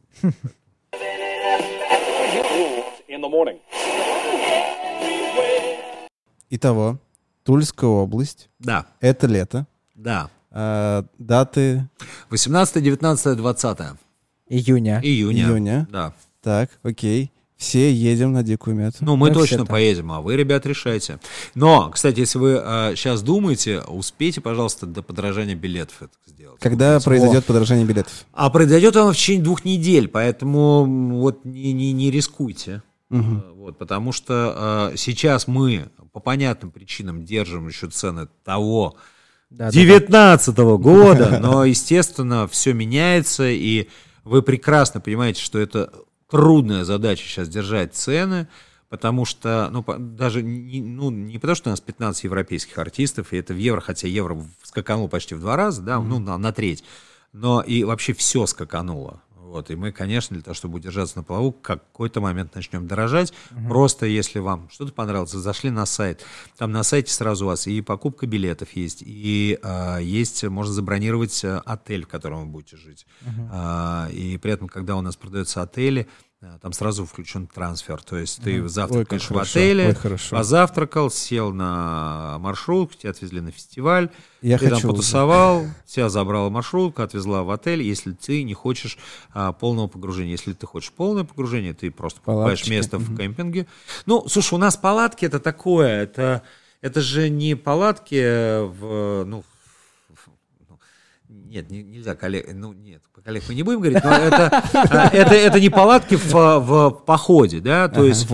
Итого, Тульская область. Да. Это лето. Да. Даты? 18, 19, 20. Июня. Июня. Да. Так, окей. Все едем на Дикую Мяту. Ну, мы Мы точно все там. поедем, а вы, ребят, решайте. Но, кстати, если вы сейчас думаете, успейте, пожалуйста, до подорожания билетов это сделать. Когда произойдет подорожание билетов? А произойдет оно в течение 2 недель, поэтому вот не рискуйте. Вот, потому что сейчас мы по понятным причинам держим еще цены того 19-го года, но, естественно, все меняется, и вы прекрасно понимаете, что это трудная задача сейчас держать цены, потому что, даже не потому, что у нас 15 европейских артистов, и это в евро, хотя евро скаканул почти в 2 раза, да, на треть, но и вообще все скакануло. Вот, и мы, конечно, для того, чтобы удержаться на плаву, в какой-то момент начнем дорожать. Просто если вам что-то понравилось, зашли на сайт. Там на сайте сразу у вас и покупка билетов есть, и можно забронировать отель, в котором вы будете жить. И при этом, когда у нас продаются отели, там сразу включен трансфер. То есть ты завтракаешь в отеле, позавтракал, сел на маршрутку, тебя отвезли на фестиваль, ты там потусовал, тебя забрала маршрутка, отвезла в отель. Если ты не хочешь полного погружения, если ты хочешь полное погружение, ты просто покупаешь место в кемпинге. Ну, слушай, у нас палатки это такое, это же не палатки нет, нельзя, коллег, коллег мы не будем говорить, но это не палатки в походе, да, то есть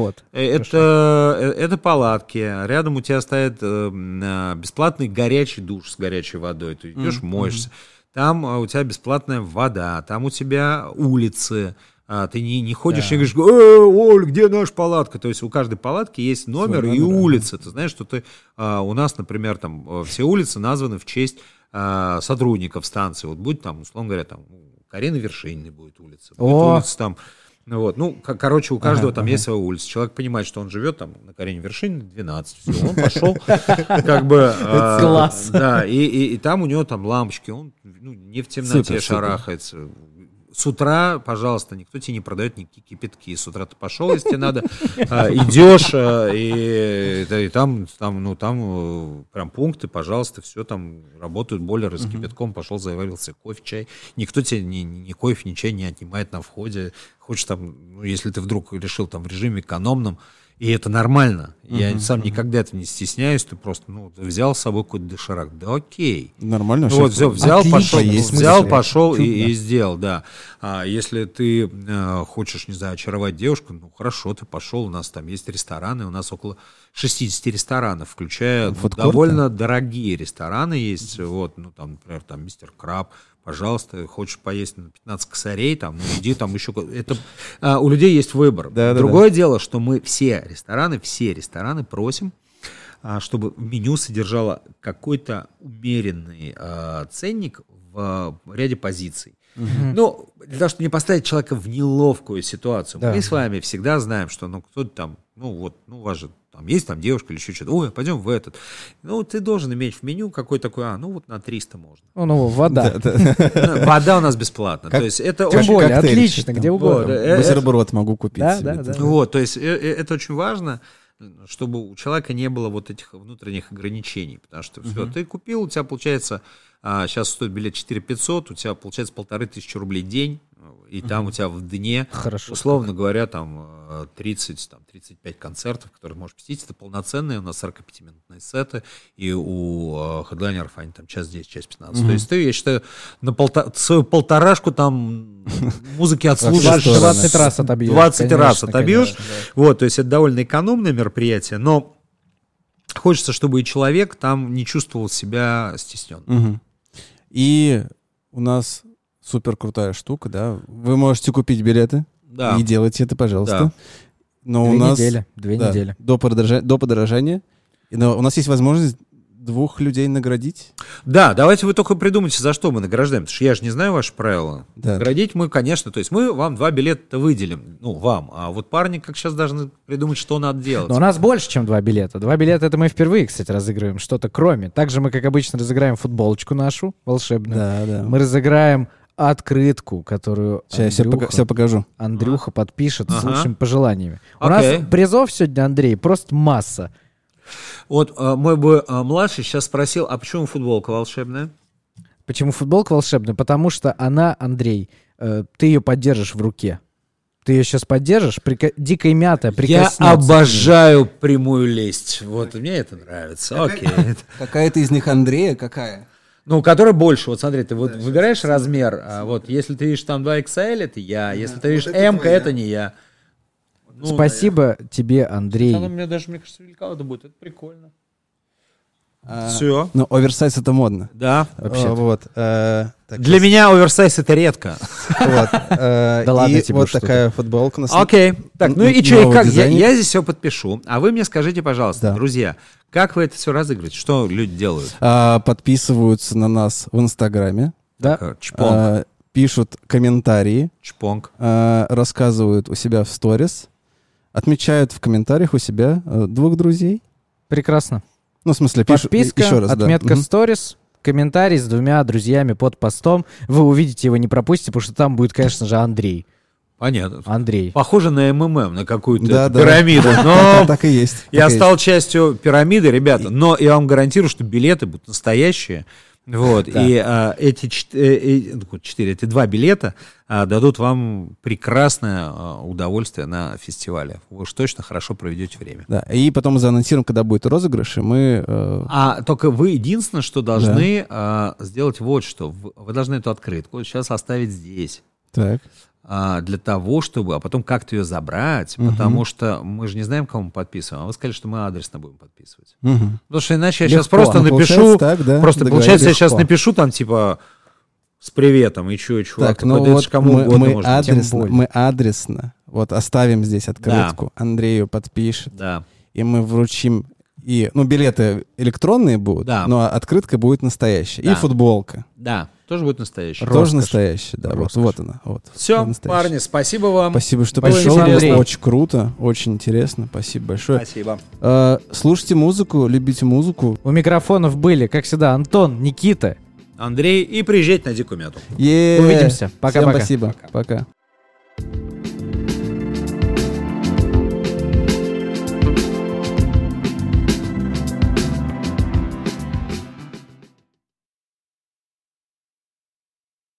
это палатки, рядом у тебя стоит бесплатный горячий душ с горячей водой, ты идешь, моешься, там у тебя бесплатная вода, там у тебя улицы, ты не ходишь и говоришь, Оль, где наша палатка? То есть у каждой палатки есть номер и улица, ты знаешь, что у нас, например, там все улицы названы в честь сотрудников станции. Вот будет там, условно говоря, там Карины Вершининой будет улица. Будет улица там. Вот. Короче, у каждого там есть своя улица. Человек понимает, что он живет там на Карине Вершининой 12. Все, он пошел, как бы. Класс. Да, и там у него там лампочки, он не в темноте шарахается. С утра, пожалуйста, никто тебе не продает никакие кипятки. С утра ты пошел, если тебе надо, идешь, и там прям пункты, пожалуйста, все там работают, бойлеры с кипятком, пошел, заварился кофе, чай. Никто тебе ни кофе, ни чай не отнимает на входе. Хочешь там, если ты вдруг решил там в режиме экономном, и это нормально. Я сам никогда этого не стесняюсь. Ты просто взял с собой какой-то доширак. Да окей. Нормально. Вот, взял, пошел и сделал, да. А если ты хочешь, не знаю, очаровать девушку, хорошо, ты пошел. У нас там есть рестораны, у нас около 60 ресторанов, включая довольно дорогие рестораны есть. Вот, там, например, там Мистер Краб. Пожалуйста, хочешь поесть на 15 косарей, там, иди там еще... у людей есть выбор. Другое дело, что мы все рестораны просим, чтобы меню содержало какой-то умеренный ценник в ряде позиций. Ну, для того, чтобы не поставить человека в неловкую ситуацию. Мы с вами всегда знаем, что кто-то там, у вас же там есть там девушка или еще что-то, ой, пойдем в этот. Ты должен иметь в меню какой такой, на 300 можно. Вода. Вода у нас бесплатна. То есть это тем более, отлично, где угодно. Бутерброд могу купить. Да. Вот, то есть это очень важно, чтобы у человека не было вот этих внутренних ограничений, потому что все, ты купил, у тебя получается, сейчас стоит билет 4500, у тебя получается 1500 рублей в день, и там у тебя в дне, условно говоря, там 30-35 концертов, которые можешь посетить, это полноценные, у нас 45-минутные сеты, и у хедлайнеров они там час 10, час 15. То есть ты, я считаю, на свою полторашку там музыки отслужишь. 20 раз отобьешь. 20 раз отобьешь. Вот, то есть это довольно экономное мероприятие, но хочется, чтобы и человек там не чувствовал себя стесненным. И у нас супер крутая штука, да. Вы можете купить билеты и делайте это, пожалуйста. Да. Но Две у нас недели. До подорожания. Но у нас есть возможность 2 людей наградить. Да, давайте вы только придумайте, за что мы награждаем, потому что я же не знаю ваши правила. Да. Наградить мы, конечно, то есть мы вам 2 билета выделим, вам, а вот парни как сейчас должны придумать, что надо делать. Но у нас больше, чем 2 билета. 2 билета это мы впервые, кстати, разыгрываем что-то кроме. Также мы, как обычно, разыграем футболочку нашу волшебную. Да. Мы разыграем открытку, которую сейчас все покажу. Андрюха подпишет с лучшими пожеланиями. У нас призов сегодня, Андрей, просто масса. Вот мой бы младший сейчас спросил, а почему футболка волшебная? Почему футболка волшебная? Потому что она, Андрей, ты ее поддержишь в руке. Ты ее сейчас поддержишь? Дикая мята, Я прикоснется. обожаю прямую лесть. Вот, мне это нравится. Окей. Какая-то из них Андрея, какая? Ну, которая больше. Вот смотри, ты вот выбираешь размер. Вот, если ты видишь там 2XL, это я. Если ты видишь M, это не я. Ну, Спасибо тебе, Андрей. Она мне даже, мне кажется, великовато будет. Это прикольно. Все. Ну, оверсайз это модно. Да. Вообще-то. Вот. Так, Для меня оверсайз это редко. вот, Да ладно и тебе вот что-то. такая футболка. Окей. Так, ну и что, и Новый как? дизайнер. Я здесь все подпишу. А вы мне скажите, пожалуйста, Да. друзья, как вы это все разыгрываете? Что люди делают? Подписываются на нас в Инстаграме, Да? Чпонг. пишут комментарии, Чпонг. рассказывают у себя в сторис, отмечают в комментариях у себя 2 друзей. Прекрасно. Ну, в смысле, пишут Подписка, еще раз. да. отметка Мгм. сторис, комментарий с 2 друзьями под постом. Вы увидите его, не пропустите, потому что там будет, конечно же, Андрей. Понятно. Андрей. Похоже на МММ, на какую-то Да, эту да. пирамиду. Так, Но так и есть. я так и стал частью пирамиды, ребята. Но я вам гарантирую, что билеты будут настоящие. Вот. Да. И эти 2 билета дадут вам прекрасное удовольствие на фестивале. Вы уж точно хорошо проведете время. Да, и потом заанонсируем, когда будет розыгрыш, и мы... А только вы единственное, что должны сделать вот что. Вы должны эту открытку сейчас оставить здесь. Так. Для того, чтобы... А потом как-то ее забрать, потому что мы же не знаем, кому мы подписываем. А вы сказали, что мы адресно будем подписывать. Мгм. Потому что иначе я Легко. сейчас просто Ну, напишу... получается так, да, Просто, договорились. получается, я сейчас Легко. напишу там, типа, с приветом, и чё, чувак. Так, ну это вот ж кому угодно мы может быть. адресно, мы адресно вот оставим здесь открытку, Андрею подпишет, Да. и мы вручим, и, ну, билеты электронные будут, Да. но открытка будет настоящая, Да. и футболка Да, тоже будет настоящий. тоже настоящая, да, вот она, вот. Все, вот настоящая. парни, спасибо вам. Спасибо, что Спасибо, пришел, было Андрей. очень круто, очень интересно, спасибо большое. Спасибо. Слушайте музыку, любите музыку. У микрофонов были, как всегда, Антон, Никита. Андрей, и приезжайте на Дикую Мяту. Е-е-е. Увидимся. Пока-пока. Всем спасибо. Пока.